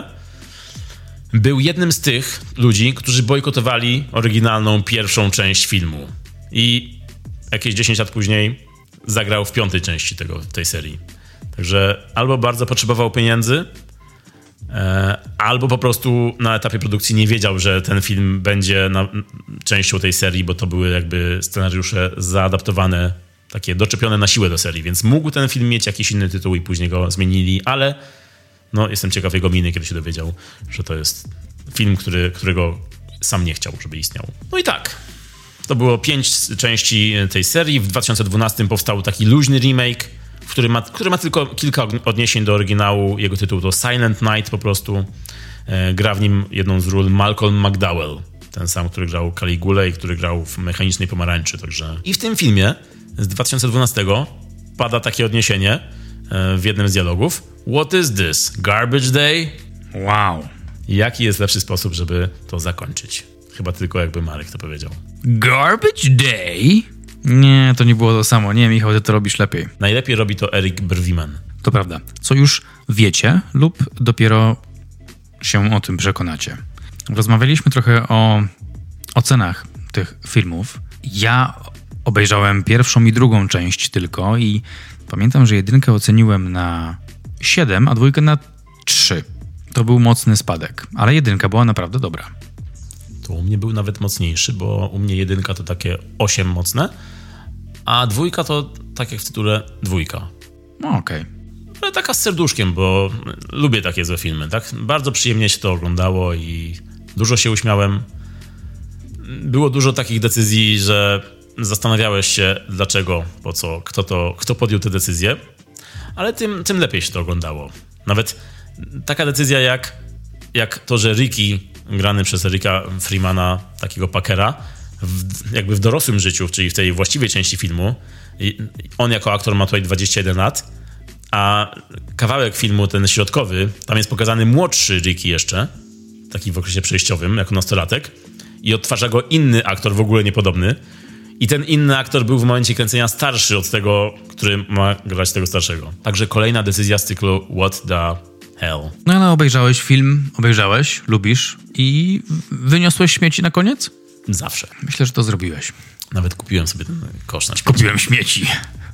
był jednym z tych ludzi, którzy bojkotowali oryginalną pierwszą część filmu. I jakieś dziesięć lat później zagrał w piątej części tego, tej serii. Także albo bardzo potrzebował pieniędzy, e, albo po prostu na etapie produkcji nie wiedział, że ten film będzie na, częścią tej serii, bo to były jakby scenariusze zaadaptowane, takie doczepione na siłę do serii, więc mógł ten film mieć jakiś inny tytuł i później go zmienili, ale no, jestem ciekaw jego miny, kiedy się dowiedział, że to jest film, który, którego sam nie chciał, żeby istniał. No i tak. To było pięć części tej serii. W dwa tysiące dwunastym powstał taki luźny remake, który ma, który ma tylko kilka odniesień do oryginału. Jego tytuł to Silent Night po prostu. E, gra w nim jedną z ról Malcolm McDowell. Ten sam, który grał Caligulę i który grał w Mechanicznej Pomarańczy. Także. I w tym filmie z dwa tysiące dwunastego pada takie odniesienie e, w jednym z dialogów. What is this? Garbage day? Wow. Jaki jest lepszy sposób, żeby to zakończyć? Chyba tylko jakby Marek to powiedział. Garbage day? Nie, to nie było to samo. Nie, Michał, ty to robisz lepiej. Najlepiej robi to Eric Berwiman. To prawda. Co już wiecie lub dopiero się o tym przekonacie. Rozmawialiśmy trochę o ocenach tych filmów. Ja obejrzałem pierwszą i drugą część tylko i pamiętam, że jedynkę oceniłem na siedem, a dwójkę na trzy. To był mocny spadek, ale jedynka była naprawdę dobra. To u mnie był nawet mocniejszy, bo u mnie jedynka to takie osiem mocne, a dwójka to, tak jak w tytule, dwójka. No okej. Okay. Ale taka z serduszkiem, bo lubię takie złe filmy, tak? Bardzo przyjemnie się to oglądało i dużo się uśmiałem. Było dużo takich decyzji, że zastanawiałeś się, dlaczego, po co, kto to, kto podjął te decyzje, ale tym, tym lepiej się to oglądało. Nawet taka decyzja jak, jak to, że Ricky, grany przez Erika Freemana, takiego Packera, w, jakby w dorosłym życiu, czyli w tej właściwej części filmu, on jako aktor ma tutaj dwadzieścia jeden lat, a kawałek filmu, ten środkowy, tam jest pokazany młodszy Ricky jeszcze, taki w okresie przejściowym, jako nastolatek, i odtwarza go inny aktor, w ogóle niepodobny. I ten inny aktor był w momencie kręcenia starszy od tego, który ma grać tego starszego. Także kolejna decyzja z cyklu What the hell. No ale obejrzałeś film, obejrzałeś, lubisz i wyniosłeś śmieci na koniec? Zawsze. Myślę, że to zrobiłeś. Nawet kupiłem sobie ten kosz na śmieci. Kupiłem śmieci.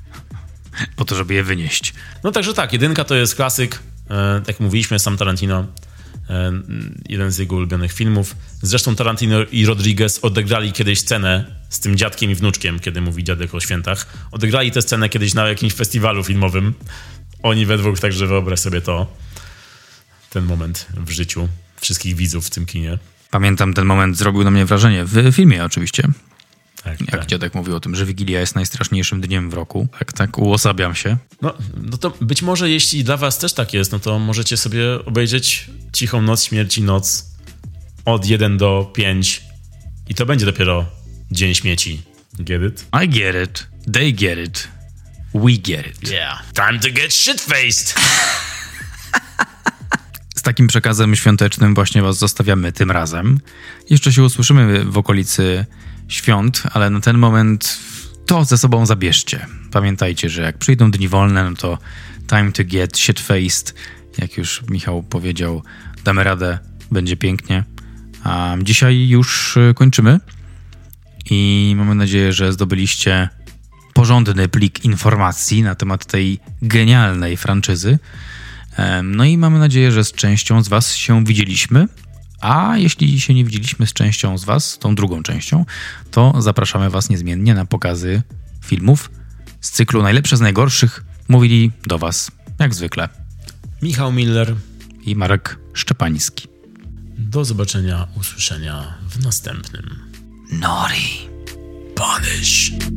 Po to, żeby je wynieść. No także tak, jedynka to jest klasyk. E, jak mówiliśmy, sam Tarantino. E, jeden z jego ulubionych filmów. Zresztą Tarantino i Rodriguez odegrali kiedyś scenę z tym dziadkiem i wnuczkiem, kiedy mówi dziadek o świętach. Odegrali tę scenę kiedyś na jakimś festiwalu filmowym. Oni we dwóch, także wyobraź sobie to. Ten moment w życiu wszystkich widzów w tym kinie. Pamiętam, ten moment zrobił na mnie wrażenie. W filmie oczywiście. Tak, Jak tak. dziadek mówił o tym, że Wigilia jest najstraszniejszym dniem w roku. Tak, tak, uosabiam się. No, no to być może jeśli dla was też tak jest, no to możecie sobie obejrzeć Cichą Noc Śmierci Noc od jeden do pięć i to będzie dopiero Dzień Śmieci. Get it? I get it. They get it. We get it. Yeah. Time to get shit-faced! Z takim przekazem świątecznym właśnie was zostawiamy tym razem. Jeszcze się usłyszymy w okolicy świąt, ale na ten moment to ze sobą zabierzcie. Pamiętajcie, że jak przyjdą dni wolne, no to time to get shit-faced. Jak już Michał powiedział, damy radę, będzie pięknie. A dzisiaj już kończymy i mamy nadzieję, że zdobyliście porządny plik informacji na temat tej genialnej franczyzy. No i mamy nadzieję, że z częścią z was się widzieliśmy, a jeśli się nie widzieliśmy z częścią z was, tą drugą częścią, to zapraszamy was niezmiennie na pokazy filmów z cyklu Najlepsze z najgorszych. Mówili do was, jak zwykle, Michał Miller i Marek Szczepański. Do zobaczenia, usłyszenia w następnym. Nori. Punish.